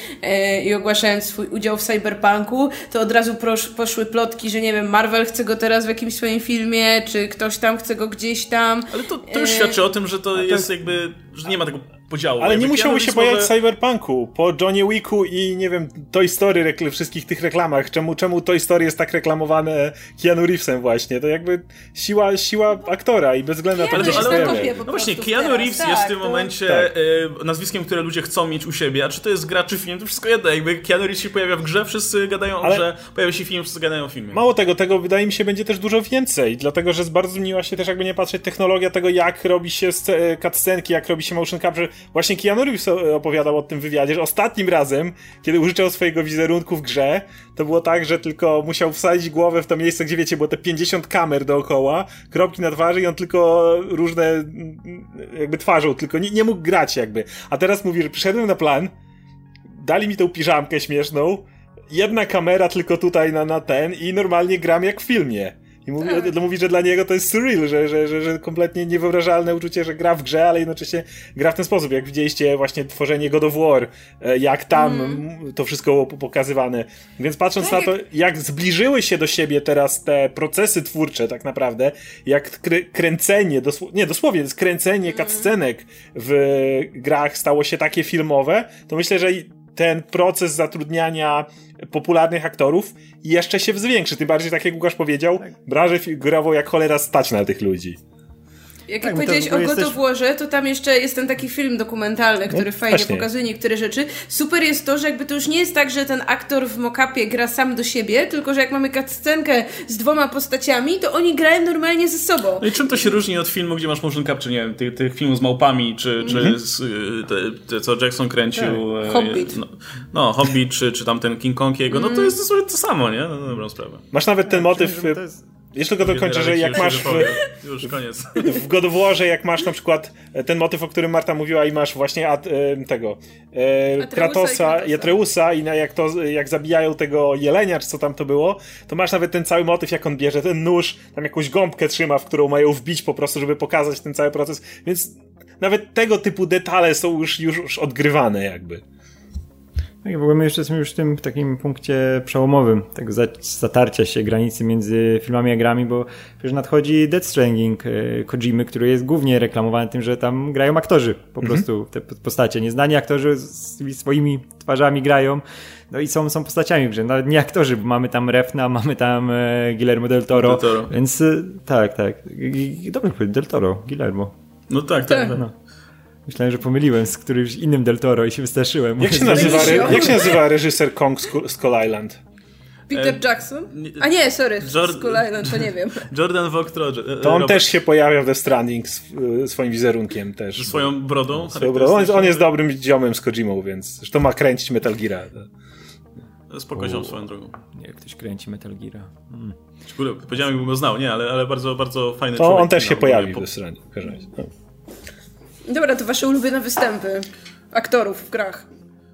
i ogłaszając swój udział w Cyberpunku, to od razu poszły plotki, że nie wiem, Marvel chce go teraz w jakimś swoim filmie, czy ktoś tam chce go gdzieś tam. Ale to już świadczy o tym, że to jest jakby, że nie ma tego podziału. Ale nie musiało się pojawić w Cyberpunku. Po Johnie Wicku i nie wiem, Toy Story, wszystkich tych reklamach. Czemu Toy Story jest tak reklamowane Keanu Reevesem właśnie? To jakby siła aktora i bez względu na to, gdzie się pojawia. No właśnie, Keanu Reeves jest w tym momencie nazwiskiem, które ludzie chcą mieć u siebie, a czy to jest gra, czy film, to wszystko jedno. Jakby Keanu Reeves się pojawia w grze, wszyscy gadają o grze, pojawia się film, wszyscy gadają o filmie. Mało tego wydaje mi się będzie też dużo więcej, dlatego, że bardzo zmieniła się też, jakby nie patrzeć, technologia tego, jak robi się cutscenki, jak robi się motion capture. Właśnie Keanu Reeves opowiadał o tym wywiadzie, że ostatnim razem, kiedy użyczał swojego wizerunku w grze, to było tak, że tylko musiał wsadzić głowę w to miejsce, gdzie wiecie, było te 50 kamer dookoła, kropki na twarzy i on tylko różne jakby twarzą, tylko nie mógł grać jakby. A teraz mówi, że przyszedłem na plan, dali mi tą piżamkę śmieszną, jedna kamera tylko tutaj na ten i normalnie gram jak w filmie. I mówi, że dla niego to jest surreal, że kompletnie niewyobrażalne uczucie, że gra w grze, ale jednocześnie gra w ten sposób. Jak widzieliście właśnie tworzenie God of War, jak tam to wszystko było pokazywane. Więc patrząc na to, jak zbliżyły się do siebie teraz te procesy twórcze tak naprawdę, jak kręcenie, dosłownie kręcenie cutscenek w grach stało się takie filmowe, to myślę, że ten proces zatrudniania popularnych aktorów jeszcze się zwiększy. Tym bardziej, tak jak Łukasz powiedział, branżę grową jak cholera stać na tych ludzi. Jak powiedziałeś o God of Warze, to tam jeszcze jest ten taki film dokumentalny, który fajnie pokazuje niektóre rzeczy. Super jest to, że jakby to już nie jest tak, że ten aktor w mock-upie gra sam do siebie, tylko że jak mamy cutscenkę z 2 postaciami, to oni grają normalnie ze sobą. No i czym to się różni od filmu, gdzie masz motion capture, nie wiem, tych filmów z małpami, czy co Jackson kręcił. Hobbit. Hobbit, czy tam ten King Kong jego, no to jest dosłownie to samo, nie? No, dobrą sprawę. Masz nawet ten motyw... Jeszcze tylko dokończę, że jak masz już koniec. W God of Warze, jak masz na przykład ten motyw, o którym Marta mówiła i masz właśnie Kratosa i Atreusa i jak zabijają tego jelenia, czy co tam to było, to masz nawet ten cały motyw, jak on bierze ten nóż, tam jakąś gąbkę trzyma, w którą mają wbić po prostu, żeby pokazać ten cały proces, więc nawet tego typu detale są już odgrywane jakby. Tak, w ogóle my jeszcze jesteśmy już w tym takim punkcie przełomowym, tego zatarcia się granicy między filmami a grami, bo przecież nadchodzi Death Stranding Kojimy, który jest głównie reklamowany tym, że tam grają aktorzy po prostu, te postacie. Nieznani aktorzy z swoimi twarzami grają, no i są postaciami w grze. Nawet nie aktorzy, bo mamy tam Refna, mamy tam Guillermo del Toro. Więc tak. Dobrze powiedzieć, del Toro, Guillermo. No tak. No. Myślałem, że pomyliłem z którymś innym Del Toro i się wystraszyłem. Jak się nazywa reżyser Kong Skull Island? Peter Jackson? A nie, sorry, Skull Island, to nie wiem. Jordan Vogt-Roberts. To on też się pojawia w The Stranding swoim wizerunkiem też. Ze swoją brodą? On jest dobrym ziomem z Kojimą, więc zresztą ma kręcić Metal Geara. Spoko ziom swoją drogą. Nie, ktoś kręci Metal Geara. Powiedziałem, jakbym go znał, nie, ale bardzo, bardzo fajny człowiek. On też się pojawił w The Stranding. Dobra, to wasze ulubione występy aktorów w grach.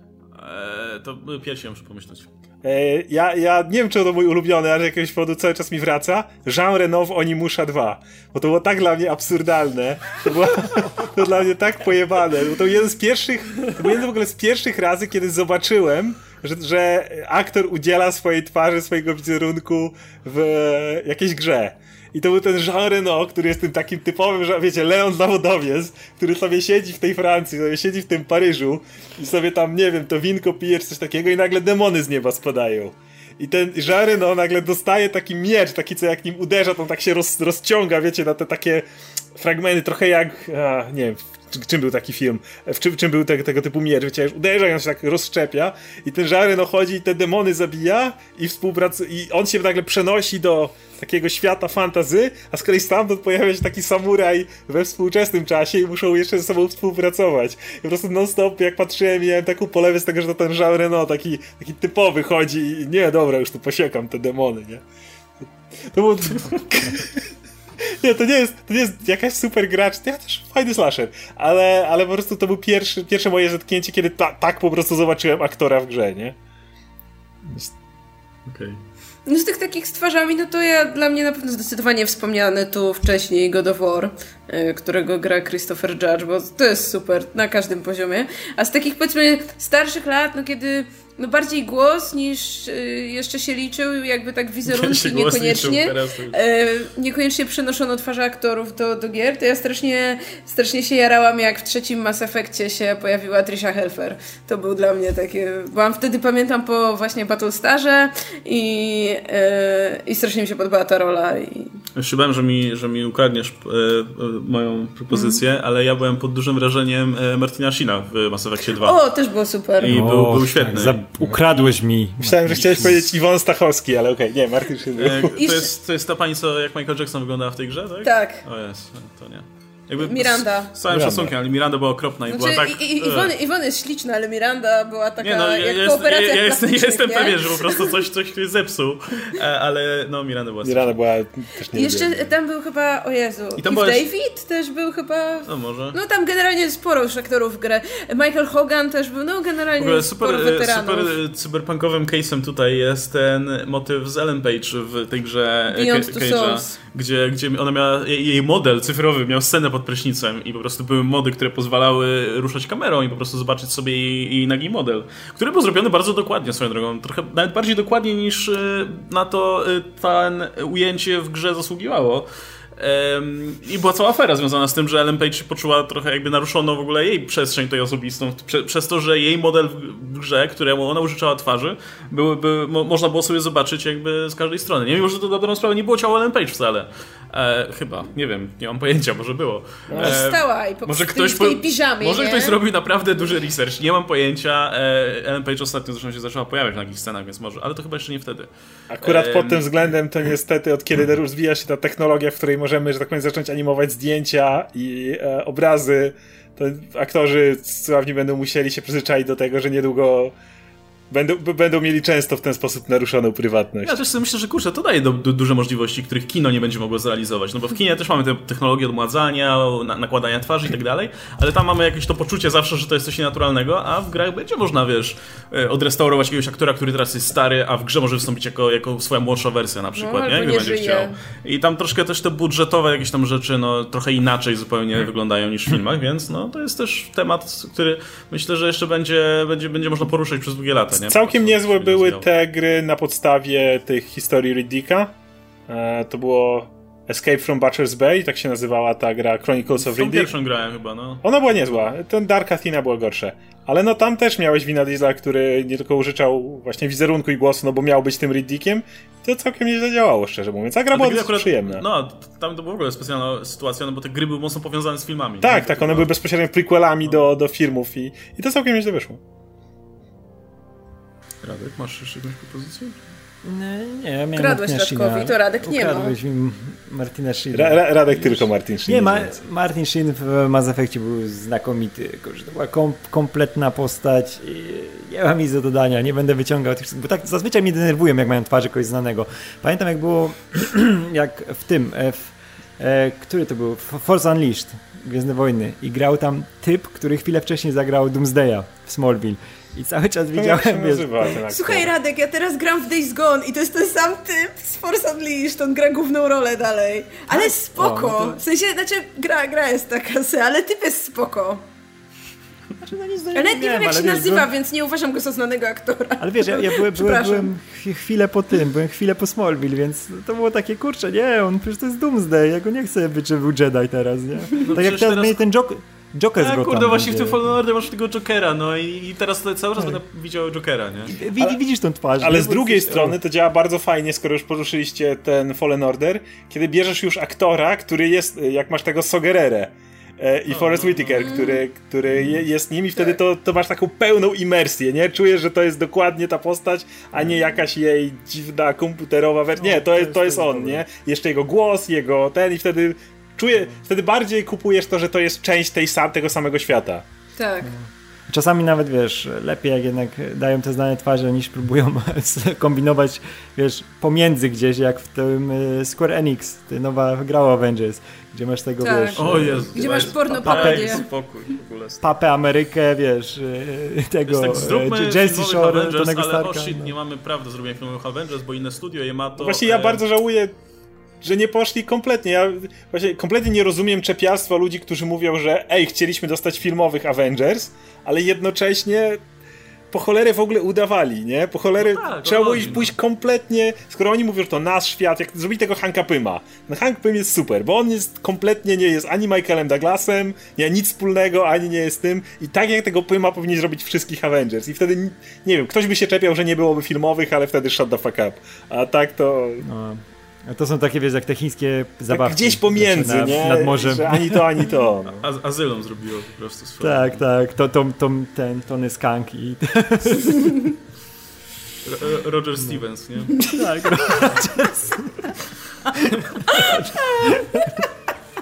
To pierwszy muszę pomyśleć. Ja nie wiem, czy to mój ulubiony, ale z jakiegoś powodu cały czas mi wraca. Jean Reno w Onimusza 2. Bo to było tak dla mnie absurdalne. To dla mnie tak pojebane. Bo to był jeden w ogóle z pierwszych razy, kiedy zobaczyłem, że aktor udziela swojej twarzy, swojego wizerunku w jakiejś grze. I to był ten Jean Reno, który jest tym takim typowym, że wiecie, Leon Zawodowiec, który sobie siedzi w tej Francji, sobie siedzi w tym Paryżu i sobie tam, nie wiem, to winko pije czy coś takiego i nagle demony z nieba spadają. I ten Jean Reno nagle dostaje taki miecz, taki co jak nim uderza, to on tak się rozciąga, wiecie, na te takie fragmenty, trochę jak, nie wiem, czym był taki film, czym był tego typu miecz, wiecie, już uderza i on się tak rozszczepia i ten Jean Reno chodzi i te demony zabija i i on się nagle przenosi do takiego świata fantasy, a z kolei stamtąd pojawia się taki samuraj we współczesnym czasie i muszą jeszcze ze sobą współpracować. I po prostu non-stop, jak patrzyłem, miałem taką polewę z tego, że to ten Jean Reno taki typowy chodzi i nie, dobra, już tu posiekam te demony, nie? To było... Nie, to nie jest jakaś super gracz, to też fajny slasher, ale po prostu to był pierwsze moje zetknięcie, kiedy tak po prostu zobaczyłem aktora w grze, nie? Okej. No z tych takich z twarzami, no to dla mnie na pewno zdecydowanie wspomniany tu wcześniej God of War, którego gra Christopher Judge, bo to jest super na każdym poziomie. A z takich powiedzmy starszych lat, no kiedy bardziej głos niż jeszcze się liczył, jakby tak wizerunki niekoniecznie przenoszono twarze aktorów do gier, to ja strasznie się jarałam, jak w 3. Mass Effectie się pojawiła Trisha Helfer. To był dla mnie takie... Byłam wtedy, pamiętam, po właśnie Battlestarze i strasznie mi się podobała ta rola. Już się bałem, że mi ukradniesz moją propozycję, ale ja byłem pod dużym wrażeniem Martina Sheena w Mass Effectie 2. O, też było super. I był świetny. Tak, ukradłeś mi. Myślałem, że chciałeś powiedzieć Iwon Stachowski, ale okej, nie, Martin Sheen. To jest ta pani, co jak Michael Jackson wyglądała w tej grze, tak? Tak. O jest, to nie. Miranda. Z całym szacunkiem, ale Miranda była okropna i była tak... Iwona jest śliczna, ale Miranda była taka ja jestem pewien, że po prostu coś tu zepsuł, ale no Miranda była też nie jeszcze lubię. Tam był chyba, o Jezu, i David też był chyba... No może. No tam generalnie sporo już aktorów w grę. Michael Hogan też był, no generalnie sporo weteranów. Super cyberpunkowym case'em tutaj jest ten motyw z Ellen Page w tej grze Cage'a, gdzie ona miała, jej model cyfrowy miał scenę pod prysznicem i po prostu były mody, które pozwalały ruszać kamerą i po prostu zobaczyć sobie jej nagi model, który był zrobiony bardzo dokładnie swoją drogą, trochę nawet bardziej dokładnie niż na to ten ujęcie w grze zasługiwało. I była cała afera związana z tym, że Ellen Page poczuła trochę jakby naruszono w ogóle jej przestrzeń tej osobistą, przez to, że jej model w grze, któremu ona użyczała twarzy, można było sobie zobaczyć jakby z każdej strony. Nie, mimo że to na dobrą sprawę nie było ciało Ellen Page wcale. Chyba, nie wiem, nie mam pojęcia, może było. Stała i w tej piżamie. Może ktoś zrobił naprawdę duży research, nie mam pojęcia. Ellen Page ostatnio zresztą się zaczęła pojawiać na jakichś scenach, więc może, ale to chyba jeszcze nie wtedy. Akurat pod tym względem to niestety od kiedy rozwija się ta technologia, w której możemy, że tak powiem, zacząć animować zdjęcia i obrazy, to aktorzy sławni będą musieli się przyzwyczaić do tego, że niedługo będą mieli często w ten sposób naruszoną prywatność. Ja też sobie myślę, że kurczę, to daje duże możliwości, których kino nie będzie mogło zrealizować. No bo w kinie też mamy tę technologię odmładzania, nakładania twarzy i tak dalej, ale tam mamy jakieś to poczucie zawsze, że to jest coś nienaturalnego, a w grach będzie można, odrestaurować jakiegoś aktora, który teraz jest stary, a w grze może wystąpić jako swoja młodsza wersja na przykład, nie? Gdy będzie chciał. I tam troszkę też te budżetowe jakieś tam rzeczy, trochę inaczej zupełnie wyglądają niż w filmach, więc to jest też temat, który myślę, że jeszcze będzie można poruszać przez długie lata. Całkiem niezłe były te gry na podstawie tych historii Riddicka. To było Escape from Butcher's Bay, tak się nazywała ta gra, Chronicles of Riddick. Pierwszą grałem chyba, no. Ona była niezła, ten Dark Athena było gorsze. Ale tam też miałeś Vina Diesla, który nie tylko użyczał właśnie wizerunku i głosu, bo miał być tym Riddickiem. I to całkiem nieźle działało, szczerze mówiąc. A gra była dosyć przyjemna. No, tam to była w ogóle specjalna sytuacja, bo te gry były mocno powiązane z filmami. Tak, one były bezpośrednio prequelami do filmów i to całkiem nieźle wyszło. Radek, masz jeszcze jakąś propozycję? Nie, ja miałem Kradłeś Radkowi, to Radek nie ma. Ukradłeś mi Martina Sheena. Radek tylko Martin Sheen. Nie, Martin Sheen w Mass Effectie był znakomity, tylko że to była kompletna postać i nie mam nic do dodania, nie będę wyciągał tych, bo tak zazwyczaj mnie denerwują, jak mają twarzy kogoś znanego. Pamiętam, jak było, jak w tym, który to był? Force Unleashed, Gwiezdne Wojny, i grał tam typ, który chwilę wcześniej zagrał Doomsdaya w Smallville. I cały czas widziałem, Słuchaj, Radek, ja teraz gram w Days Gone i to jest ten sam typ z Force Unleashed, on gra główną rolę dalej. Ale spoko. W sensie, gra jest taka, ale typ jest spoko. Ale nie wiem, jak się nazywa, więc nie uważam go za znanego aktora. Ale wiesz, ja byłem chwilę po tym, byłem chwilę po Smallville, więc to było takie, kurczę, nie, on przecież to jest Doomsday, ja go nie chcę być, żeby był Jedi teraz, nie? No tak jak teraz mieli ten Joker z Gotham. Kurde, właśnie w tym Fallen Order masz tego Jokera, no i teraz cały czas będę widział Jokera, nie? Widzisz tą twarz. Ale z drugiej strony to działa bardzo fajnie, skoro już poruszyliście ten Fallen Order, kiedy bierzesz już aktora, który jest, jak masz tego Sogererę i Forest Whitaker, który jest nim i wtedy to masz taką pełną imersję, nie? Czujesz, że to jest dokładnie ta postać, a nie jakaś jej dziwna komputerowa wersja. Nie, to jest on, nie? Jeszcze jego głos, jego ten i wtedy bardziej kupujesz to, że to jest część tego samego świata. Tak. Czasami nawet, wiesz, lepiej jak jednak dają te znane twarze, niż próbują kombinować, wiesz, pomiędzy gdzieś, jak w tym Square Enix, ty nowa gra o Avengers, gdzie masz tego, tak. Wiesz... O Jezu, gdzie masz porno-parodię. Spokój w ogóle. Papę Amerykę, wiesz, tego Jersey Shore, Tonego Starka. Nie mamy praw do zrobienia filmowych Avengers, bo inne studio je ma to... Właśnie ja bardzo żałuję, że nie poszli kompletnie. Ja właśnie kompletnie nie rozumiem czepialstwa ludzi, którzy mówią, że chcieliśmy dostać filmowych Avengers, ale jednocześnie po cholerę w ogóle udawali, nie? Po cholerę trzeba było pójść kompletnie, skoro oni mówią, że to nasz świat, jak zrobili tego Hanka Pyma. No Hank Pym jest super, bo on jest kompletnie nie jest ani Michaelem Douglasem, nie ma nic wspólnego, ani nie jest tym i tak jak tego Pyma powinni zrobić wszystkich Avengers i wtedy, nie wiem, ktoś by się czepiał, że nie byłoby filmowych, ale wtedy shut the fuck up. A tak to... No. To są takie, wiesz, jak te chińskie zabawki. Tak gdzieś pomiędzy, nie? Nad morzem. Że ani to, ani to. No. Azylum zrobiło po prostu swoje. Tak. Ten Tony Skunk i... Roger Stevens, nie? Tak, Roger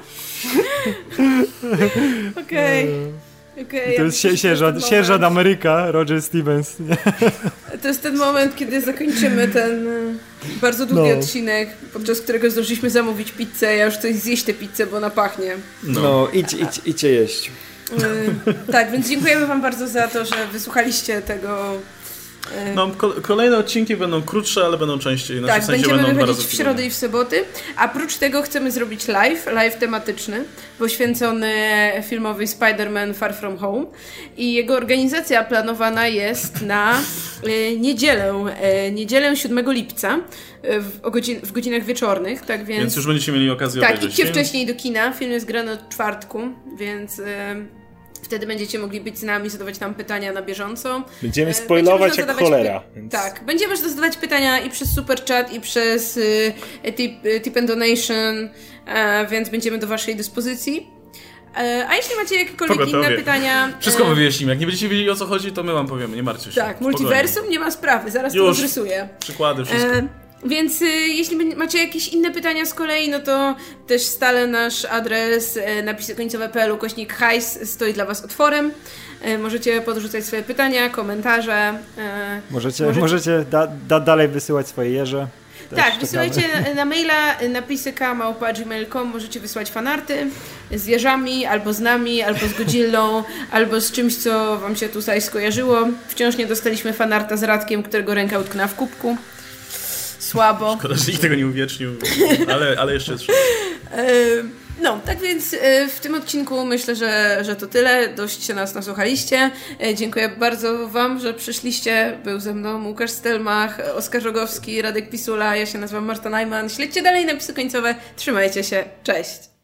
Okej. To jest sierżant Ameryka, Roger Stevens. Nie? To jest ten moment, kiedy zakończymy ten bardzo długi odcinek, podczas którego zdążyliśmy zamówić pizzę. Ja już chcę zjeść tę pizzę, bo ona pachnie. Idźcie jeść. Tak, więc dziękujemy wam bardzo za to, że wysłuchaliście tego. No, kolejne odcinki będą krótsze, ale będą częściej. Tak, będziemy wychodzić w środę i w soboty. A prócz tego chcemy zrobić live tematyczny, poświęcony filmowi Spider-Man Far From Home. I jego organizacja planowana jest na niedzielę 7 lipca w godzinach wieczornych. Tak więc już będziecie mieli okazję obejrzeć. Tak, idźcie wcześniej do kina. Film jest grany od czwartku, więc... Wtedy będziecie mogli być z nami, zadawać nam pytania na bieżąco. Będziemy spoilować jak cholera. Więc... Tak, będziemy zadawać pytania i przez Super Chat, i przez Tip and Donation, więc będziemy do waszej dyspozycji. A jeśli macie jakiekolwiek inne pytania... Wszystko wyjaśnimy. Jak nie będziecie wiedzieli, o co chodzi, to my wam powiemy, nie martwcie się. Tak, multiversum, nie ma sprawy, zaraz to rozrysuję. Przykłady, wszystko. Więc jeśli macie jakieś inne pytania z kolei, no to też stale nasz adres napisy_końcowe.pl/hajs stoi dla was otworem. Możecie podrzucać swoje pytania, komentarze. Możecie dalej wysyłać swoje jeże. Tak, wysyłajcie na maila napisy@gmail.com, możecie wysłać fanarty z jeżami, albo z nami, albo z Godzillą, albo z czymś, co wam się tutaj skojarzyło. Wciąż nie dostaliśmy fanarta z Radkiem, którego ręka utknęła w kubku. Słabo. Szkoda, że nikt tego nie uwiecznił, ale jeszcze jest. No, tak więc w tym odcinku myślę, że to tyle. Dość się nas nasłuchaliście. Dziękuję bardzo wam, że przyszliście. Był ze mną Łukasz Stelmach, Oskar Rogowski, Radek Pisula. Ja się nazywam Marta Najman. Śledźcie dalej napisy końcowe. Trzymajcie się. Cześć.